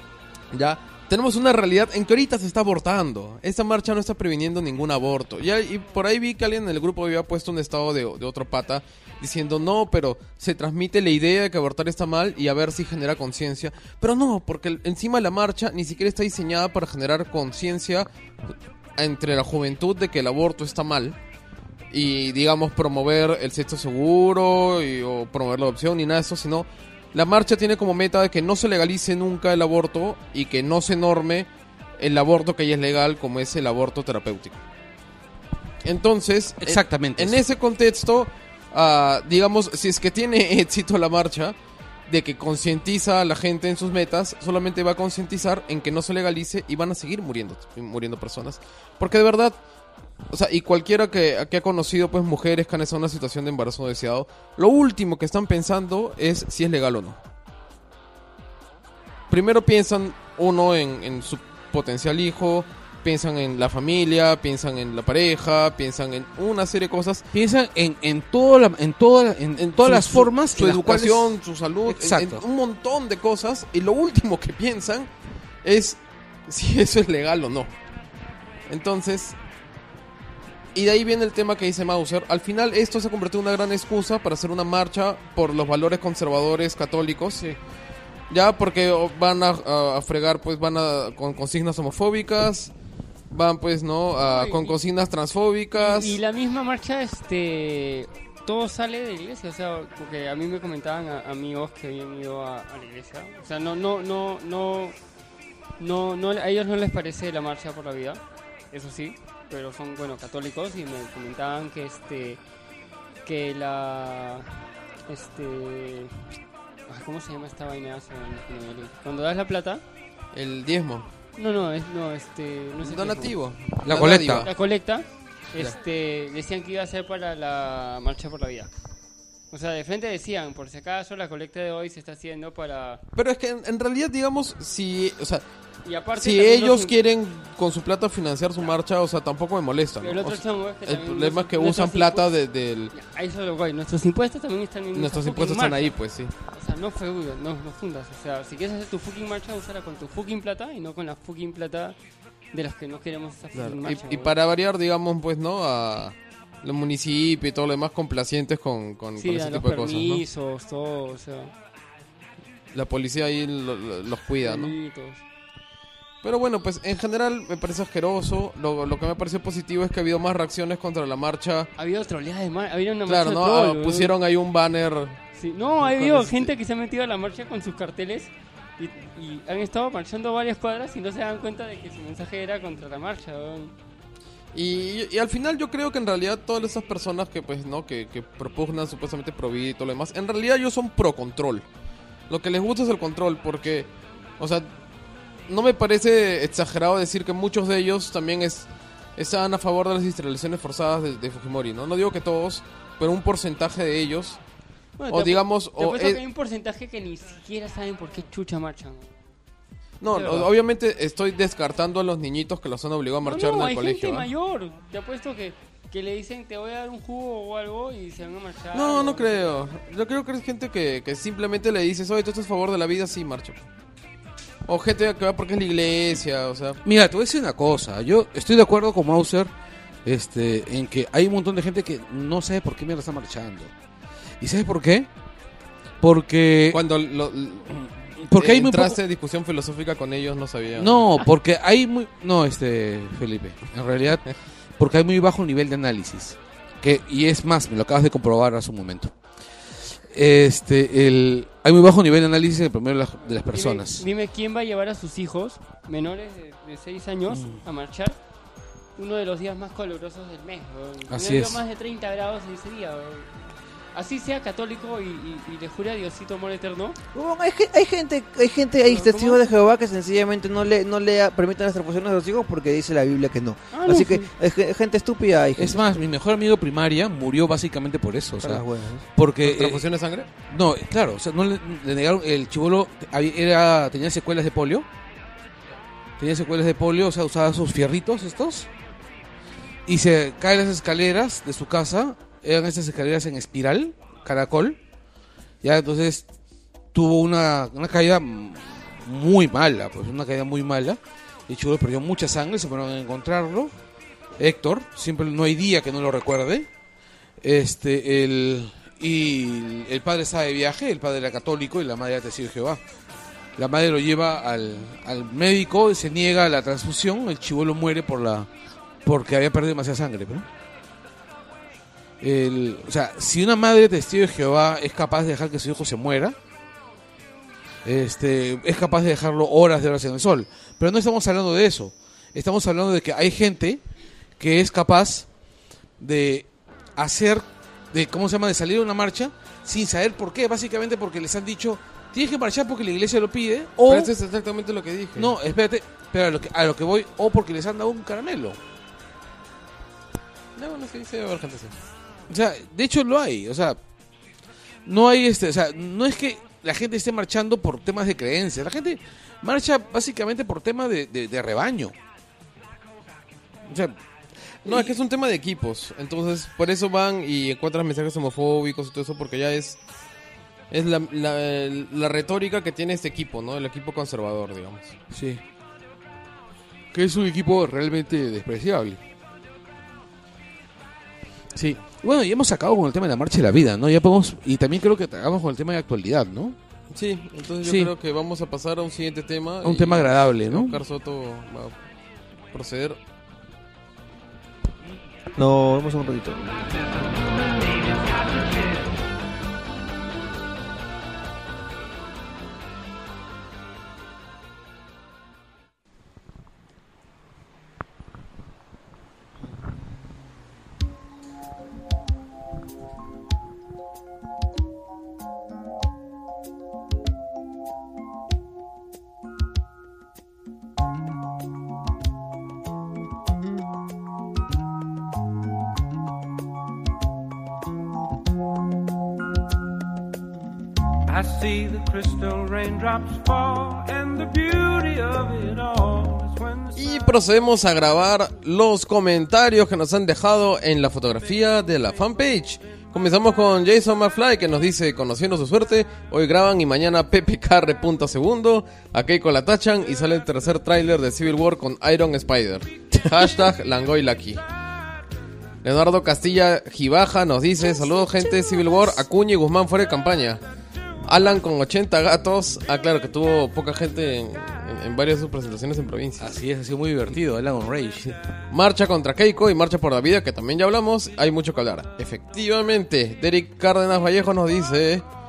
ya, tenemos una realidad en que ahorita se está abortando. Esta marcha no está previniendo ningún aborto. Ya, y por ahí vi que alguien en el grupo había puesto un estado de, de otro pata diciendo, no, pero se transmite la idea de que abortar está mal y a ver si genera conciencia. Pero no, porque el- encima la marcha ni siquiera está diseñada para generar conciencia entre la juventud de que el aborto está mal. Y digamos promover el sexo seguro y, o promover la adopción ni nada de eso, sino la marcha tiene como meta de que no se legalice nunca el aborto y que no se norme el aborto que ya es legal, como es el aborto terapéutico. Entonces, en-
Exactamente.
en
eso.
ese contexto, ah, digamos, si es que tiene éxito la marcha de que concientiza a la gente en sus metas, solamente va a concientizar en que no se legalice y van a seguir muriendo, muriendo personas. Porque de verdad, o sea, y cualquiera que, que ha conocido pues mujeres que han estado en una situación de embarazo no deseado, lo último que están pensando es si es legal o no. Primero piensan uno en, en su potencial hijo, piensan en la familia, piensan en la pareja, piensan en una serie de cosas.
Piensan en, en, todo la- en, toda, en, en todas
Su-
las
su-
formas.
su
en las
educación,
cuales-
su salud, en-
Exacto.
en un montón de cosas. Y lo último que piensan es si eso es legal o no. Entonces, y de ahí viene el tema que dice Mauser. Al final esto se ha convertido en una gran excusa para hacer una marcha por los valores conservadores católicos. Ya, porque van a, a- a fregar, pues van a con consignas homofóbicas, van pues, ¿no? A-
Ay,
con
y-
consignas transfóbicas.
Y, y la misma marcha, este, todo sale de la iglesia, o sea, porque a mí me comentaban a- amigos que habían ido a, a la iglesia, o sea, no, no, no, no, no, no, a ellos no les parece la marcha por la vida, eso sí, pero son, bueno, católicos y me comentaban que, este, que la, este, ay, ¿cómo se llama esta vaina? Se me- se me olvidó. Cuando das la plata,
El diezmo.
no, no, es, no, este, no sé qué es,
Donativo.
La colecta.
dádiva.
la colecta, este, decían que iba a ser para la marcha por la vida. O sea, de frente decían, por si acaso la colecta de hoy se está haciendo para...
Pero es que en, en realidad, digamos, si, o sea,
Y aparte
si
también
ellos
los-
quieren con su plata financiar su marcha, o sea, tampoco me molesta, ¿no?
El otro
O sea,
chongo es que
el
también
problema es que
nuestros
usan plata
impu-
de, del...
Ahí eso lo voy, nuestros impuestos también están en
Nuestros
nuestra
impuestos
fucking
están ahí,
marcha.
pues sí.
O sea, no feudas, no, no fundas. O sea, si quieres hacer tu fucking marcha, úsala con tu fucking plata y no con la fucking plata de los que no queremos esa fucking
Claro.
marcha.
Y, y
güey.
para variar, digamos, pues, ¿no? A los municipios y todo lo demás complacientes con, con,
Sí,
con
dan
ese
los
tipo de cosas, ¿no?
permisos, todo, o sea...
La policía ahí lo- lo- los cuida, ¿no?
bonitos.
Pero bueno, pues en general me parece asqueroso. Lo, lo que me pareció positivo es que ha habido más reacciones contra la marcha.
Ha habido troleadas de mar, ha habido una
Claro,
marcha
¿no?
troll,
Ah,
weón.
pusieron ahí un banner.
Sí, no, ha
con
habido
este-
gente que se ha metido a la marcha con sus carteles Y, y han estado marchando varias cuadras y no se dan cuenta de que su mensaje era contra la marcha, weón.
Y, y al final yo creo que en realidad todas esas personas que pues no que, que propugnan supuestamente pro vida y todo lo demás, en realidad ellos son pro control. Lo que les gusta es el control, porque, o sea, no me parece exagerado decir que muchos de ellos también es, están a favor de las esterilizaciones forzadas de, de Fujimori, ¿no? No digo que todos, pero un porcentaje de ellos,
Bueno,
o
te
digamos...
Te
o
apuesto
es-
que hay un porcentaje que ni siquiera saben por qué chucha marchan.
no,
de verdad.
obviamente estoy descartando a los niñitos que los han obligado a marchar
no, no,
en el
hay
colegio.
gente
¿ah?
mayor. Te apuesto que, que le dicen te voy a dar un jugo o algo y se van a marchar.
No, no
o-
creo. Yo creo que es gente que, que simplemente le dices, oye, tú estás a favor de la vida, sí, marcha. O gente que va porque es la iglesia, o sea...
Mira, te voy a decir una cosa. Yo estoy de acuerdo con Mauser este, en que hay un montón de gente que no sabe por qué mierda está marchando. ¿Y sabes por qué? Porque...
Cuando lo,
Porque hay muy
entraste
poco-
en discusión filosófica con ellos, no sabía.
No, porque hay muy... No, este, Felipe. En realidad, porque hay muy bajo nivel de análisis. Que, y es más, me lo acabas de comprobar hace un momento. Este, el, hay muy bajo nivel de análisis en el promedio de las, de las personas.
Dime, dime quién va a llevar a sus hijos menores de seis años
Mm.
a marchar uno de los días más calurosos del mes. weón.
Así
Tener
es.
más de treinta grados ese día. weón. Así sea católico y, y, y le jure a Diosito amor eterno.
Huevón, hay, ge- hay gente, hay gente, hay
¿Cómo?
testigos de Jehová que sencillamente no le, no le a- permiten las transfusiones a los hijos porque dice la Biblia que no.
Ah, no,
Así que
sí.
hay ge- gente estúpida. Hay gente
Es más, mi mejor amigo de primaria murió básicamente por eso. O
para
sea,
las huevas.
porque... eh,
¿Transfusión de sangre?
no, claro, o sea, no le, le negaron... El chibolo había- era, tenía secuelas de polio. Tenía secuelas de polio, o sea, usaba sus fierritos estos. Y se cae las escaleras de su casa. Eran estas escaleras en espiral, caracol. Ya, entonces tuvo una, una caída m- muy mala, pues una caída muy mala. El chibolo perdió mucha sangre, se fueron a encontrarlo. Héctor, siempre no hay día que no lo recuerde. Este, el, y el padre estaba de viaje, el padre era católico y la madre era testigo de Jehová. La madre lo lleva al, al médico, se niega a la transfusión, el chibolo muere por la porque había perdido demasiada sangre, ¿no? El, o sea, si una madre testigo de Jehová es capaz de dejar que su hijo se muera, este, es capaz de dejarlo horas de horas en el sol. Pero no estamos hablando de eso. Estamos hablando de que hay gente que es capaz de hacer, de ¿cómo se llama?, de salir a una marcha sin saber por qué. Básicamente porque les han dicho, tienes que marchar porque la iglesia lo pide, o...
Pero eso es exactamente lo que dije.
No, espérate, pero a lo, que, a lo que voy, o porque les han dado un caramelo.
No, bueno, sí, sí, debe haber gente así.
O sea, de hecho lo hay, o sea, no hay este, o sea, no es que la gente esté marchando por temas de creencias, la gente marcha básicamente por temas de, de, de rebaño. O sea,
No, es que es un tema de equipos. Entonces, por eso van y encuentran mensajes homofóbicos y todo eso, porque ya es es la, la, la retórica que tiene este equipo, ¿no? El equipo conservador, digamos.
sí. Que es un equipo realmente despreciable. Sí. Bueno, y hemos acabado con el tema de la marcha de la vida, ¿no? Ya podemos, y también creo que acabamos con el tema de actualidad, ¿no?
Sí, entonces yo
Sí.
creo que vamos a pasar a un siguiente tema.
A un
y
tema agradable, ¿no?
Oscar Soto va a proceder.
No, vamos un ratito.
I see the crystal raindrops fall, and the beauty of it all is when the
Y procedemos a grabar los comentarios que nos han dejado en la fotografía de la fanpage. Comenzamos con Jason McFly, que nos dice, conociendo su suerte, hoy graban y mañana P P K repunta segundo, a Keiko la tachan y sale el tercer tráiler de Civil War con Iron Spider. Hashtag Langoy Lucky. Leonardo Castilla Gibaja nos dice, saludos gente, Civil War, Acuña y Guzmán fuera de campaña. Alan con ochenta gatos. Ah, claro, que tuvo poca gente en, en, en varias de sus presentaciones en provincia.
Así es, ha sido muy divertido, Alan on Rage.
Marcha contra Keiko y marcha por la vida, que también ya hablamos. Hay mucho que hablar. Efectivamente, Derek Cárdenas Vallejo nos dice,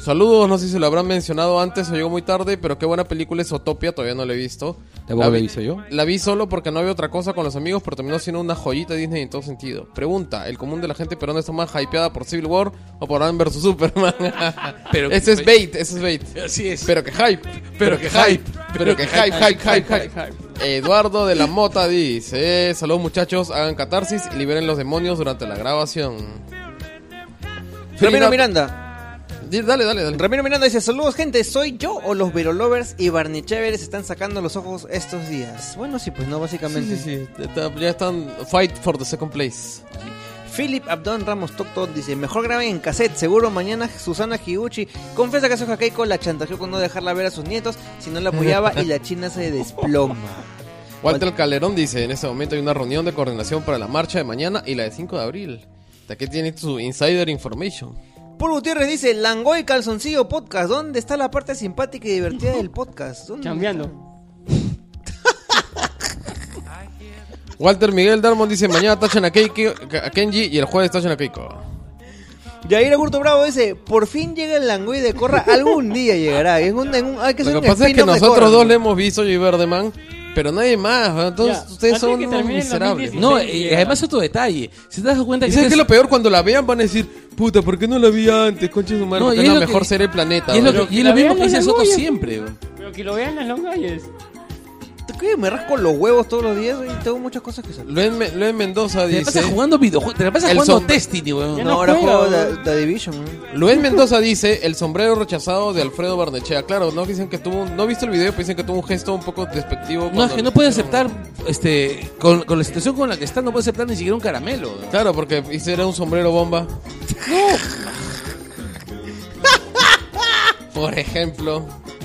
Saludos, no sé si lo habrán mencionado antes o llegó muy tarde, pero qué buena película es Zootopia, todavía no la he visto.
¿Tampoco la he visto yo?
La vi solo porque no había otra cosa con los amigos, pero terminó siendo una joyita de Disney en todo sentido. Pregunta, ¿el común de la gente peruana está más hypeada por Civil War o por Batman versus Superman?
Pero
ese es bait, ese es bait.
Así es.
Pero que hype, pero que hype, pero que hype, hype, hype, hype. Eduardo de la Mota dice, saludos muchachos, hagan catarsis y liberen los demonios durante la grabación.
Ramiro Miranda.
Dale, dale, dale.
Ramiro Miranda dice, saludos gente, ¿soy yo o los Verolovers y Barney Chéveres están sacando los ojos estos días? Bueno, sí, pues no, básicamente.
Sí, sí, sí. Está- Ya están fight for the second place.
Philip Abdón Ramos Tocton dice, mejor graben en cassette, seguro mañana Susana Higuchi confiesa que Soja Keiko la chantajeó con no dejarla ver a sus nietos si no la apoyaba y la china se desploma.
Walter Calderón dice, en este momento hay una reunión de coordinación para la marcha de mañana y la de cinco de abril. ¿De qué tiene su insider information?
Paul Gutiérrez dice, Langoy Calzoncillo Podcast, ¿dónde está la parte simpática y divertida del podcast? ¿Dónde
Cambiando.
Walter Miguel Darmon dice, mañana tachan a, Keiki, a Kenji y el jueves tachan a Keiko.
Yair Agurto Bravo dice, por fin llega el Langoy de Corra, algún día llegará. En un, en un, hay que hacer
Lo que
un
pasa es que
spin-off de
nosotros
Korra,
dos
¿no?
le hemos visto y Verdeman, pero nadie más. ¿no? Todos
Ya,
ustedes
antes
son
que
unos
termine el
miserables.
dos mil
No,
dieciséis,
y además otro detalle. Si te das cuenta
¿Y
que
sabes qué
es-
es lo peor? Cuando la vean van a decir, puta, ¿por qué no la vi antes? Concha de su madre,
No,
porque
y
es
es
la
lo
mejor
que-
serie del planeta.
y es lo,
¿no?
que- y es lo
la
mismo
vean
que
las
dice Soto
Langoyes.
siempre. weón.
Pero que lo vean las longalles.
¿Qué? Me rasco los huevos todos los días y tengo muchas cosas que hacer.
Luen, Me- Luen Mendoza
Te la pasas
dice...
jugando videojuegos, te la pasas
El
jugando
som-
Destiny, weón.
Ya
No,
no
ahora
juega,
juego
weón.
The, The Division. ¿no?
Luen Mendoza dice, el sombrero rechazado de Alfredo Barnechea. Claro, no dicen que tuvo un- no he visto el video, pero dicen que tuvo un gesto un poco despectivo.
No, es
cuando
que no
le
puede
pusieron-
aceptar, este, con, con la situación con la que está, no puede aceptar ni siquiera un caramelo. weón.
Claro, porque hiciera un sombrero bomba. Por ejemplo.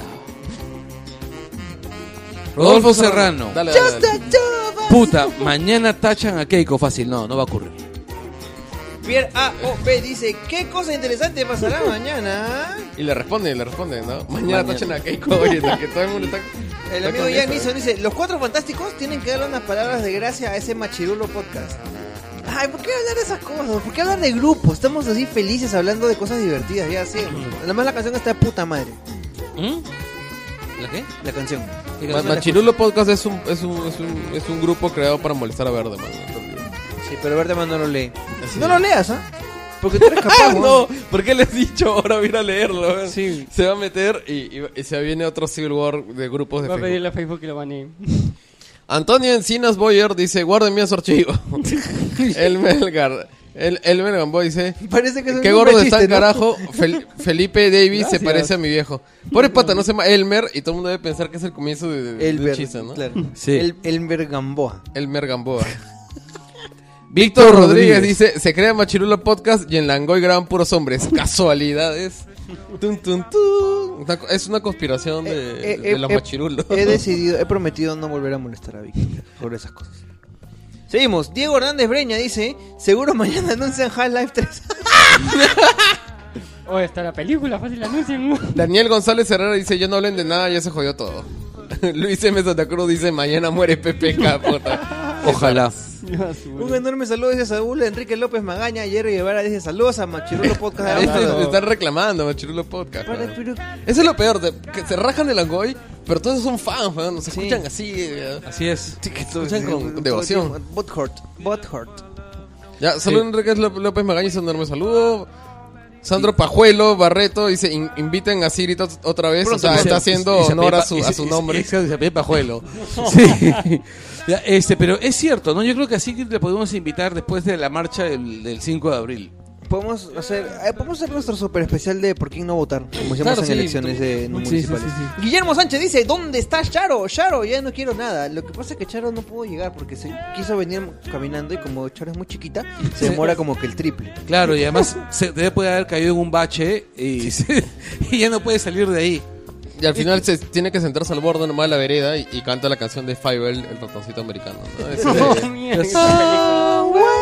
Rodolfo Serrano.
Dale, dale, dale.
Puta, mañana tachan a Keiko fácil. No, no va a ocurrir.
Pierre A O P dice, ¿qué cosa interesante pasará mañana?
Y le responde, le responde, ¿no? Mañana
Mañana.
tachan a Keiko, oye, que todo el mundo está...
El
está
amigo
con
Ian
eso,
Nison dice, los cuatro fantásticos tienen que darle unas palabras de gracia a ese machirulo podcast. Ay, ¿por qué hablar de esas cosas? ¿Por qué hablar de grupos? Estamos así felices hablando de cosas divertidas, ya sé. Además la canción está de puta madre.
¿Mm? ¿La qué?
La canción.
¿Qué
Ma-
canción?
Machirulo Podcast es un, es, un, es, un, es un grupo creado para molestar a Verdeman. Entonces...
Sí, pero Verdeman no lo lee.
Así
No
es.
lo leas, ¿ah? Porque tú eres capaz,
¡Ah,
¿no?
no! ¿Por qué le has dicho ahora voy a ir a leerlo? eh?
Sí.
Se va a meter y, y, y se viene otro Civil War de grupos de
Voy a
Facebook.
pedirle a Facebook que lo banee.
Antonio Encinas Boyer dice, guarden bien su archivo. El Melgar. El, el Melgar Boy dice,
Parece que es un
qué
nombre
gordo está
chiste,
el
¿no?
carajo. Fel- Felipe Davis se
Gracias.
parece a mi viejo. Pobre pata, no se llama Elmer y todo el mundo debe pensar que es el comienzo de, de,
El
de un
Ver,
chiste, ¿no?
claro.
Sí.
El, Elmer Gamboa.
Elmer Gamboa.
Víctor
Víctor Rodríguez
Rodríguez
dice, se crea Machirulo Podcast y en Langoy graban puros hombres. Casualidades. Tun, tun, tun. Una co- es una conspiración de,
Eh, eh,
de los
eh,
machirulos.
He decidido, he prometido no volver a molestar a Víctor por esas cosas. Seguimos. Diego Hernández Breña dice, seguro mañana anuncian Half-Life tres.
Oh, está la película, fácil anuncian.
Daniel González Herrera dice, ya no hablen de nada, ya se jodió todo. Luis M. Santa Cruz dice, mañana muere P P K, puta.
Ojalá.
Un enorme saludo dice Saúl Enrique López Magaña. Jerry Guevara dice saludos a Machirulo Podcast.
Este,
Claro.
te están reclamando, Machirulo Podcast.
Para,
¿no?
pero-
Eso es lo peor, de- que se rajan el Langoy, pero todos son fans, ¿no? Nos
Sí.
escuchan así, eh,
Así es.
que escuchan con
todo
devoción.
el tiempo. Butthurt. Butthurt.
Ya, saludos
Sí.
Enrique Ló- López Magaña, un enorme saludo. Sandro Pajuelo Barreto dice, "In- inviten a Siri to- otra vez, o sea,
Dice-
está haciendo
dice
honor a
Pepa-
su, a
dice-
su
dice-
nombre.
dice- dice Pepa Pajuelo. Sí. Ya, este, pero es cierto, ¿no? Yo creo que así le podemos invitar después de la marcha del, del cinco de abril.
Podemos hacer, eh, podemos hacer nuestro super especial de por quién no votar, como hicimos
Claro,
en
sí,
elecciones de
sí,
municipales.
sí, sí,
Guillermo Sánchez dice, ¿dónde está Charo? Charo, ya no quiero nada. Lo que pasa es que Charo no pudo llegar porque se quiso venir caminando y como Charo es muy chiquita, se demora como que el triple.
Claro, y además se debe poder haber caído en un bache y, se- y ya no puede salir de ahí.
Y al final se tiene que sentarse al borde nomás de la vereda y, y canta la canción de Fievel, el ratoncito americano, ¿no? Ese de-
Oh, mierda, esa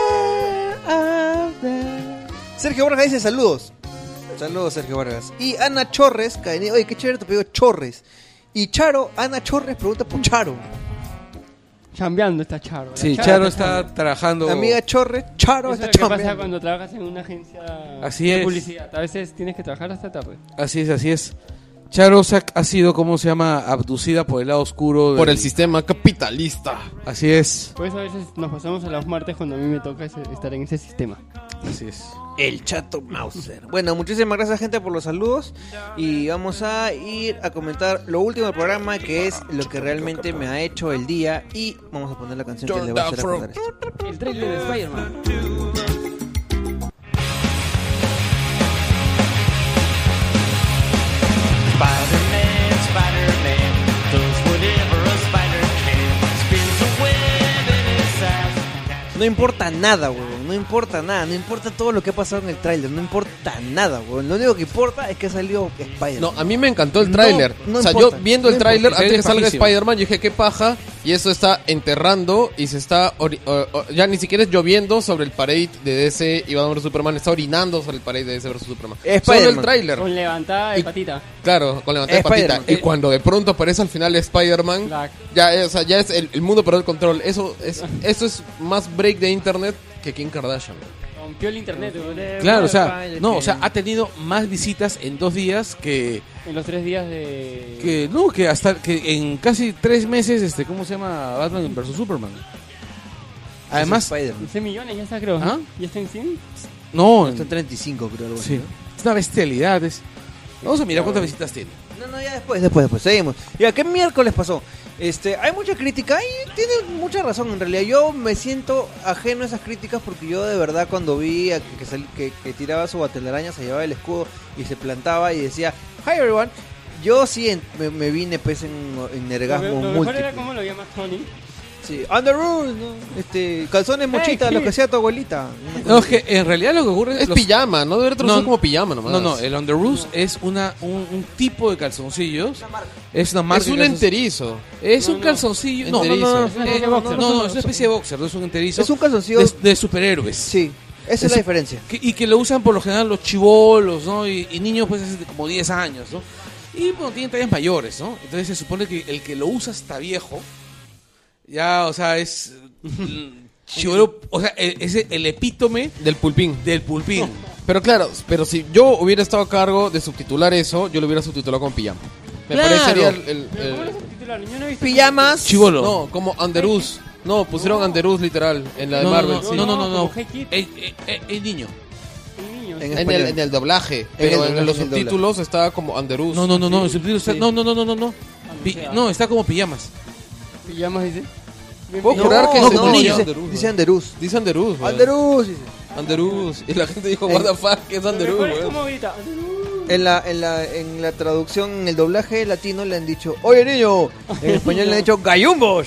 película.
Sergio Vargas dice saludos. Saludos, Sergio Vargas. Y Ana Chorres, cadena- oye, qué chévere te pedido Chorres. Y Charo, Ana Chorres pregunta por Charo.
chambeando está Charo. La
Sí, Charo está
chambeando.
trabajando.
Amiga Chorre, Charo
Eso
está
es lo que pasa
chambeando.
cuando trabajas en una agencia
Así
de
es.
publicidad. A veces tienes que trabajar hasta tarde.
Así es, así es. Charo Sack ha sido, ¿cómo se llama? Abducida por el lado oscuro.
Por
del-
el sistema capitalista.
Así es,
Por eso a veces nos pasamos a los martes cuando a mí me toca ese- estar en ese sistema.
así es.
El Chato Mauser. Bueno, muchísimas gracias, gente, por los saludos. Y vamos a ir a comentar lo último del programa, que es lo que realmente me ha hecho el día. Y vamos a poner la canción que le va a hacer acordar esto.
El trailer de Spider-Man.
Spider-Man, Spider-Man, does whatever a spider can. Spins a web in his ass.
No importa nada, weón. No importa nada. No importa todo lo que ha pasado en el tráiler. No importa nada, weón. Lo único que importa es que ha salido Spider-Man.
No, a mí me encantó el
No,
tráiler.
no
o sea,
importa,
yo viendo
no
el tráiler,
importa.
antes de que salga
Pajísimo.
Spider-Man, yo dije, qué paja. Y eso está enterrando y se está... ori- o- o- ya ni siquiera es lloviendo sobre el parade de D C y Batman versus Superman. Está orinando sobre el parade de D C versus Superman. Solo
Spider-Man.
el tráiler.
Con levantada de
Y-
patita.
Claro, con levantada de patita.
Spider-Man.
Y cuando de pronto aparece al final Spider-Man,
La-
ya, es- o sea, ya es el, el mundo perdió el control. Eso es, eso es más break de internet que Kim Kardashian.
Rompió el internet, güey.
Claro, o sea, no, o sea, ha tenido más visitas en dos días que,
En los tres días de...
que no, que hasta que en casi tres meses, este, ¿cómo se llama? Batman versus Superman. Además,
Es Spider-Man.
quince millones ya está, creo.
¿Ah?
¿Ya está en cien?
no,
Está en treinta y cinco, creo. Algo así,
sí,
¿no?
es una bestialidad. Es... Vamos a mirar cuántas visitas tiene.
No, no, ya después, después, después, seguimos. Ya, ¿qué miércoles pasó? Este, hay mucha crítica y tiene mucha razón en realidad. Yo me siento ajeno a esas críticas porque yo de verdad cuando vi a que, que, sal- que, que tiraba su batelaraña, se llevaba el escudo y se plantaba y decía, hi everyone, yo sí en- me, me vine pues en, en
Lo,
nergasmo
lo mejor
múltiple.
era cómo lo llama Tony.
Sí, on the roof, ¿no? Este, calzones mochita,
Hey,
lo
kid.
que sea tu abuelita.
No, es que en realidad lo que ocurre
Es
los-
pijama, ¿no? Debería traducir
No,
como pijama nomás.
No, no, el on the roof es una, un, un tipo de calzoncillos. Es una marca.
Es un
de calzoncillos.
enterizo.
Es
No,
un
no.
calzoncillo. No, no, no,
Enterizo.
no,
Es una
eh,
especie de boxer.
no, no, es una especie de boxer, no es un enterizo.
Es un calzoncillo,
de, de superhéroes.
sí, esa es,
Es
la
un-
diferencia.
Que- y que lo usan por lo general los chivolos, ¿no? Y, y niños, pues, hace como diez años, ¿no? Y bueno, tienen tallas mayores, ¿no? Entonces se supone que el que lo usa está viejo. Ya, o sea, es. chivolo, o sea, e- es el epítome
Del pulpín.
del pulpín.
Pero claro, pero si yo hubiera estado a cargo de subtitular eso, yo lo hubiera subtitulado con pijama. Me
Claro.
parecería el... el-
Pero ¿cómo
el-
lo subtitularon? Yo no he visto...
Pijamas.
Chivolo.
no, como Anderuz. No, pusieron Anderuz literal en la de
No, no,
Marvel.
no,
sí.
no, no, no, no.
como Hey Kid.
El, el- el- el niño.
Un niño.
En
En el,
español.
en el doblaje,
En
pero
el
en,
doblaje,
los
en el doblaje.
subtítulos está como Anderuz.
No, no, no, no, el subtítulo está.
Sí.
No, no, no, no, no, no. Pi-
sea.
no, está como pijamas.
Pijamas, dice. Bien
¿Puedo
pijama.
jurar que
no,
ese
como
no
niño.
dice
dice,
Anderuz?
dice Anderuz.
Dice Anderuz. weón.
Anderuz, dice.
Anderuz. Y la gente dijo,
En-
what the fuck, ¿qué es
Lo
Anderuz?
mejor es
weón?
como grita.
En la, en la, en la traducción, en el doblaje latino le han dicho, oye niño, en español le han dicho gallumbos.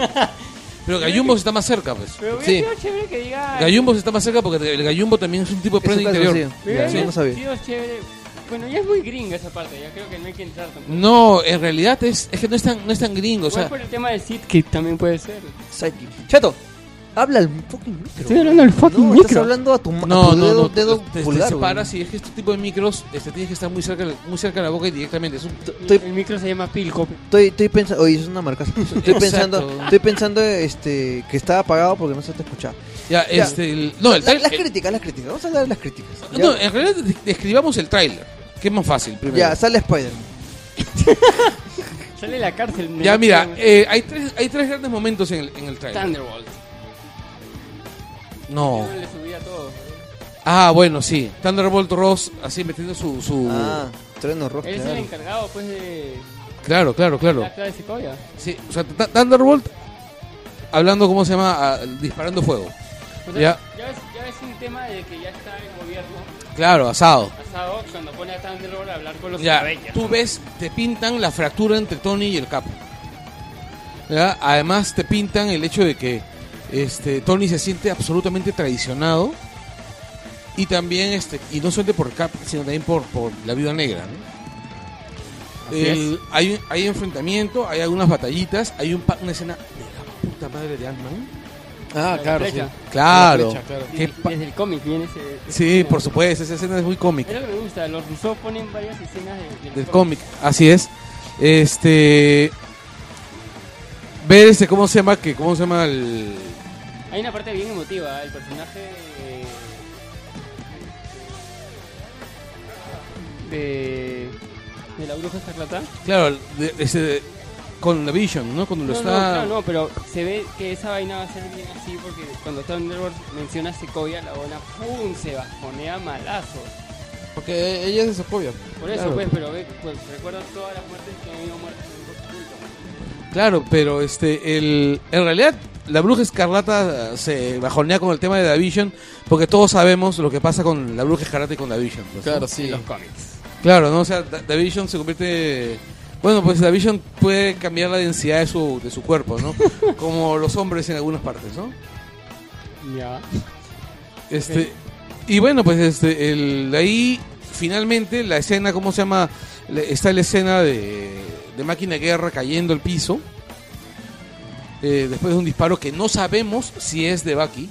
Pero Gallumbos está más cerca, pues.
Pero hubiera
Sí.
sido chévere que diga...
Gallumbos está más cerca porque el gallumbo también es un tipo de
Es un
prenda interior.
calzoncillo.
Hubiera
Ya, no sabía.
sido chévere. Bueno, ya es muy gringa esa parte, ya creo que no hay que entrar tampoco.
No, en realidad es, es que no es tan, no es tan gringo, o
Igual
sea,
por el tema del Sid, que también puede ser.
Sidekick. Chato, habla al fucking micro.
Estoy hablando del fucking
No,
micro.
estás hablando a tu, ma- a
no,
tu
no,
dedo,
no,
dedo
te, te
pulgar.
separas
güey.
y es que este tipo de micros este, tienes que estar muy cerca, muy cerca de la boca y directamente. Es un-
Estoy,
El micro se llama Pilco.
estoy, estoy pensando, oye, es una marca. Estoy
Exacto.
pensando, estoy pensando este, que estaba apagado porque no se te escuchaba.
ya,
Ya.
este, el- no, el
La-
trail-
las
el-
críticas, las críticas. Vamos a hablar de las críticas. Ya,
no, en realidad de- describamos el tráiler, que es más fácil primero.
ya, sale Spider-Man.
Sale de la cárcel. me
Ya,
da
mira,
pena.
eh, hay tres, hay tres grandes momentos en el, en el tráiler.
Thunderbolt.
No.
Yo le subía todo.
Ah, bueno, sí. Thunderbolt Ross así metiendo su, su...
Ah, trueno rojo.
Él es el
claro.
encargado, pues, de
Claro, claro, claro.
la acta de Sequoia.
Sí, o sea, Th- Thunderbolt hablando, ¿cómo se llama? Ah, disparando fuego.
O sea,
Ya.
ya. ves, ya es un tema de que ya está el gobierno
Claro, asado.
pasado cuando pone a Thunderbolt a hablar con los
Ya,
cabellos.
tú ves, te pintan la fractura entre Tony y el Capo. ¿Ya? Además te pintan el hecho de que este Tony se siente absolutamente traicionado y también este y no solamente por Cap, sino también por, por la Viuda Negra, ¿no?
Así
El- hay, hay enfrentamiento, hay algunas batallitas, hay un pa- una escena de la puta madre de Ant-Man.
Ah,
La
claro, sí.
flecha.
Claro.
La flecha, claro.
Qué pa-
Desde el cómic viene ese...
Sí, por supuesto, esa escena es muy cómica.
Es lo que me gusta, los rusos ponen varias escenas de- del,
Del cómic, así es. Este ver este, ¿cómo se llama? Que, ¿Cómo se llama el...?
Hay una parte bien emotiva, el personaje de, de, de la bruja escarlata.
Claro, de- ese, de- con la Vision, ¿no? Cuando lo
No,
está...
no, claro, no, pero se ve que esa vaina va a ser bien así porque cuando Thunderbolt menciona a Sequoia, la buena ¡pum! Se bajonea malazos.
Porque ella es de Sokovia.
Por eso,
Claro.
pues, pero ve, pues, recuerda todas las muertes que han ido muertas en por su culpa.
Claro, pero este, el, en realidad la bruja escarlata se bajonea con el tema de Davision porque todos sabemos lo que pasa con la bruja escarlata y con Davision. Pues, ¿no?
Claro, sí.
En los cómics.
Claro, ¿no? O sea, Da- Davision se convierte... Bueno, pues Davision puede cambiar la densidad de su, de su cuerpo, ¿no? Como los hombres en algunas partes, ¿no?
Ya.
Este, y bueno, pues este, el, de ahí finalmente la escena, ¿cómo se llama? Le- Está la escena de, de máquina de guerra cayendo al piso. eh, después de un disparo que no sabemos si es de Bucky.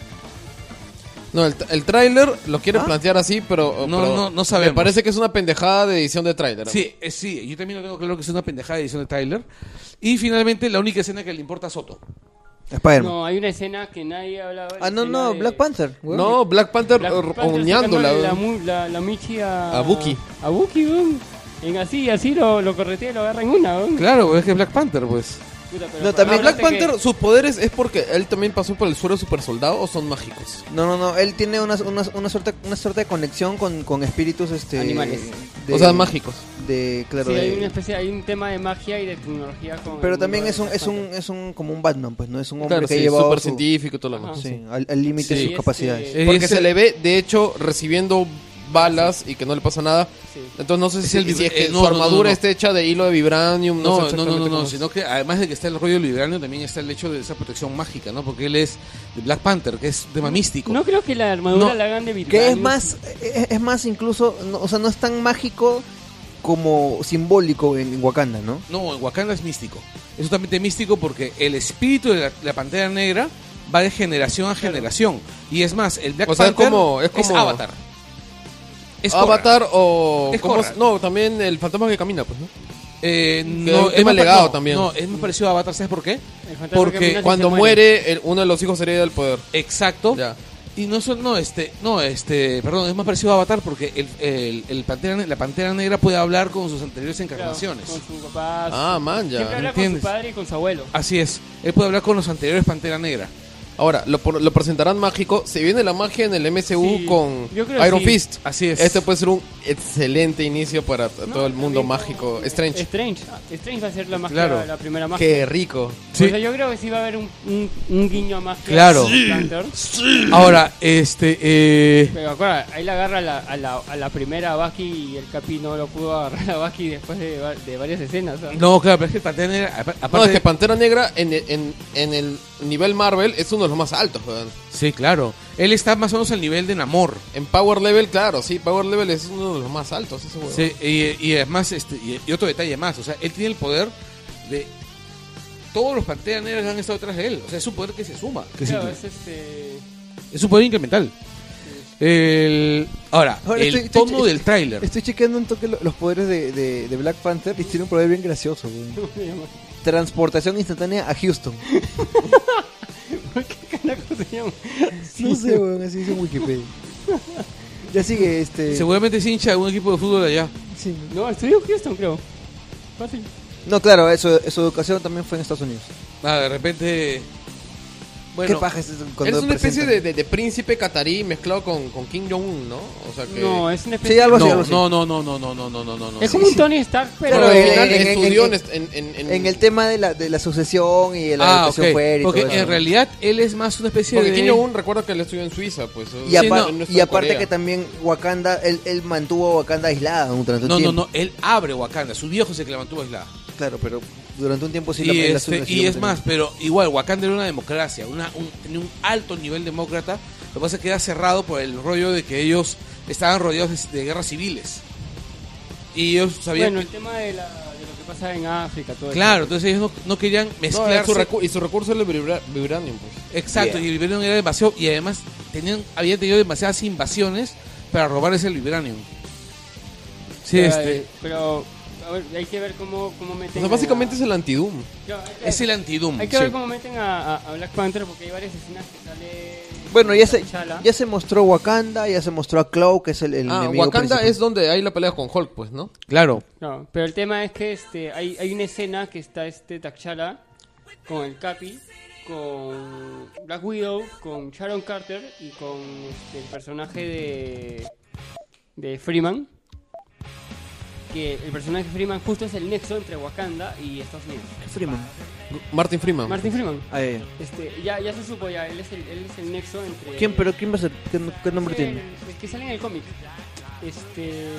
No, el, el tráiler lo quiere
¿Ah?
plantear así, pero,
No,
pero
no, no sabemos.
Me parece que es una pendejada de edición de tráiler.
Sí, eh, sí, yo también lo tengo claro que es una pendejada de edición de Tyler. Y finalmente la única escena que le importa a Soto.
Spider-Man.
No, hay una escena que nadie ha hablado.
Ah, no,
escena
no,
de-
Black Panther. weón.
No, Black Panther
Black
or-
Panther
uñándola.
sacándole la,
weón.
mu- la, la Michi a...
A Bucky.
A Bucky, weón. En así, así lo, lo corretea y lo agarra en una, weón.
Claro, es que Black Panther, pues.
Puta, pero
No,
para
también
Ah, Black
hablarte que-
Panther, sus poderes es porque él también pasó por el suero super soldado o son mágicos.
No, no, no, él tiene una, una, una, suerte, una suerte de conexión con, con espíritus este
Animales.
de-
O sea, mágicos.
De, claro,
Sí,
de-
hay una especie, hay un tema de magia y de tecnología con
pero
el
también
mundo
es un,
de
es un,
Black
es un, como un Batman, pues, no es un hombre
Claro,
que
sí,
ha llevado
súper
su-
científico y todo lo
Ajá.
demás.
sí, al al límite
Sí,
de sus
este-
capacidades.
Eh,
Porque
Ese-
se le ve, de hecho, recibiendo balas y que no le pasa nada.
Panther. Sí.
Entonces no sé
Es
si,
el
si es que
eh, no,
su
no, no,
armadura
no.
esté hecha de hilo de vibranium.
No,
sé
no, no, no,
exactamente
no,
cómo es.
sino que además de que está el rollo del vibranio, también está el hecho de esa protección mágica, ¿no? Porque él es de Black Panther, que es tema místico.
No creo que la armadura
No,
la hagan de
Que es
vibranium.
más, es, es más incluso, no, o sea, no es tan mágico como simbólico en, en Wakanda, ¿no?
No, en Wakanda es místico. Es totalmente místico porque el espíritu de la, la Pantera Negra va de generación a generación. Y es más, el Black
O sea, es
Panther
como- es como-
Avatar. Es Korra.
Avatar o...
Es
¿cómo
Korra.
es? No, también el fantasma que camina, pues, ¿no?
Eh,
Que
no,
es un tema
más pa-
legado
no,
también.
No, es más parecido a Avatar, ¿sabes por qué?
El fantasma
porque
que camina si
Cuando
se
muere, el- uno de los hijos hereda el poder.
Exacto.
Ya.
Y no son, no, este, no, este, perdón, es más parecido a Avatar porque el, el, el Pantera, Ne- la Pantera Negra puede hablar con sus anteriores
Claro,
encarnaciones.
con su papá.
Ah,
su-
man, ya.
Siempre habla
¿Entiendes?
con su padre y con su abuelo.
Así es, él puede hablar con los anteriores Pantera Negra.
Ahora, lo, por- lo presentarán mágico. Se viene la magia en el M C U
Sí,
con
yo creo
Iron
sí.
Fist.
Así es.
Este puede ser un excelente inicio para t-
No,
todo el mundo
también
mágico.
con-
Strange.
Strange. Ah, Strange va a ser la magia,
Claro.
la primera magia.
Qué rico.
Sí.
O sea, yo creo que sí va a haber un, un, un guiño a magia.
Claro.
de Panther.
Ahora, este, eh,
Pero acuerda, ahí la agarra a la, a la, a la primera Bucky y el Capi no lo pudo agarrar a Bucky después de, va- de varias escenas. ¿sabes?
no, claro, pero es que el Pantera Negra, apa- aparte,
No, es que Pantera Negra en, en, en el nivel Marvel es uno de los más altos, weón.
sí, claro, él está más o menos al nivel de Namor.
En Power Level, claro, sí, Power Level es uno de los más altos, ese weón.
Sí, y, y además, este, y, y otro detalle más, o sea, él tiene el poder de todos los Panteras Negras que han estado detrás de él, o sea, es un poder que se suma, que se
Claro,
incre-
es este.
es un poder incremental. El, ahora,
Ahora
el
estoy- estoy-
tono del tráiler.
Estoy chequeando un toque lo- los poderes de, de, de Black Panther y tiene un poder bien gracioso, weón.
¿Cómo se llama?
Transportación instantánea a Houston.
¿Qué carajo se llama?
No sé, weón, así dice en Wikipedia. Ya sigue este.
Seguramente es hincha de un equipo de fútbol allá.
Sí.
No, estudió Houston, creo. Fácil.
No, claro, eso, su educación también fue en Estados Unidos.
Ah, de repente.
¿Qué
Bueno,
paja es eso
Él
cuando
es una especie
presentan?
de, de- de príncipe catarí mezclado con, con Kim Jong-un, ¿no? O sea que...
No, es una especie.
Sí, algo así, algo
no,
así.
no, no, no, no, no, no, no, no, no, no.
Es
Sí,
como un
sí.
Tony Stark, pero.
Pero
Pero
al
en-
final
en-
estudió
en-
en, en, en-
En el tema de la, de la sucesión y de la
Ah,
educación
ok.
fuera y
Porque
todo eso.
en realidad él es más una especie
Porque
de.
Kim Jong-un recuerda que él estudió en Suiza, pues.
Y,
Sí,
apar-
no,
no está
y
en
aparte
Corea.
que también Wakanda, él, él mantuvo a Wakanda aislada durante un
No, no,
tiempo.
no, él abre Wakanda, su viejo es el que la mantuvo aislada.
Claro, pero durante un tiempo sí la
y,
la
este,
sucesión
y es
tenía.
más, pero igual, Wakanda era una democracia, una, un, tenía un alto nivel demócrata. Lo que pasa es que era cerrado por el rollo de que ellos estaban rodeados de, de guerras civiles. Y ellos sabían.
Bueno, el
que-
tema de, la, de lo que pasa en África, todo
claro,
eso.
entonces ellos no, no querían
No,
mezclarse.
su recu- y su recurso es el vibra- vibranium, pues.
Exacto,
Yeah.
y el vibranium era demasiado. Y además tenían, habían tenido demasiadas invasiones para robar ese vibranium. Sí,
Pero,
este.
eh, pero a ver, hay que ver cómo, cómo
O
meten.
sea, básicamente
a-
es el anti-Doom.
Claro, hay que-
Es el anti-Doom.
Hay que
sí.
ver cómo meten a, a, a Black Panther porque hay varias escenas que sale.
Bueno, ya se,
T'Challa.
ya se mostró Wakanda, ya se mostró a Claw, que es el, el
Ah,
enemigo
Wakanda
principal.
es donde hay la pelea con Hulk, pues, ¿no?
Claro.
No, pero el tema es que este hay, hay una escena que está este T'Challa con el Capi, con Black Widow, con Sharon Carter y con este, el personaje de de Freeman. Que el personaje de Freeman justo es el nexo entre Wakanda y Estados Unidos.
Freeman.
Martin Freeman.
Martin Freeman.
Ah, ya, ya.
Este, ya, ya se supo ya, él es el, él es el nexo entre...
¿Quién, pero quién va a ser? ¿Qué, qué nombre
Sí,
tiene?
el- el que sale en el cómic. Este,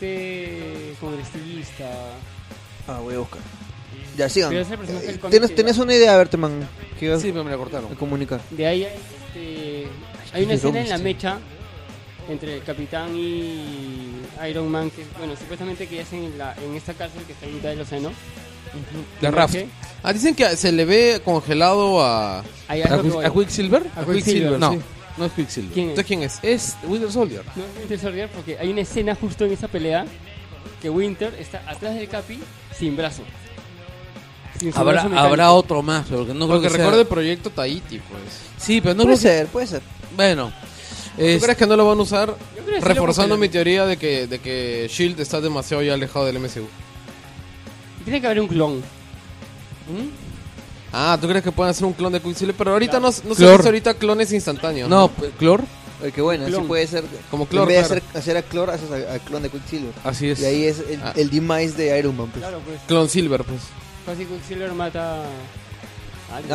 este congressista.
Ah, voy a buscar. Ya, sigan.
Pero es el personaje del
Eh,
cómic
¿Tienes,
que-
¿Tienes una idea, Berteman? Que ibas
Sí, pero me la cortaron.
a comunicar.
De ahí hay, este, hay una escena en la mecha entre el Capitán y Iron Man, que bueno, supuestamente que hacen en, la, en esta cárcel que está en mitad del océano.
La Raft.
¿Qué?
Ah, dicen que se le ve congelado a...
Ahí es
¿A,
lo que
Quick-
voy.
a Quicksilver?
A Quicksilver,
No,
sí.
no es Quicksilver.
¿Quién es?
¿Usted quién es?
Es Winter Soldier.
No es Winter Soldier porque hay una escena justo en esa pelea que Winter está atrás del Capi sin brazo. Sin su
Habrá,
brazo metálico.
habrá otro más, pero que no creo
Porque
que sea-
recuerda el proyecto Tahiti, pues.
Sí, pero no
Puede
creo que...
ser, puede ser.
Bueno.
¿Tú
es-
crees que no lo van a usar?
Yo creo que sí lo
Reforzando mi
congelaron.
teoría de que, de que Shield está demasiado ya alejado del M C U.
Tiene que haber un clon.
¿Mm?
Ah, ¿tú crees que pueden hacer un clon de Quicksilver? Pero ahorita no, no se
Clor.
hace ahorita clones instantáneos.
No, pues, Clor.
Oye, qué bueno, así
Clon.
puede ser.
Como Clor,
En vez de
claro.
hacer, hacer a Clor, haces a- al clon de Quicksilver.
Así es.
Y ahí es el,
Ah.
el demise de Iron Man. Pues.
Claro, pues.
Clon Silver, pues.
Casi Quicksilver mata a alguien.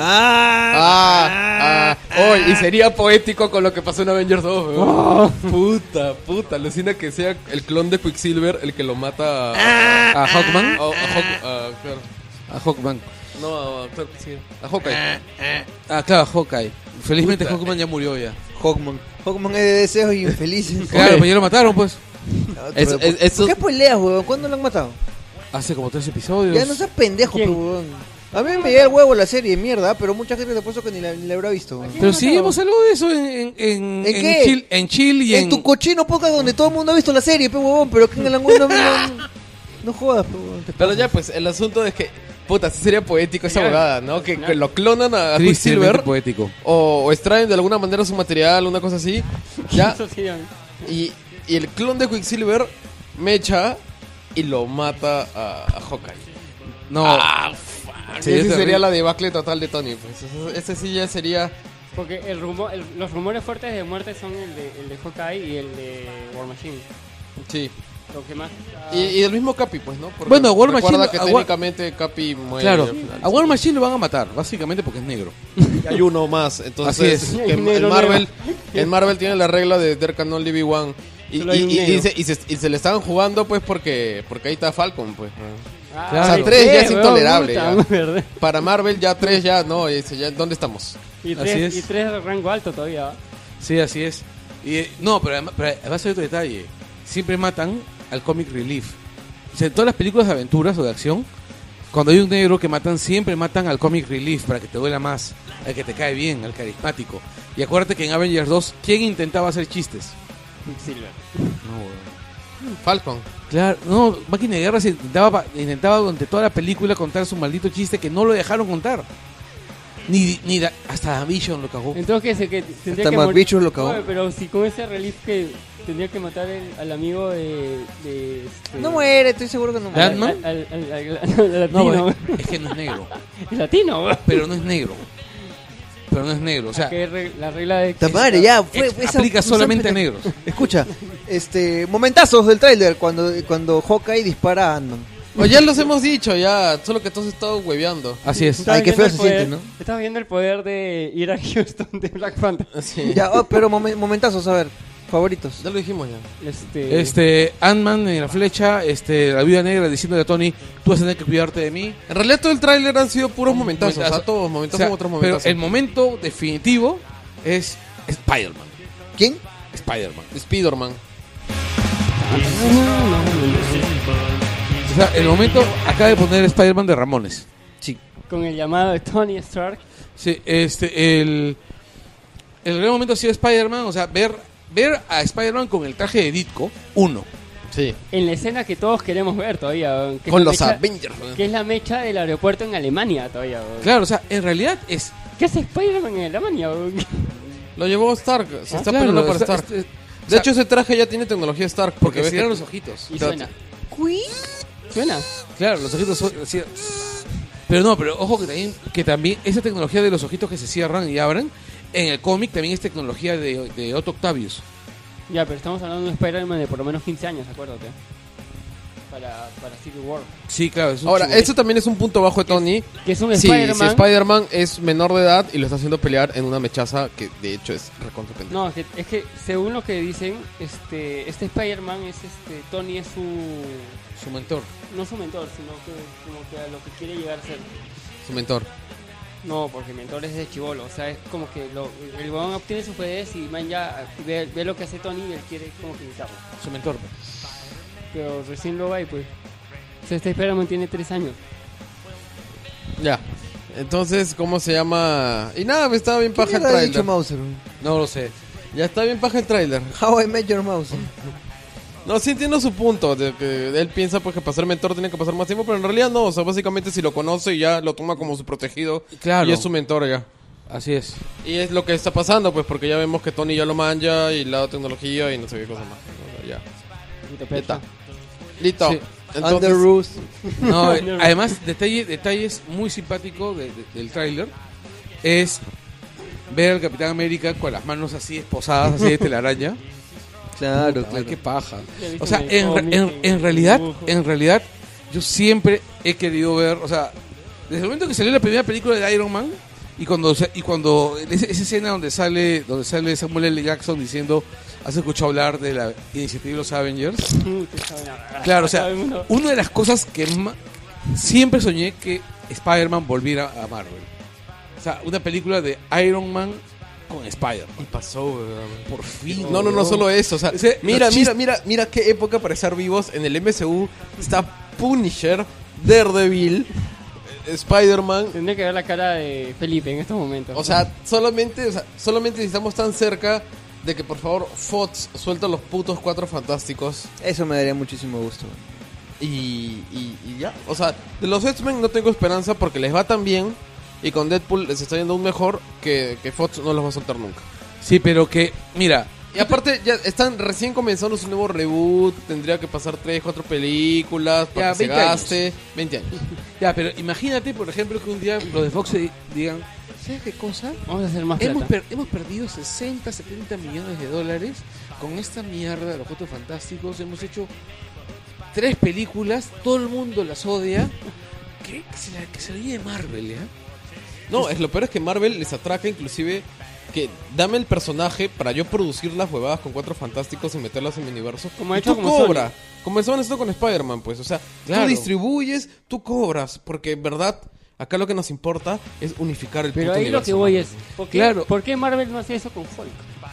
¡Ah!
Ah, ah. Oh, y sería poético con lo que pasó en Avengers dos, weón. Puta, puta. Alucina que sea el clon de Quicksilver el que lo mata a...
¿A Hawkman?
a- a Hawk- a- claro.
A Hawkman.
No, a, claro que sí. A Hawkeye.
Ah, claro, a Hawkeye. Felizmente
Puta.
Hawkman ya murió ya.
Hawkman. Hawkman es de deseos y infelices.
Claro,
Oye.
pues ya lo mataron, pues.
Ah,
Es-
pero,
es-
¿por-
eso-
¿Por qué spoileas, weón? ¿Cuándo lo han matado?
Hace como tres episodios.
Ya no seas pendejo,
¿Quién?
pe, weón. A mí me llega el huevo la serie, mierda, pero mucha gente te ha puesto que ni la, ni la habrá visto. weón.
Pero sí hemos hablado de eso en, en, en,
¿En qué?
Chill, en Chill y en...
En tu cochino podcast donde todo el mundo ha visto la serie, pe, huevón, pero que en el ángulo no, no, no jodas, pe, huevón. Te
Pero ya, pues, el asunto es que... Puta, sí sería poético esa
Sería-
abogada, ¿no? Que, que lo clonan a, a
Tristemente
Quicksilver
poético.
o, o extraen de alguna manera su material, una cosa así. Ya,
Eso sí, ya.
y, y el clon de Quicksilver mecha y lo mata a, a Hawkeye.
No,
Ah, fuck.
Sí,
Esa
es
sería
terrible.
la debacle total de Tony. Pues. Ese, ese sí ya sería...
Porque el rumor, el- los rumores fuertes de muerte son el de, el de Hawkeye y el de War Machine.
Sí.
Lo que más...
Y, y el mismo Capi, pues, ¿no? Porque
Bueno, War
recuerda
Machine-
que
a War-
técnicamente Capi muere.
claro.
al final.
A War Machine lo van a matar, básicamente porque es negro.
Y hay uno más. Entonces,
Así es.
que en,
Negro,
en Marvel,
negro.
en Marvel tiene la regla de There can only be one. Y,
Solo hay
y-
un
y- y
negro.
se, y, se, y se le estaban jugando, pues, porque porque ahí está Falcon, pues.
Ah,
Claro.
hay
O sea, tres ya es
weón,
intolerable,
puta,
ya.
¿verdad?
Para Marvel ya tres ya, no, dice, ya, ¿dónde estamos?
Y
Así
tres,
es.
y tres de rango alto todavía.
Sí, así es. Y, eh, no, pero además, pero además hay otro detalle. Siempre matan al comic relief. O sea, en todas las películas de aventuras o de acción, cuando hay un negro que matan, siempre matan al comic relief para que te duela más, al que te cae bien, al carismático. Y acuérdate que en Avengers dos, ¿quién intentaba hacer chistes?
Quicksilver.
No, weón.
Falcon.
Claro, no, Máquina de Guerra se intentaba, pa- intentaba durante toda la película contar su maldito chiste que no lo dejaron contar. Ni, ni da- hasta Vision lo cagó.
Entonces, ¿qué sé? Que tendría
Hasta
que
más
morir-
bichos lo cagó.
Oye, pero si con ese relief que tendría que matar el- al amigo de... de este,
No muere, estoy seguro que no muere.
Al,
¿Ant-Man?
al, al, al- al- al
No,
latino.
es, es que no es negro.
El latino, weón.
Pero no es negro. Pero no es negro. O sea,
Que re- la regla de...
Ta madre, ya, fue,
ex-
fue esa-
aplica
esa-
solamente a negros.
Escucha, este, momentazos del tráiler cuando, cuando Hawkeye dispara a Ant-Man.
O ya los hemos dicho, ya, solo que todos estado hueveando.
Así es.
Estaba
Ay, qué
viendo
feo
el
se
poder-
siente, ¿no?
Estaba viendo el poder de ir a Houston de Black Panther.
Sí.
Ya, oh, pero momen- momentazos, a ver, favoritos.
Ya lo dijimos ya.
Este...
Este, Ant-Man en la flecha, este, la viuda negra diciéndole a Tony, tú vas a tener que cuidarte de mí.
En realidad todo el tráiler han sido puros momentazos,
Momentazo.
o sea, todos
O
momentazos
sea,
otros
pero
momentazos.
el momento definitivo es Spider-Man.
¿Quién?
Spider-Man.
Spider-Man.
O sea, el momento acaba de poner Spider-Man de Ramones.
Sí.
Con el llamado de Tony Stark.
Sí, este, el, el gran momento ha sido Spider-Man, o sea, ver, ver a Spider-Man con el traje de Ditko, uno.
Sí.
en la escena que todos queremos ver todavía, weón, que es
Con
la
los
mecha-
Avengers. weón.
que es la mecha del aeropuerto en Alemania todavía, weón.
Claro, o sea, en realidad es...
¿Qué hace Spider-Man en Alemania, weón?
Lo llevó Stark. Se
Ah,
está
claro,
peleando para
está-
Stark.
es- es-
De
o sea,
hecho, ese traje ya tiene tecnología Stark.
porque
ves
cierran
que-
los ojitos.
Y
Claro.
suena. ¿Suena?
Claro, los ojitos son... así- Pero no, pero ojo que también, que también esa tecnología de los ojitos que se cierran y abren, en el cómic también es tecnología de, de Otto Octavius.
Ya, pero estamos hablando de un Spider-Man de por lo menos quince años, acuérdate. Para, para Civil War.
Sí, claro. Es un
Ahora,
chibolo.
eso también es un punto bajo de Tony.
Que es un
Sí, si
Spider-Man.
Spider-Man es menor de edad y lo está haciendo pelear en una mechaza que de hecho es recontra pendeja.
No, es que, es que según lo que dicen, este este Spider-Man es este Tony es su
Su mentor.
no su mentor, sino que como que a lo que quiere llegar a ser.
Su mentor.
No, porque mentor es de chivolo, o sea, es como que lo, el huevón obtiene sus poderes y man ya ve, ve lo que hace Tony y él quiere como que imitarlo.
Su mentor.
Pero recién lo va y pues. O sea, este Spider-Man tiene tres años.
Ya. Entonces, ¿cómo se llama? Y nada, me estaba bien
¿Qué
paja el
mierda ha dicho
tráiler.
Mauser?
No lo sé.
Ya está bien paja el tráiler.
How I Met Your Mauser.
No, sí entiendo su punto, de que él piensa pues que para ser mentor tiene que pasar más tiempo, pero en realidad no, o sea, básicamente si lo conoce y ya lo toma como su protegido
Claro.
y es su mentor ya.
Así es.
Y es lo que está pasando, pues, porque ya vemos que Tony ya lo manja y la tecnología y no sé qué cosa más. O sea, ya.
Poquito
Ya
pecho.
está. Listo.
Sí.
Entonces,
Under Rules.
No, eh, además, detalle, detalles muy simpático de- de- del tráiler es ver al Capitán América con las manos así esposadas, así de telaraña.
Claro,
Puta,
claro.
qué paja.
Ya viste
O sea,
en el
en,
cómic,
en-
en
en
el
realidad,
dibujo.
en realidad, yo siempre he querido ver, o sea, desde el momento que salió la primera película de Iron Man y cuando se- y cuando esa, esa escena donde sale donde sale Samuel L. Jackson diciendo, ¿has escuchado hablar de la iniciativa de los Avengers?
Puta, esa vaina.
Claro, o sea,
Todo el mundo-
una de las cosas que ma- siempre soñé que Spider-Man volviera a Marvel. O sea, una película de Iron Man con Spider-Man.
y pasó, weón.
Por fin.
No, no, no
weón.
solo eso, o sea,
Ese-
mira,
los
mira,
chis-
mira, mira qué época para estar vivos. En el M C U está Punisher, Daredevil, eh, Spider-Man.
Tendría que ver la cara de Felipe en estos momentos.
O sea, solamente, o sea, solamente estamos tan cerca de que por favor Fox suelta los putos Cuatro Fantásticos
Eso me daría muchísimo gusto.
y, y, y ya. O sea, de los X-Men no tengo esperanza porque les va tan bien y con Deadpool les está yendo aún mejor que, que Fox no los va a soltar nunca.
Sí, pero que, mira,
Y aparte ya están recién comenzando su nuevo reboot, tendría que pasar tres, cuatro películas para
Ya,
que se
veinte años.
gaste. veinte años.
ya, pero imagínate, por ejemplo, que un día los de Fox se digan, ¿sabes qué cosa?
Vamos a hacer más
Hemos,
plata.
per- hemos perdido sesenta, setenta millones de dólares con esta mierda de los Cuatro Fantásticos. Hemos hecho tres películas, todo el mundo las odia. ¿Qué? Que se la, que se la lleve Marvel, ¿ya?
No, es lo peor es que Marvel les atraca inclusive que dame el personaje para yo producir las huevadas con Cuatro Fantásticos y meterlas en mi universo.
Como ha
y
hecho
tú
como
cobras. Como estaban haciendo con Spider-Man, pues. O sea,
Claro.
tú distribuyes, tú cobras. Porque en verdad, acá lo que nos importa es unificar el
Pero
puto
ahí lo
universo
que voy
Marvel.
es, ¿por qué,
Claro.
¿por qué Marvel no hace eso con Hulk?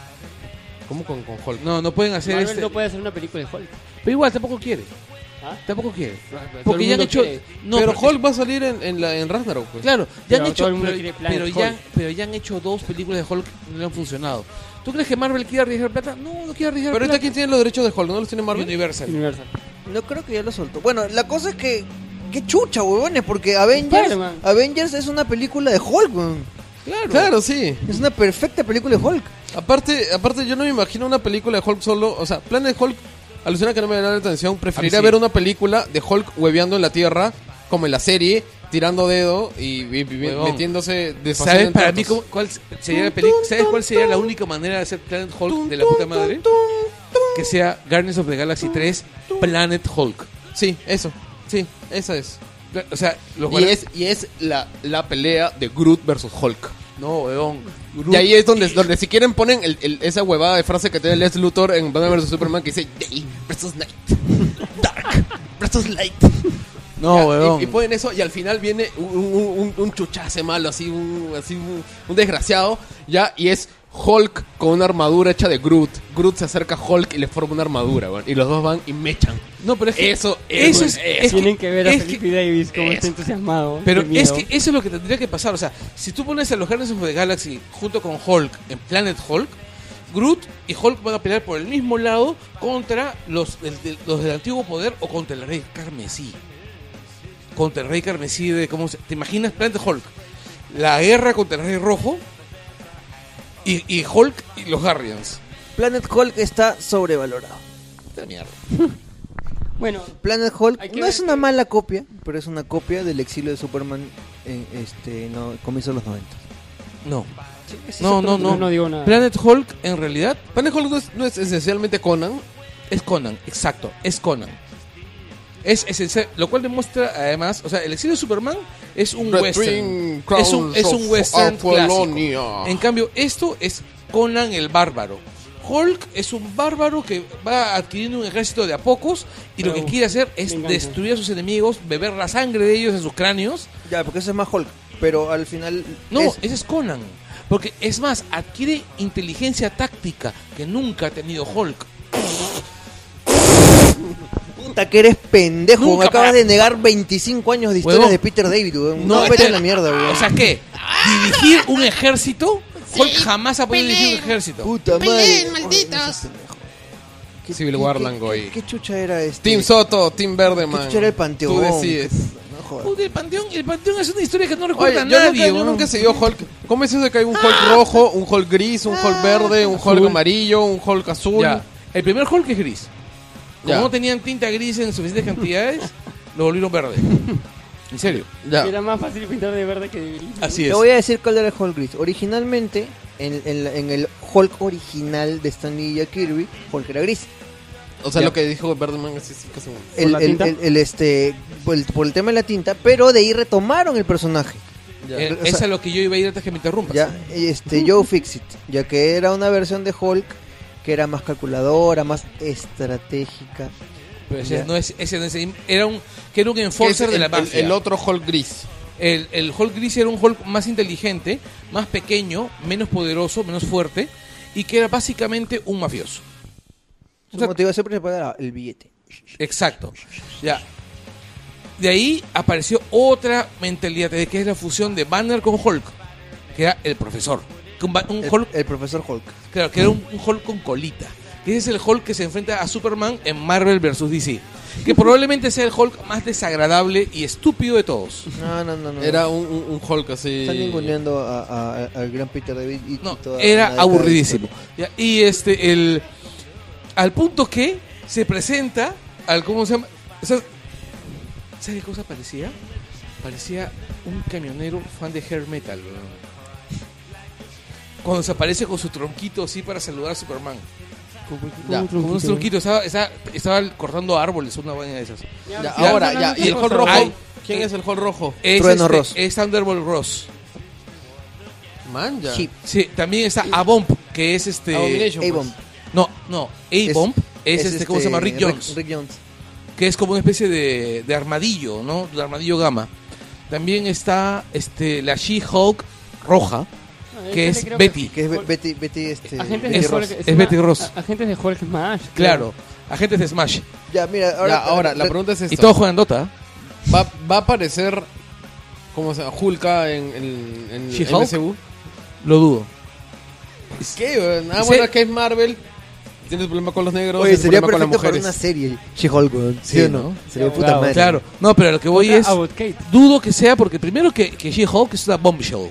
¿Cómo con, con Hulk?
No, no pueden hacer
Marvel
este.
no puede hacer una película de Hulk.
Pero igual tampoco quiere.
¿Ah?
Tampoco quiere.
Pero todo
Porque
el
ya han
mundo
hecho.
quiere.
No,
pero Hulk va a salir en, en, la, en Ragnarok, pues.
Claro, ya
Pero
han hecho.
todo el mundo
Pero,
quiere Planet
pero ya,
Hulk.
pero ya han hecho dos películas de Hulk que no le han funcionado. ¿Tú crees que Marvel quiere arriesgar plata? No, no quiere arriesgar
Pero
plata.
esta quién tiene los derechos de Hulk, ¿no los tiene Marvel?
Universal.
Universal.
No creo que ya lo soltó. Bueno, la cosa es que... Qué chucha, huevones, porque Avengers,
Spider-Man.
Avengers es una película de Hulk, weón.
Claro.
Claro, sí.
Es una perfecta película de Hulk.
Aparte, aparte yo no me imagino una película de Hulk solo, o sea, Planet Hulk, alucina que no me da la atención, preferiría
A mí sí.
ver una película de Hulk hueveando en la Tierra, como en la serie, tirando dedo y, y- y
Huevón.
metiéndose de
¿Sabes para mí cómo- cuál sería la película? ¿Sabes cuál sería la única manera de hacer Planet Hulk de la puta madre? Que sea Guardians of the Galaxy tres Planet Hulk.
Sí, eso, sí, esa es.
O sea, los
Y
guardi-
es, y es la, la pelea de Groot versus Hulk.
No, weón.
Y ahí es donde, donde si quieren ponen el, el- esa huevada de frase que tiene Les Luthor en Batman versus Superman que dice Day versus Night, Dark versus Light.
No,
Ya,
weón.
y, y ponen eso y al final viene un, un, un, un chuchace malo, así, un, así un, un desgraciado, ya, y es Hulk con una armadura hecha de Groot. Groot se acerca a Hulk y le forma una armadura, weón, y los dos van y mechan.
No, pero es que
Eso,
eso
eso,
es,
es-
es que-
Tienen que ver a
es
Felipe
que-
Davis como
eso.
está entusiasmado.
Pero
Qué
es
miedo.
que eso es lo que tendría que pasar. O sea, si tú pones a los Guardians of the Galaxy junto con Hulk en Planet Hulk, Groot y Hulk van a pelear por el mismo lado contra los, del- del- los del antiguo poder o contra el Rey Carmesí. Contra el Rey Carmesí de cómo se, ¿te imaginas Planet Hulk? La guerra contra el Rey Rojo y, y Hulk y los Guardians.
Planet Hulk está sobrevalorado.
Esta mierda.
Bueno,
Planet Hulk
Hay que
no
ver
es una
que-
mala copia, pero es una copia del exilio de Superman en este no comienzo de los noventa.
No.
Sí,
No, no, no.
yo no digo nada.
Planet Hulk en realidad
Planet Hulk no es, no es esencialmente Conan.
es Conan, exacto, es Conan. Es esencial, lo cual demuestra además, o sea, el exilio de Superman es un
The
western.
Twin
Es un, es un
Crowns of
western clásico.
Apollonia.
En cambio, esto es Conan el bárbaro. Hulk es un bárbaro que va adquiriendo un ejército de a pocos y lo que
Pero,
quiere hacer es
venganza.
destruir a sus enemigos, beber la sangre de ellos en sus cráneos.
Ya, porque ese es más Hulk, pero al final
No,
es-
ese es Conan. Porque es más, adquiere inteligencia táctica que nunca ha tenido Hulk.
puta que eres pendejo,
Nunca
me acabas
para-
de negar veinticinco años de historias
Huevón.
de Peter David, weón.
No,
No, vete
este-
a la mierda, weón.
O sea, ¿qué? ¿Dirigir un ejército? Hulk jamás ha podido dirigir un ejército.
puta madre.
Peleen,
Oye,
malditos.
no seas pendejo. ¿Qué-
Civil
qué-
War
qué-
Langoy.
¿Qué, qué chucha era este?
Team Soto, Team
¿Qué
Verdeman.
chucha era el Panteón?
Tú decides.
No jodas.
Puta, el Panteón, el Panteón es una historia que no
Oye,
recuerda
yo,
a nadie.
nunca, yo
weón.
nunca he seguido Hulk. ¿Cómo es eso de que hay un Hulk rojo, un Hulk gris, un Hulk verde, un Hulk
Azul.
amarillo, un Hulk azul?
Ya. El primer Hulk es gris. Como
Ya.
no tenían tinta gris en suficientes cantidades, lo volvieron verde. En serio.
Ya.
Era más fácil pintar de verde que de gris. ¿no?
Así
Te
es.
voy a decir cuál era el Hulk gris. Originalmente, en, en, la- en el Hulk original de Stan Lee y Jack Kirby, Hulk era gris.
O sea,
Ya.
lo que dijo Verdeman es sí, casi un...
El,
la
el-
tinta?
el- el, este por el, por el tema de la tinta, pero de ahí retomaron el personaje.
Ya.
Eh,
o sea-
es a lo que yo iba a ir antes que me interrumpas.
Ya, este Joe Fixit, ya que era una versión de Hulk que era más calculadora, más estratégica.
Pero ese
Ya.
no es, ese no es, era un, que era un
Que es
enforcer de
el,
la
el-
mafia.
el otro Hulk gris.
El, el Hulk gris era un Hulk más inteligente, más pequeño, menos poderoso, menos fuerte, y que era básicamente un mafioso.
Su
O sea-
motivación principal era el billete.
Exacto. Ya. De ahí apareció otra mentalidad, de que es la fusión de Banner con Hulk, que era el profesor. Que Un, ba- un
El,
Hulk,
el profesor Hulk.
claro, que era un, un Hulk con colita. Que ese es el Hulk que se enfrenta a Superman en Marvel versus D C. Que probablemente sea el Hulk más desagradable y estúpido de todos.
No, no, no, no.
Era un, un, un Hulk así...
Están ninguneando a, a- a- al gran Peter David y,
No,
y toda
era
una década
aburridísimo.
de
Ya, y este, el. Al punto que se presenta al. ¿Cómo se llama? O sea, ¿sabes qué cosa parecía? Parecía un camionero fan de hair metal, weón. Cuando se aparece con su tronquito así para saludar a Superman.
Ya.
Con un tronquito, estaba, estaba, estaba cortando árboles, una vaina de esas.
Ya,
Ya,
ahora,
no, no,
ya.
no,
¿Y el
no,
Hulk
no,
rojo?
Ay.
¿Quién es el Hulk rojo?
Es,
Trueno
este,
Ross.
es Thunderbolt Ross.
Man, ya.
Chip.
Sí, también está A-Bomb, que es este.
Abomination, pues.
A-Bomb.
No, no, A-Bomb es, este, ¿cómo se llama? Rick Jones.
Rick Jones.
Que es como una especie de, de armadillo, ¿no? De armadillo gamma. También está este la She-Hulk roja,
Ah,
que
ese
es
creo
Betty.
Que es Be-
Hulk-
Betty, Betty, este...
Agentes
Betty
de
Ross.
Hulk. se
Es
llama
Betty Ross.
a- Agentes de Hulk Smash.
Claro, agentes de Smash.
Ya, mira, ahora...
Ya, ahora, la pregunta es
Y
esta.
todos juegan Dota.
¿Va, va a aparecer... ¿Cómo se llama? Hulka en, en, en el
¿She-Hulk?
M C U?
Lo dudo.
¿Qué? weón? Ah,
Sí.
bueno, que es Marvel. Tienes problema con los negros.
Oye,
tienes
sería
problema con las
perfecto para
mujeres.
una serie. She-Hulk, weón. ¿Sí,
Sí,
o no?
¿no?
Sería
Ya,
puta
bravo.
madre.
Claro. No, pero lo que voy
Contra
es.
Abbott Kate.
Dudo que sea porque primero que, que She-Hulk es una bombshell.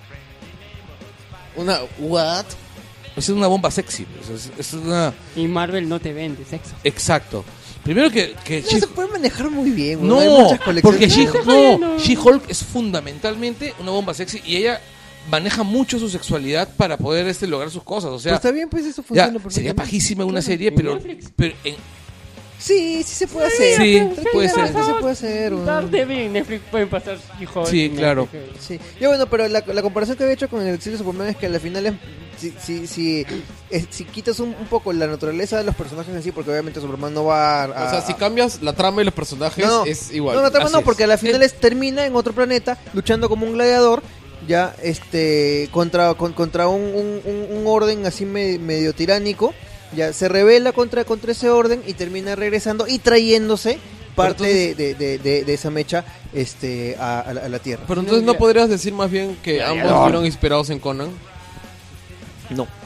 Una... ¿What?
Es una bomba sexy. pues, Es, es una.
Y Marvel no te vende sexo.
Exacto. Primero que, que
No,
She-
se puede manejar muy bien, weón.
No,
Hay muchas colecciones.
porque She- no,
no.
She-Hulk es fundamentalmente una bomba sexy y ella maneja mucho su sexualidad para poder este, lograr sus cosas. O
Pues
sea,
está bien, pues eso
ya,
funciona
sería
perfectamente.
pajísima una
Claro,
serie,
en
pero,
Netflix.
pero en-
Sí, sí se puede hacer.
Sí,
Tranquila,
puede ser.
sí se puede hacer, weón.
Tarde bien, Netflix pueden pasar She-Hulk.
Sí,
y
claro.
Netflix.
Sí, ya bueno, pero la, la comparación que había hecho con el exilio de Superman es que al final es, si, si, si, es- si quitas un, un poco la naturaleza de los personajes en sí, porque obviamente Superman no va a...
O sea, si cambias la trama y los personajes,
no, no,
es igual.
No, no, trama
Así
no,
es.
porque al final es, termina en otro planeta luchando como un gladiador, ya este contra con- contra un, un, un- un orden así me- medio tiránico, ya se rebela contra, contra ese orden y termina regresando y trayéndose parte
entonces-
de, de, de, de esa mecha este a, a la, a la Tierra.
Pero entonces no podrías decir más bien que
Ya, ya,
ambos
no.
fueron inspirados en Conan.
No.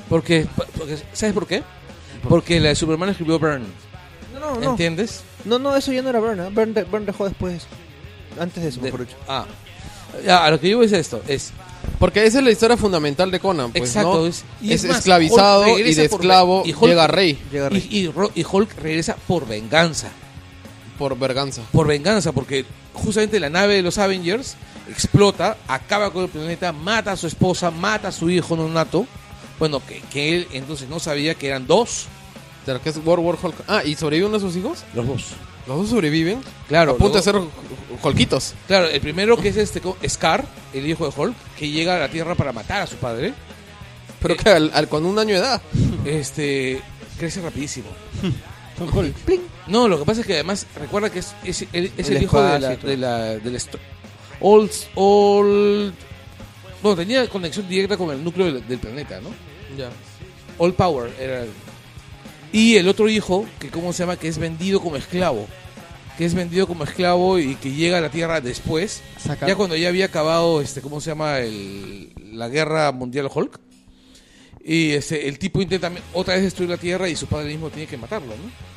Porque, porque ¿sabes por qué? Porque la de Superman escribió Byrne.
No, no, no.
¿Entiendes?
No, no, eso ya no era Byrne. ¿eh? Byrne, de- Byrne dejó después de eso. Antes de eso,
De-
mejor dicho.
ah. Ya, a lo que digo es esto, es
Porque esa es la historia fundamental de Conan, pues,
exacto,
¿no?
es, y
es
es más,
esclavizado
Hulk
y
regresa
de
por
esclavo
ve- y Hulk-
llega rey
Llega Rey.
y, y, Ro- y Hulk regresa por venganza.
por verganza.
Por venganza, porque justamente la nave de los Avengers explota, acaba con el planeta, mata a su esposa, mata a su hijo nonato. Bueno, que, que él entonces no sabía que eran dos.
¿De lo que es World War Hulk? Ah, ¿y sobreviven uno de sus hijos?
Los dos.
¿Los dos sobreviven?
Claro,
A punto de
luego-
ser Hulkitos.
Claro, el primero que es este co- Scar, el hijo de Hulk, que llega a la Tierra para matar a su padre.
Pero
Eh,
que al, al- con un año de edad.
Este crece rapidísimo.
Con Hulk.
No, lo que pasa es que además recuerda que es, es, el, es
El
el hijo de la,
espacio y todo.
de la del est- old, old bueno, tenía conexión directa con el núcleo del, del planeta, ¿no?
Ya.
All Power era el- y el otro hijo, que cómo se llama, que es vendido como esclavo, que es vendido como esclavo y que llega a la Tierra después,
Saca-
ya cuando ya había acabado este cómo se llama el, la guerra mundial Hulk. Y este, el tipo intenta otra vez destruir la Tierra y su padre mismo tiene que matarlo, ¿no?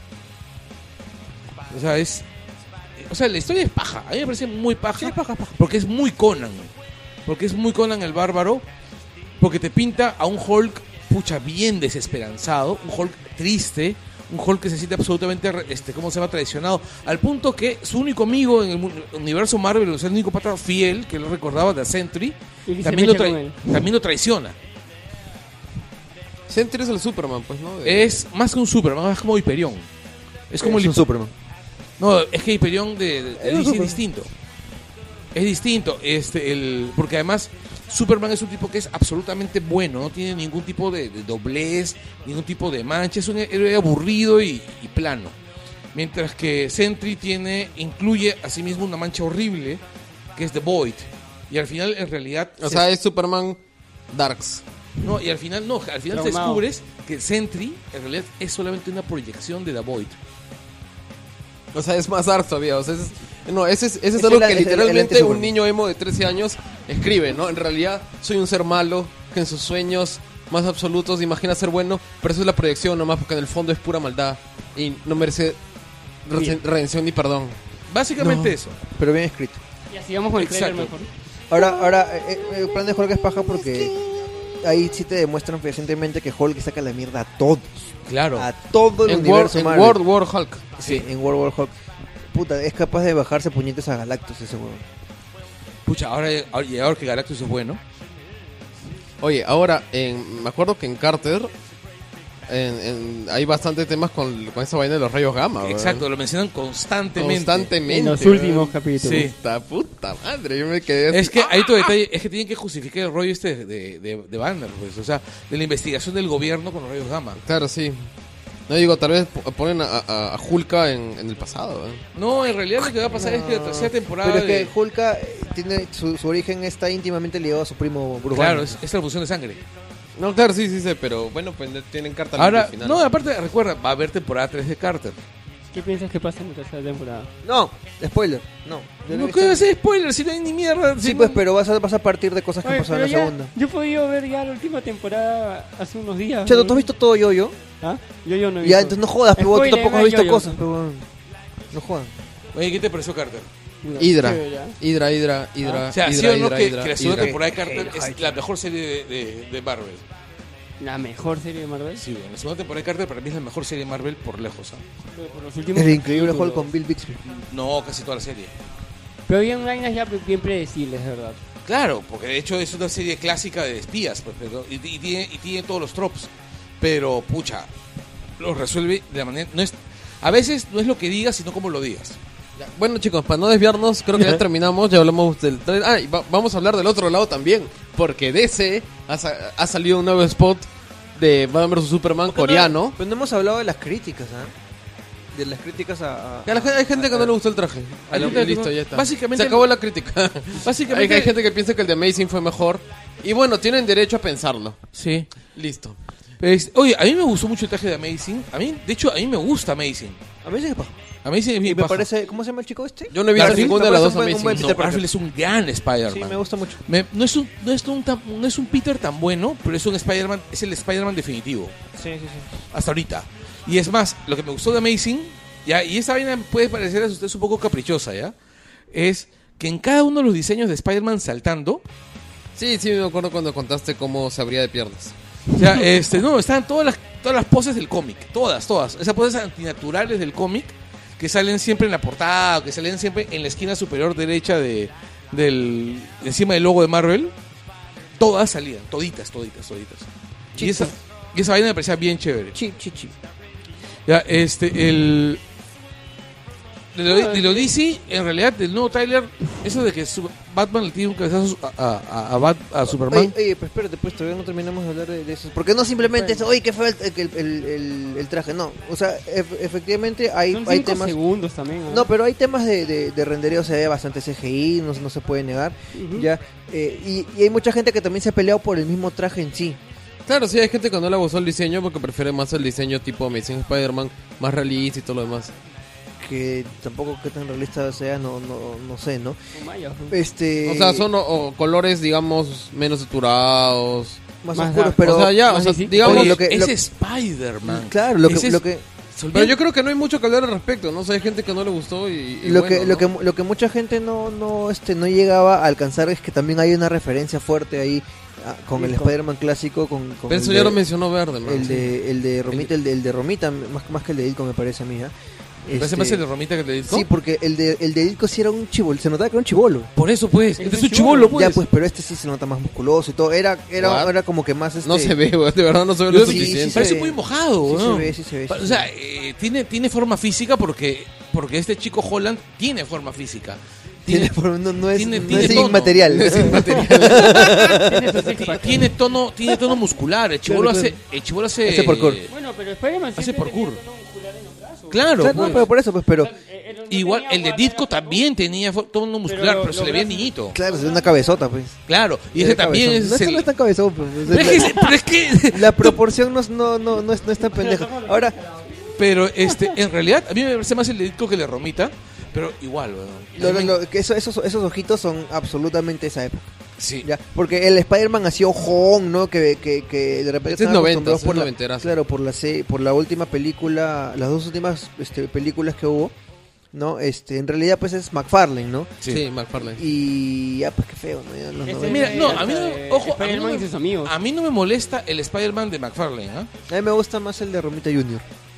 O sea, es o sea, la historia es paja, a mí me parece muy paja, porque es muy Conan. Porque es muy Conan el bárbaro, porque te pinta a un Hulk pucha bien desesperanzado, un Hulk triste, un Hulk que se siente absolutamente este, ¿cómo se llama? Traicionado, al punto que su único amigo en el mu- universo Marvel, o sea, el único pata fiel que lo recordaba de Sentry,
Y que se
también lo,
mecha
trai-
con él.
también lo traiciona.
Sentry es el Superman, pues, ¿no? De-
Es más que un Superman, es como Hyperion. Es como
Es
el
un Superman.
No, es que Hyperion de, de- de
Es un
D C es
Superman.
distinto. Es distinto, este, el, porque además Superman es un tipo que es absolutamente bueno, no tiene ningún tipo de, de doblez, ningún tipo de mancha, es un héroe aburrido y, y plano. Mientras que Sentry tiene, incluye a sí mismo una mancha horrible, que es The Void. Y al final, en realidad...
O
se-
sea, es Superman Darks.
no, y al final no, al final te
Traumado.
descubres que Sentry en realidad es solamente una proyección de The Void.
O sea, es más Darks todavía. O sea, es, no, ese es, ese es
Es
algo
el-
que
es el- el
literalmente
anti-Superman.
un niño emo de trece años escribe, ¿no? En realidad, soy un ser malo que en sus sueños más absolutos imagina ser bueno, pero eso es la proyección nomás, porque en el fondo es pura maldad y no merece re-
Bien.
redención ni perdón.
Básicamente eso.
Pero bien escrito.
Y así vamos con el trailer
Exacto.
mejor.
Ahora, ahora eh, eh, el plan de Hulk es paja porque ahí sí te demuestran fehacientemente que Hulk saca la mierda a todos.
Claro.
A todo el
En, World,
universo
en
Marvel.
World War Hulk.
Sí, en World War Hulk. Puta, es capaz de bajarse puñetes a Galactus ese huevón.
Pucha, ahora, ahora, y ahora que Galactus es bueno.
Oye, ahora, en, me acuerdo que en Carter en, en- hay bastantes temas con, con esa vaina de los rayos gamma. weón.
Exacto, lo mencionan constantemente.
Constantemente.
En los
weón.
últimos capítulos.
Sí.
Puta, puta madre, yo me quedé así.
Es que hay otro detalle, es que tienen que justificar el rollo este de, de, de Banner, pues, o sea, de la investigación del gobierno con los rayos gamma.
Claro, sí. No digo, tal vez po- ponen a, a, a Hulka en, en el pasado. ¿eh?
No, en realidad lo que va a pasar es que la tercera temporada
Pero es
de-
que Hulk eh, tiene su, su origen está íntimamente ligado a su primo Bruce
claro,
Banner.
es, es transfusión de sangre.
No, claro, sí, sí, sí, pero bueno, pues tienen carta
Ahora,
al final.
no, aparte, recuerda, va a haber temporada tres de Carter.
¿Qué piensas que pasa en la tercera temporada?
No, spoiler. No. Yo
No
he
quiero
visto-
hacer spoilers, si no hay ni mierda.
Sí,
si
pues,
no-
pero vas a, vas a partir de cosas que
Oye,
pasaron en
pero
la
ya-
segunda.
Yo he podido ver ya la última temporada hace unos días.
Chato,
¿no?
¿tú has visto todo yo-yo?
¿Ah? Yo, yo no he
Ya,
visto.
entonces no jodas, pero tú
Spoiler,
tampoco has
no,
visto
yo, yo.
cosas, pero no jodas.
Oye, ¿qué te pareció Carter?
No,
Hydra.
chévere, ya.
Hidra, Hidra, Hidra.
O sea,
Hydra,
¿sí o no
Hydra,
que,
Hydra,
que la segunda
Hydra.
temporada de Carter es la mejor serie de, de, de Marvel?
La mejor serie de Marvel.
Sí, bueno, la segunda temporada de Carter para mí es la mejor serie de Marvel por lejos. ¿ah?
Pero por los últimos
El increíble
capítulos.
Hulk con Bill Bixby.
No, casi toda la serie.
Pero habían vainas ya bien predecibles, de verdad.
Claro, porque de hecho es una serie clásica de espías, pues, pero- y, y tiene, y tiene todos los tropes. Pero, pucha, lo resuelve de la manera... No es, a veces no es lo que digas, sino como lo digas.
Ya, bueno, chicos, para no desviarnos, creo que ya terminamos. Ya hablamos del trailer. Ah, y va- vamos a hablar del otro lado también. Porque D C ha, sa- ha salido un nuevo spot de Batman versus Superman coreano.
Pero no hemos hablado de las críticas, ¿ah? De las críticas a... a-
Ya, la gente- hay gente que no le gustó el traje.
Hay
Ah,
gente que
listo,
no-
ya está.
básicamente-
Se acabó la crítica.
Básicamente...
hay, hay gente que piensa que el de Amazing fue mejor. Y bueno, tienen derecho a pensarlo.
Sí.
Listo.
Es- oye, a mí me gustó mucho el traje de Amazing. A mí, de hecho, a mí me gusta Amazing.
A mí sí me paja.
A mí sí me,
Y me
paja.
parece, ¿cómo se llama el chico este?
Yo no he visto
Garfield,
ninguna
me
de las dos
parece un buen- un buen
Amazing.
No,
Peter
Garfield es un gran Spider-Man.
Sí, me gusta mucho.
Me- no, es un, no, es un, tan- no es un Peter tan bueno, pero es un Spider-Man, es el Spider-Man definitivo.
Sí, sí, sí.
Hasta ahorita. Y es más, lo que me gustó de Amazing, ya, y esta vaina puede parecer a ustedes un poco caprichosa, ¿ya? Es que en cada uno de los diseños de Spider-Man saltando,
Sí, sí, me acuerdo cuando contaste cómo se abría de piernas.
o sea, este, no, están todas las, todas las poses del cómic, todas, todas. Esas poses antinaturales del cómic que salen siempre en la portada, o que salen siempre en la esquina superior derecha de, del, encima del logo de Marvel, todas salían, toditas, toditas, toditas. Y esa, y esa vaina me parecía bien chévere.
Chip, chip, chip.
Ya, este, el... De lo, de lo D C, en realidad, del nuevo tráiler, eso de que su- Batman le tiene un cabezazo a, a, a, Bat- a Superman.
Oye, oye, pues espérate, pues todavía no terminamos de hablar de, de eso. Porque no simplemente es, oye, que fue el, el, el, el- el traje. No, o sea, ef- efectivamente hay,
Son
hay
cinco
temas.
segundos también. ¿eh?
No, pero hay temas de, de, de rendereo, se ve bastante C G I, no, no se puede negar.
Ujú.
Ya eh, y, y hay mucha gente que también se ha peleado por el mismo traje en sí.
Claro, sí, hay gente que no le gustó el diseño porque prefiere más el diseño tipo Amazing Spider-Man, más realista y todo lo demás.
Que tampoco que tan realista sea, no, no, no sé, ¿no?
Con mayas, ¿no?
Este.
O sea, son o, o colores, digamos, menos saturados.
más,
más
oscuros,
dark.
pero.
o sea, ya, o
más
sea,
así-
digamos...
Oye,
Oye,
lo que-
es
lo-
Spider-Man.
Claro, lo que,
Ese es-
lo que,
se olvida-
Pero yo creo que no hay mucho que hablar al respecto, ¿no? O sea, hay gente que no le gustó y... y
lo,
bueno,
que, lo,
¿no?
que, lo que mucha gente no, no, este, no llegaba a alcanzar es que también hay una referencia fuerte ahí ah, con el
Listo.
Spider-Man clásico. Con, con
Pero eso
el
ya
de-
lo mencionó Verde, man.
el de, el de Romita, el de, el de Romita, más, más que el de Dilco me parece a mí, ¿ah?
¿Me parece
Este,
más el de Romita que el de Disco?
Sí, porque el de, el de Dilco sí era un chivolo, se notaba que era un chivolo.
Por eso, pues.
Es
Este es
un
un chivolo, pues.
Ya, pues, pero este sí se nota más musculoso y todo. Era, era,
What?
era como que más este.
No se ve, güey, de verdad no se ve
Yo-
lo
sí,
suficiente.
sí,
Parece
se
muy
ve.
mojado,
Sí
¿no?
se ve, sí se ve, sí
O
se
sea,
ve.
eh, tiene, tiene forma física porque, porque este chico Holland tiene forma física.
Tiene,
Tiene,
no, no es,
tiene-
no
tiene
es
tono.
inmaterial.
Es inmaterial.
Tiene su six pack.
tiene tono, tiene tono muscular. El chivolo
Claro,
hace, el chivolo hace,
Hace parkour.
Bueno, pero Spider-Man
Hace
siempre tenía
parkour.
tono muscular en los brazos.
Claro,
Claro, no,
pues.
pero por eso, pues, pero.
O sea, eh, eh, no
Igual
tenía
el de
guardia,
Ditko
pero-
también tenía fo- tono muscular, pero,
lo-
se
lo
le veía
brazos-
niñito.
Claro, es una cabezota, pues.
Claro, y
Es
ese
de
también
cabezón.
es
No, este
el...
no es tan cabezón, pues.
Pero es que, pero es que-
La proporción no, es- no, no, no, es, no es tan pendeja. Ahora,
pero este, en realidad, a mí me parece más el de Ditko que el de Romita, pero igual, weón.
lo- lo- lo- que eso- esos, esos ojitos son absolutamente esa época.
Sí.
Ya, porque el Spider-Man así ojón, ¿no? Que, que, que de repente
Este es
estaban
noventa,
acostumbrados
es
por la,
noventerazo.
claro, por la se- por la última película, las dos últimas este, películas que hubo, ¿no? Este, en realidad pues es McFarlane, ¿no?
Sí.
Sí, McFarlane.
Y ya pues qué feo, ¿no? Ya los
Ese
noventa.
Mira, no,
es
a mí no,
de
ojo, a mí no,
Spider-Man y sus
me,
amigos.
a mí no me molesta el Spider-Man de McFarlane, ¿ah?
A mí me gusta más el de Romita junior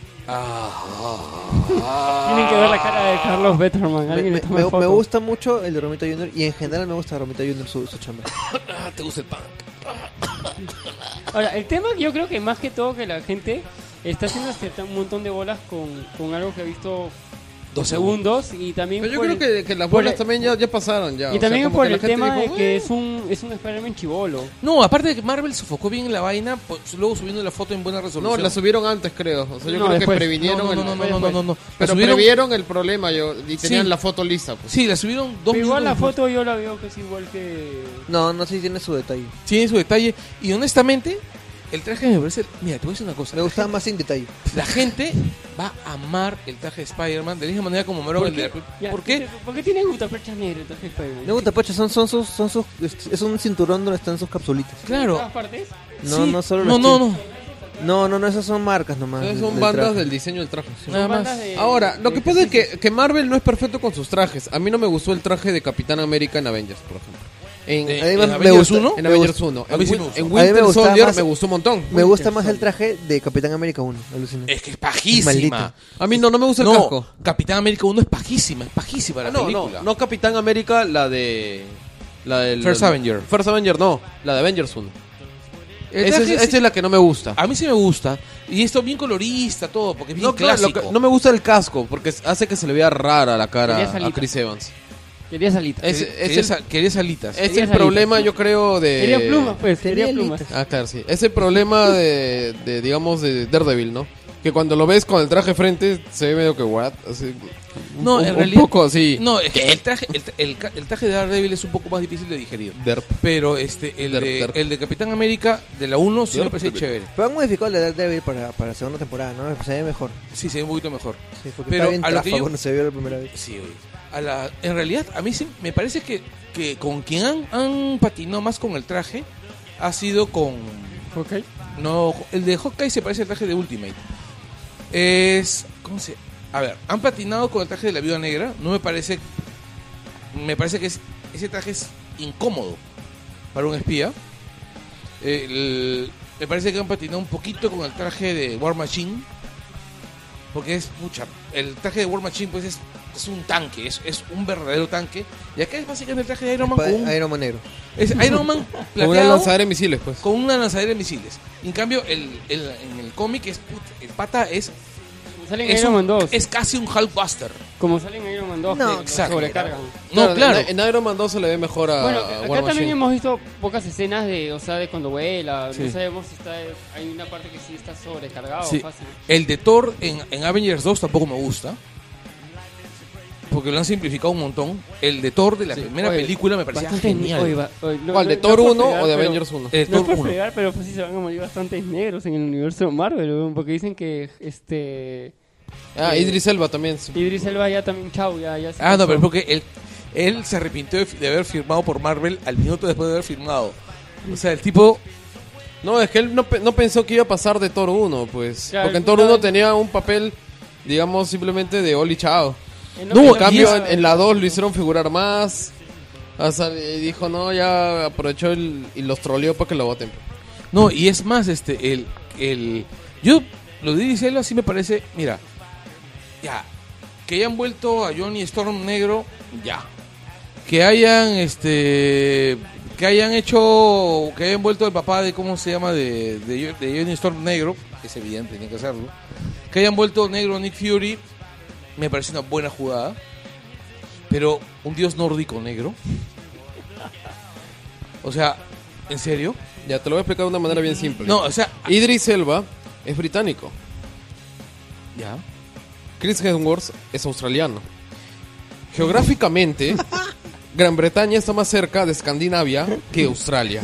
Tienen que ver la cara de Carlos Betterman.
Me,
Alguien
me-
le toma
me-
foto.
me gusta mucho el de Romita junior y en general me gusta Romita junior su, su chamba.
Ah, te gusta el punk.
Ahora, el tema yo creo que más que todo que la gente está haciendo cierta- un montón de bolas con, con algo que ha visto
Dos
segundos y también
Pero yo
por
creo
el-
que, que las
por
bolas
el-
también ya, ya pasaron ya.
y
o sea,
también
como
por
que la
el
gente
tema
dijo,
de que
"Eh".
es un es un Spider-Man chivolo.
No, aparte de que Marvel sofocó bien la vaina, pues, luego subiendo la foto en buena
No,
resolución.
la subieron antes, creo. O sea, yo
No,
creo
después.
que previnieron
no, no,
el...
no, no, no, no, no, no. La
Pero
subieron-
previeron el problema yo, y tenían
Sí.
la foto lista, pues.
Sí, la subieron dos
Pero igual la
minutos después.
foto yo la veo que es igual que
No, no sé si tiene su detalle.
Tiene su detalle. Y honestamente, el traje me parece... Mira, te voy a decir una cosa.
Me gustaba más sin detalle.
La gente va a amar el traje de Spider-Man de la misma manera como amaron
¿Por
el de...
qué? Ya,
¿Por qué?
¿Por qué tiene gutaperchas negras el traje de Spider-Man?
Me gusta, Pacha, son, son sus, son sus, es un cinturón donde están sus capsulitas.
¿En
Claro.
todas partes?
No,
Sí.
no solo
No,
las
no,
que-
no.
No, no, no, esas son marcas nomás.
Entonces
del-
son
del
bandas
traje.
del diseño del traje. sí.
Nada
Son bandas
más.
de-
Ahora, lo
de
que pasa es que,
ejercicios.
que Marvel no es perfecto con sus trajes. A mí no me gustó el traje de Capitán América en Avengers, por ejemplo. En,
Eh,
Además,
¿en
me
Avengers
gusta-
uno?
en
me
Avengers
gusta-
uno.
a
En,
mí sí
Win-
me gustó.
en
A mí me
Winter
gustaba
Soldier
más-
me gustó un montón.
Me gusta
Winter
más el
Soldier.
traje de Capitán América uno, alucina.
Es que es pajísima.
Maldito.
A mí no, no me gusta el
No,
casco.
Capitán América uno es pajísima, es pajísima la
Ah, no,
película.
no, no Capitán América, la de... La del,
First Avenger.
First Avenger, no. La de Avengers uno.
El
Esa es,
traje sí-
esa es la que no me gusta.
A mí sí me gusta. Y esto bien colorista, todo, porque es bien
No, claro, lo
clásico.
que- no me gusta el casco, porque hace que se le vea rara la cara
Quería
a
salita.
Chris Evans.
Quería salitas.
Es-
Quería-
es
querías
el-
a- querías alitas.
Es
Quería
el
salita.
problema, yo creo, de...
Quería plumas, pues.
Quería
Quería plumas.
alitas.
Ah, claro, sí. Es el problema de, de, digamos, de Daredevil, ¿no? que cuando lo ves con el traje frente se ve medio que what, así, un,
No,
un-
en
un
realidad.
poco así.
No, es que el traje, el, el, ca- el traje de Daredevil es un poco más difícil de digerir.
Derp.
Pero este, el,
Derp,
de,
derp.
el de Capitán América de la uno sí me
Derp,
parece
derp.
chévere.
Pero han modificado el de Daredevil para, para la segunda temporada, ¿no? Se ve mejor.
Sí, se ve un poquito mejor.
Sí, porque
Pero
está bien
a lo que
trafa
yo-
cuando se vio la primera vez.
Sí, oye. A la, en realidad, a mí sí me parece que, que con quien han, han patinado más con el traje ha sido con...
Ok.
No, el de Hawkeye se parece al traje de Ultimate. Es... ¿Cómo se...? A ver, han patinado con el traje de la Viuda Negra. No me parece... Me parece que es, ese traje es incómodo para un espía. El- me parece que han patinado un poquito con el traje de War Machine. Porque es mucha... El traje de War Machine pues es, es un tanque, es, es un verdadero tanque. Y acá es básicamente el traje de Iron Man
Pa-
con un...
Iron Man negro.
Es Iron Man
Con una
plateado
lanzadera de misiles, pues.
con una lanzadera de misiles. En cambio, el, el- en el cómic es put- el pata es,
Sale en
es,
Iron
un-
Man dos.
es casi un Hulkbuster.
Como sale en Iron Man dos,
No,
que
exacto.
sobrecargan.
No, claro.
En, en Iron Man dos se le ve mejor a
Bueno,
War
acá también
Machine.
hemos visto pocas escenas de, o sea, de cuando vuela.
Sí.
No sabemos si está, hay una parte que sí está sobrecargado
Sí.
fácil.
El de Thor en, en Avengers dos tampoco me gusta. Porque lo han simplificado un montón. El de Thor de la primera
Oye,
película me parecía
Bastante
genial.
oye, va- oye, no-
¿Cuál, de
no-
Thor
no por
uno
fregar,
o de
pero-
Avengers uno?
El
No es
Thor
por
uno.
fregar, pero pues sí se van a morir bastantes negros en el universo Marvel, weón, porque dicen que este
Ah,
eh,
Idris Elba también.
Idris Elba ya también chau, ya, ya se
Ah, no,
cansó.
pero es porque él, él se arrepintió de, de haber firmado por Marvel al minuto después de haber firmado. O sea, el tipo...
No, es que él no, pe- no pensó que iba a pasar de Thor uno, pues.
Claro,
Porque en Thor
no,
uno
eh.
tenía un papel, digamos, simplemente de Oli Chao.
Eh,
No,
En
y
cambio,
es-
en, en la dos lo hicieron figurar más. O sea, y dijo, no, ya aprovechó el, y los troleó para que lo voten.
No, y es más, este, el... el yo, lo de Idris Elba sí me parece... Mira, ya, que hayan vuelto a Johnny Storm negro, ya. Que hayan, este... Que hayan hecho... Que hayan vuelto el papá de... ¿Cómo se llama? De, de, de Johnny Storm negro. Es evidente, tenía que hacerlo. Que hayan vuelto negro Nick Fury. Me parece una buena jugada. Pero un dios nórdico negro. O sea, ¿en serio?
Ya, te lo voy a explicar de una manera bien simple.
No, o sea...
Idris Elba es británico.
Ya.
Chris Hemsworth es australiano. Geográficamente, Gran Bretaña está más cerca de Escandinavia que Australia.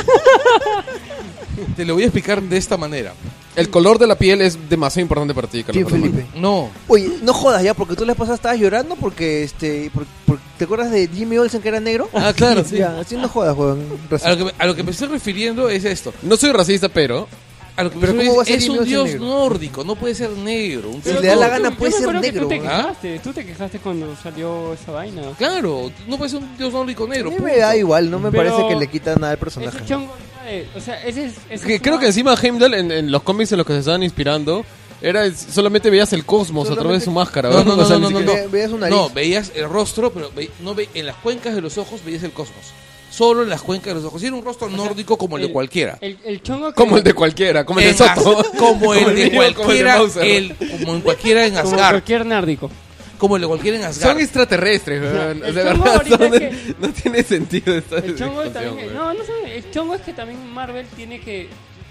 Te lo voy a explicar de esta manera.
El color de la piel es demasiado importante para ti,
¿Quién,
Carlos.
Felipe?
No,
Oye, no jodas ya, porque tú la pasada estabas llorando porque, este, por- por- ¿te acuerdas de Jimmy Olsen que era negro?
Ah, claro, sí.
Ya, así no jodas, weón.
a lo, que me, a lo que me estoy refiriendo es esto.
No soy racista, pero...
A lo que me
Pero
refiero
¿cómo va a
es,
ser
es
Jimmy
un
Olsen
dios
negro?
nórdico, no puede ser negro. Un
Si
dios
le da la
nórdico.
gana,
Yo
puede
me
ser
acuerdo que
negro,
Tú te
weón.
quejaste, tú te quejaste cuando salió esa vaina.
Claro, no puede ser un dios nórdico
A
negro.
mí
punto.
me da igual, no me
Pero-
parece que le quita nada al personaje.
Ese chongo, eh, o sea, ese es... ese
Que
es
creo
una-
que encima Heimdall, en, en los cómics en los que se estaban inspirando, era solamente veías el cosmos a través de su máscara.
No,
¿verdad?
no,
O sea,
no,
ni
no,
siquiera-
no.
Ve- veías su nariz.
No, veías el rostro, pero ve- no ve, en las cuencas de los ojos veías el cosmos. Solo en las cuencas de los ojos. Y era un rostro nórdico como el de cualquiera.
El, el chongo que...
Como el de cualquiera, como el de
En
Soto.
As- como el de
mío, como el de
cualquiera,
Bowser.
el, como en cualquiera en
Como
Asgard.
cualquier nórdico.
Como el de cualquiera en Asgard.
Son extraterrestres, weón.
No, el
de
chongo
verdad,
ahorita
son-
es que-
no tiene sentido esta
El chongo
discusión,
también...
weón.
No, no sé, el chongo es que también Marvel tiene que...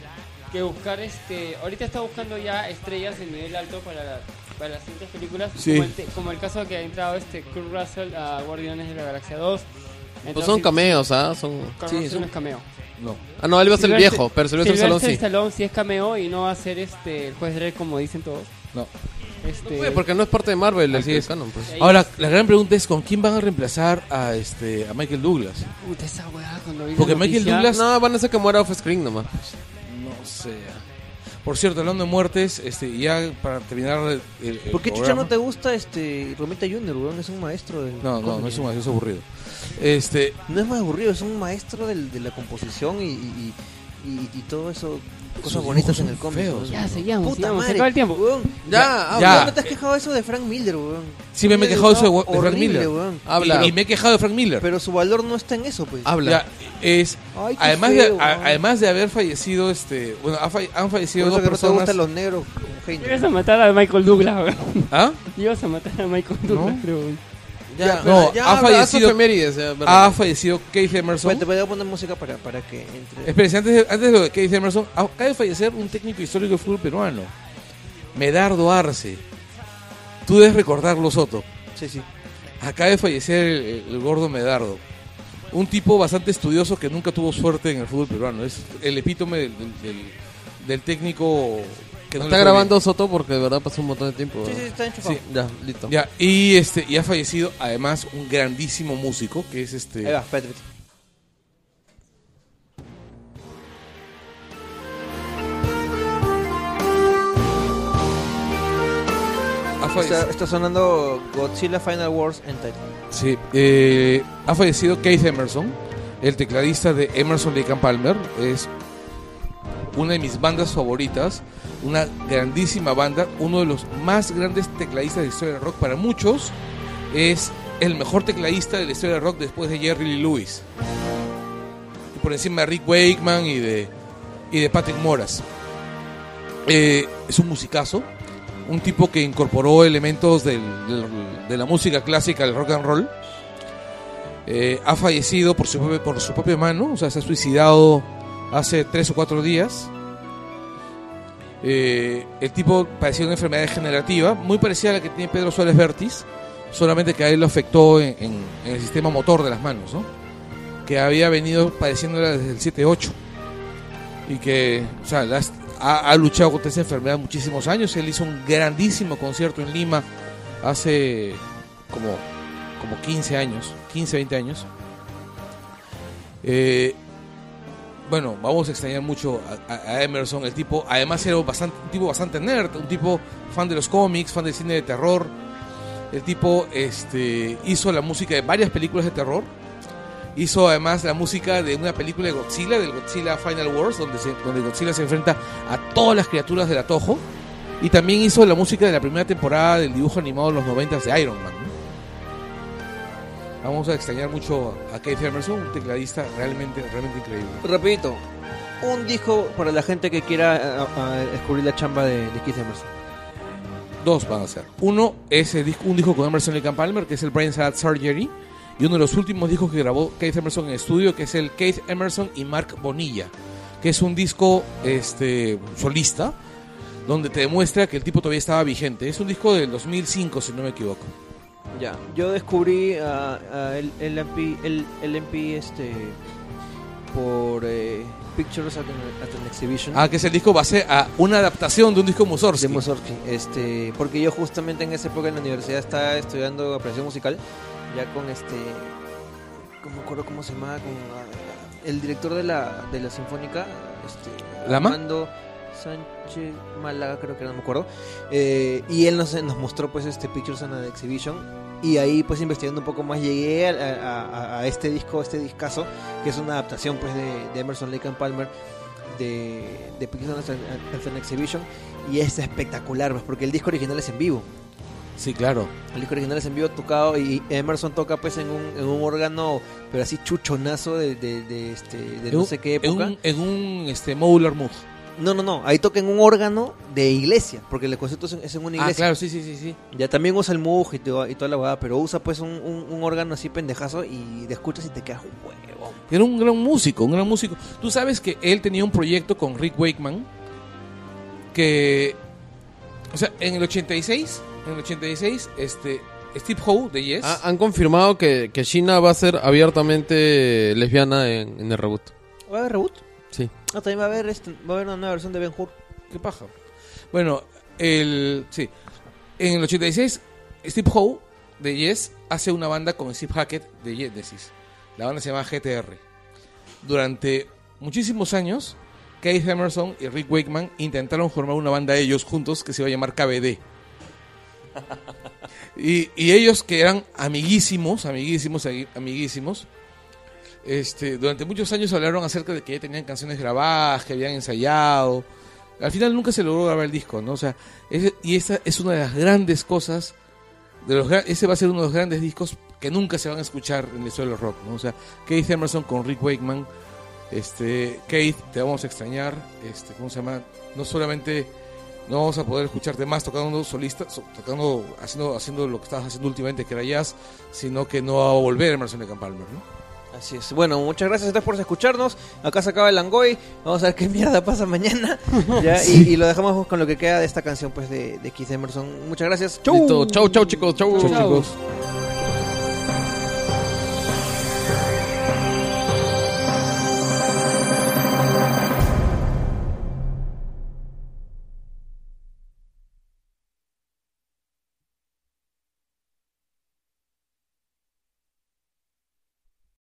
Que buscar este... Ahorita está buscando ya estrellas en nivel alto para, para las siguientes películas.
Sí.
Como, el, te- como el caso que ha entrado este Kurt Russell a Guardianes de la Galaxia dos.
Pues son cameos, ¿ah? Son...
Kurt
Sí,
Russell
son-
no es cameo.
No.
Ah, no, él va a ser el
Sylvester-
viejo, pero Sylvester Stallone sí.
Stallone sí es cameo y no va a ser este el juez Dredd como dicen todos.
No.
Este,
Oye, porque no es parte de Marvel,
Así
el
es.
canon, pues.
ahí-
Ahora, la gran pregunta es ¿con quién van a reemplazar a este a Michael Douglas?
Puta, esa weá cuando vi la
Porque Michael
noticia-
Douglas-
No, van a hacer que muera off screen nomás.
No sé. Por cierto, hablando de muertes, este, ya para terminar el, el
¿Por qué chucha
programa-
no te gusta este Romita Junior, weón? Es un maestro del
No, no,
cómic.
no es un es aburrido. Este,
No es más aburrido, es un maestro del, de la composición y, y, y, y todo eso, cosas
Esos
bonitas
dibujos
en el
son
cómic.
feos.
weón.
Ya, sigamos,
Puta
sigamos, se
madre,
acaba el tiempo.
weón.
Ya,
Ya.
¿Cuándo te has quejado eso de Frank Miller, weón?
Sí, me he
Tiene
quejado de eso de-
dibujado
de Frank
horrible,
Miller.
weón.
Habla.
y, y me he quejado de Frank Miller.
Pero su valor no está en eso, pues.
Habla.
Ya, es
Ay, qué
además
feo,
de a-
weón.
además de haber fallecido este, bueno, ha fa- han
Por
fallecido
eso
dos
que no te
personas.
gustan los negros como Heiner.
Ibas a matar a Michael Douglas, weón.
¿Ah?
Ibas a matar a Michael Douglas, creo. weón.
Ya,
no,
ya,
ha
habla,
fallecido-
haz efemérides, ya, verdad.
Ha fallecido Keith Emerson.
Bueno, te voy a poner música para, para que entre.
Espérense, antes de, antes de lo de Keith Emerson, acaba de fallecer un técnico histórico de fútbol peruano. Medardo Arce. Tú debes recordarlo, Soto.
Sí, sí.
Acaba de fallecer el, el- el gordo Medardo. Un tipo bastante estudioso que nunca tuvo suerte en el fútbol peruano. Es el epítome del, del- del- del técnico que no le
Está
fue
grabando Soto porque de verdad pasó un montón de tiempo.
Sí, sí,
¿verdad?
está enchufado.
Sí.
Ya, listo.
bien. Ya, y este y ha fallecido además un grandísimo músico que es este
Ahí va, espérate.
ha fallecido,
Está, está sonando Godzilla Final Wars en Titan.
sí, eh, ha fallecido Keith Emerson, el tecladista de Emerson Lake and Palmer. Es una de mis bandas favoritas, una grandísima banda, uno de los más grandes tecladistas de la historia del rock. Para muchos es el mejor tecladista de la historia del rock después de Jerry Lee Lewis, y por encima de Rick Wakeman y de, y de Patrick Moraz. Eh, es un musicazo, un tipo que incorporó elementos del- del- de la música clásica, del rock and roll. Eh, ha fallecido por su, propia- por su propia mano, o sea, se ha suicidado hace tres o cuatro días. Eh, el tipo padecía una enfermedad degenerativa muy parecida a la que tiene Pedro Suárez Vértiz, solamente que a él lo afectó en, en- en el sistema motor de las manos, ¿no? Que había venido padeciéndola desde el siete ocho y que, o sea, las- ha, ha luchado contra esa enfermedad muchísimos años. Él hizo un grandísimo concierto en Lima hace como, como quince años, quince, veinte años. Eh, bueno, vamos a extrañar mucho a, a- a Emerson. El tipo, además, era bastante, un tipo bastante nerd, un tipo fan de los cómics, fan del cine de terror. El tipo este, hizo la música de varias películas de terror. Hizo además la música de una película de Godzilla, del Godzilla Final Wars, donde, se, donde Godzilla se enfrenta a todas las criaturas del Atojo. Y también hizo la música de la primera temporada del dibujo animado de los noventas de Iron Man, ¿no? Vamos a extrañar mucho a Keith Emerson, un tecladista realmente, realmente increíble.
Rapidito, un disco para la gente que quiera a- a- a descubrir la chamba de, de Keith Emerson.
Dos van a ser. Uno es el disco, un disco con Emerson Lake and Palmer, que es el Brain Salad Surgery. Y uno de los últimos discos que grabó Keith Emerson en estudio, que es el Keith Emerson y Mark Bonilla, que es un disco este, solista, donde te demuestra que el tipo todavía estaba vigente. Es un disco del dos mil cinco, si no me equivoco.
Ya, yo descubrí a, a el, el M P, el, el M P este, por eh, Pictures at an, at an Exhibition.
Ah, que es el disco base a una adaptación de un disco Mussorgsky.
De Mussorgsky, este, porque yo justamente en esa época en la universidad estaba estudiando apreciación musical, ya con este, no me acuerdo cómo se llamaba, con ah, el director de la, de la Sinfónica, este,
¿Lama?
Armando Sánchez Málaga, creo que era, no me acuerdo, eh, y él nos, nos mostró pues este Pictures and an Exhibition, y ahí pues investigando un poco más llegué a, a- a- a este disco, este discazo, que es una adaptación pues de, de Emerson Lake and Palmer, de, de Pictures and an- and an Exhibition, y es espectacular pues, porque el disco original es en vivo.
Sí, claro.
El disco original es en vivo tocado y Emerson toca pues en un, en un órgano, pero así chuchonazo de, de, de, este, de
En
no
un-
sé qué
En
época.
un, en un este, Modular Moog.
No, no, no, ahí toca en un órgano de iglesia, porque el concierto es en, es en una
Ah,
iglesia.
claro, sí, sí, sí, sí.
Ya también usa el Moog y, todo- y toda la huevada, pero usa pues un, un, un órgano así pendejazo y te escuchas y te quedas un huevo.
Era un gran músico, un gran músico. Tú sabes que él tenía un proyecto con Rick Wakeman que, o sea, en el ochenta y seis, en el ochenta y seis, este, Steve Howe de Yes.
Ah, han confirmado que, que Sheena va a ser abiertamente lesbiana en, en el reboot.
¿Va a haber reboot?
Sí.
Ah, también va a haber, este, va a haber una nueva versión de Ben Hur.
¿Qué paja? Bueno, el, sí, en el ochenta y seis, Steve Howe de Yes hace una banda con Steve Hackett de Genesis. La banda se llama G T R. Durante muchísimos años, Keith Emerson y Rick Wakeman intentaron formar una banda ellos juntos que se iba a llamar K B D. Y, y ellos que eran amiguísimos, amiguísimos, amiguísimos, este, durante muchos años hablaron acerca de que ya tenían canciones grabadas, que habían ensayado. Al final nunca se logró grabar el disco, ¿no? O sea, ese- y esa es una de las grandes cosas, de los, gra- ese va a ser uno de los grandes discos que nunca se van a escuchar en la historia del rock, ¿no? O sea, Keith Emerson con Rick Wakeman, este, Keith, te vamos a extrañar, este, ¿cómo se llama? No solamente no vamos a poder escucharte más tocando solista, so- tocando, haciendo, haciendo lo que estabas haciendo últimamente, que era jazz, sino que no va a volver Emerson Lake and Palmer, ¿no?
Así es. Bueno, muchas gracias a todos por escucharnos. Acá se acaba el Langoy. Vamos a ver qué mierda pasa mañana. ¿Ya? Y, y lo dejamos con lo que queda de esta canción pues de, de Keith Emerson. Muchas gracias. Chau.
Listo. Chau, chau, chicos. Chau.
Chau, chicos.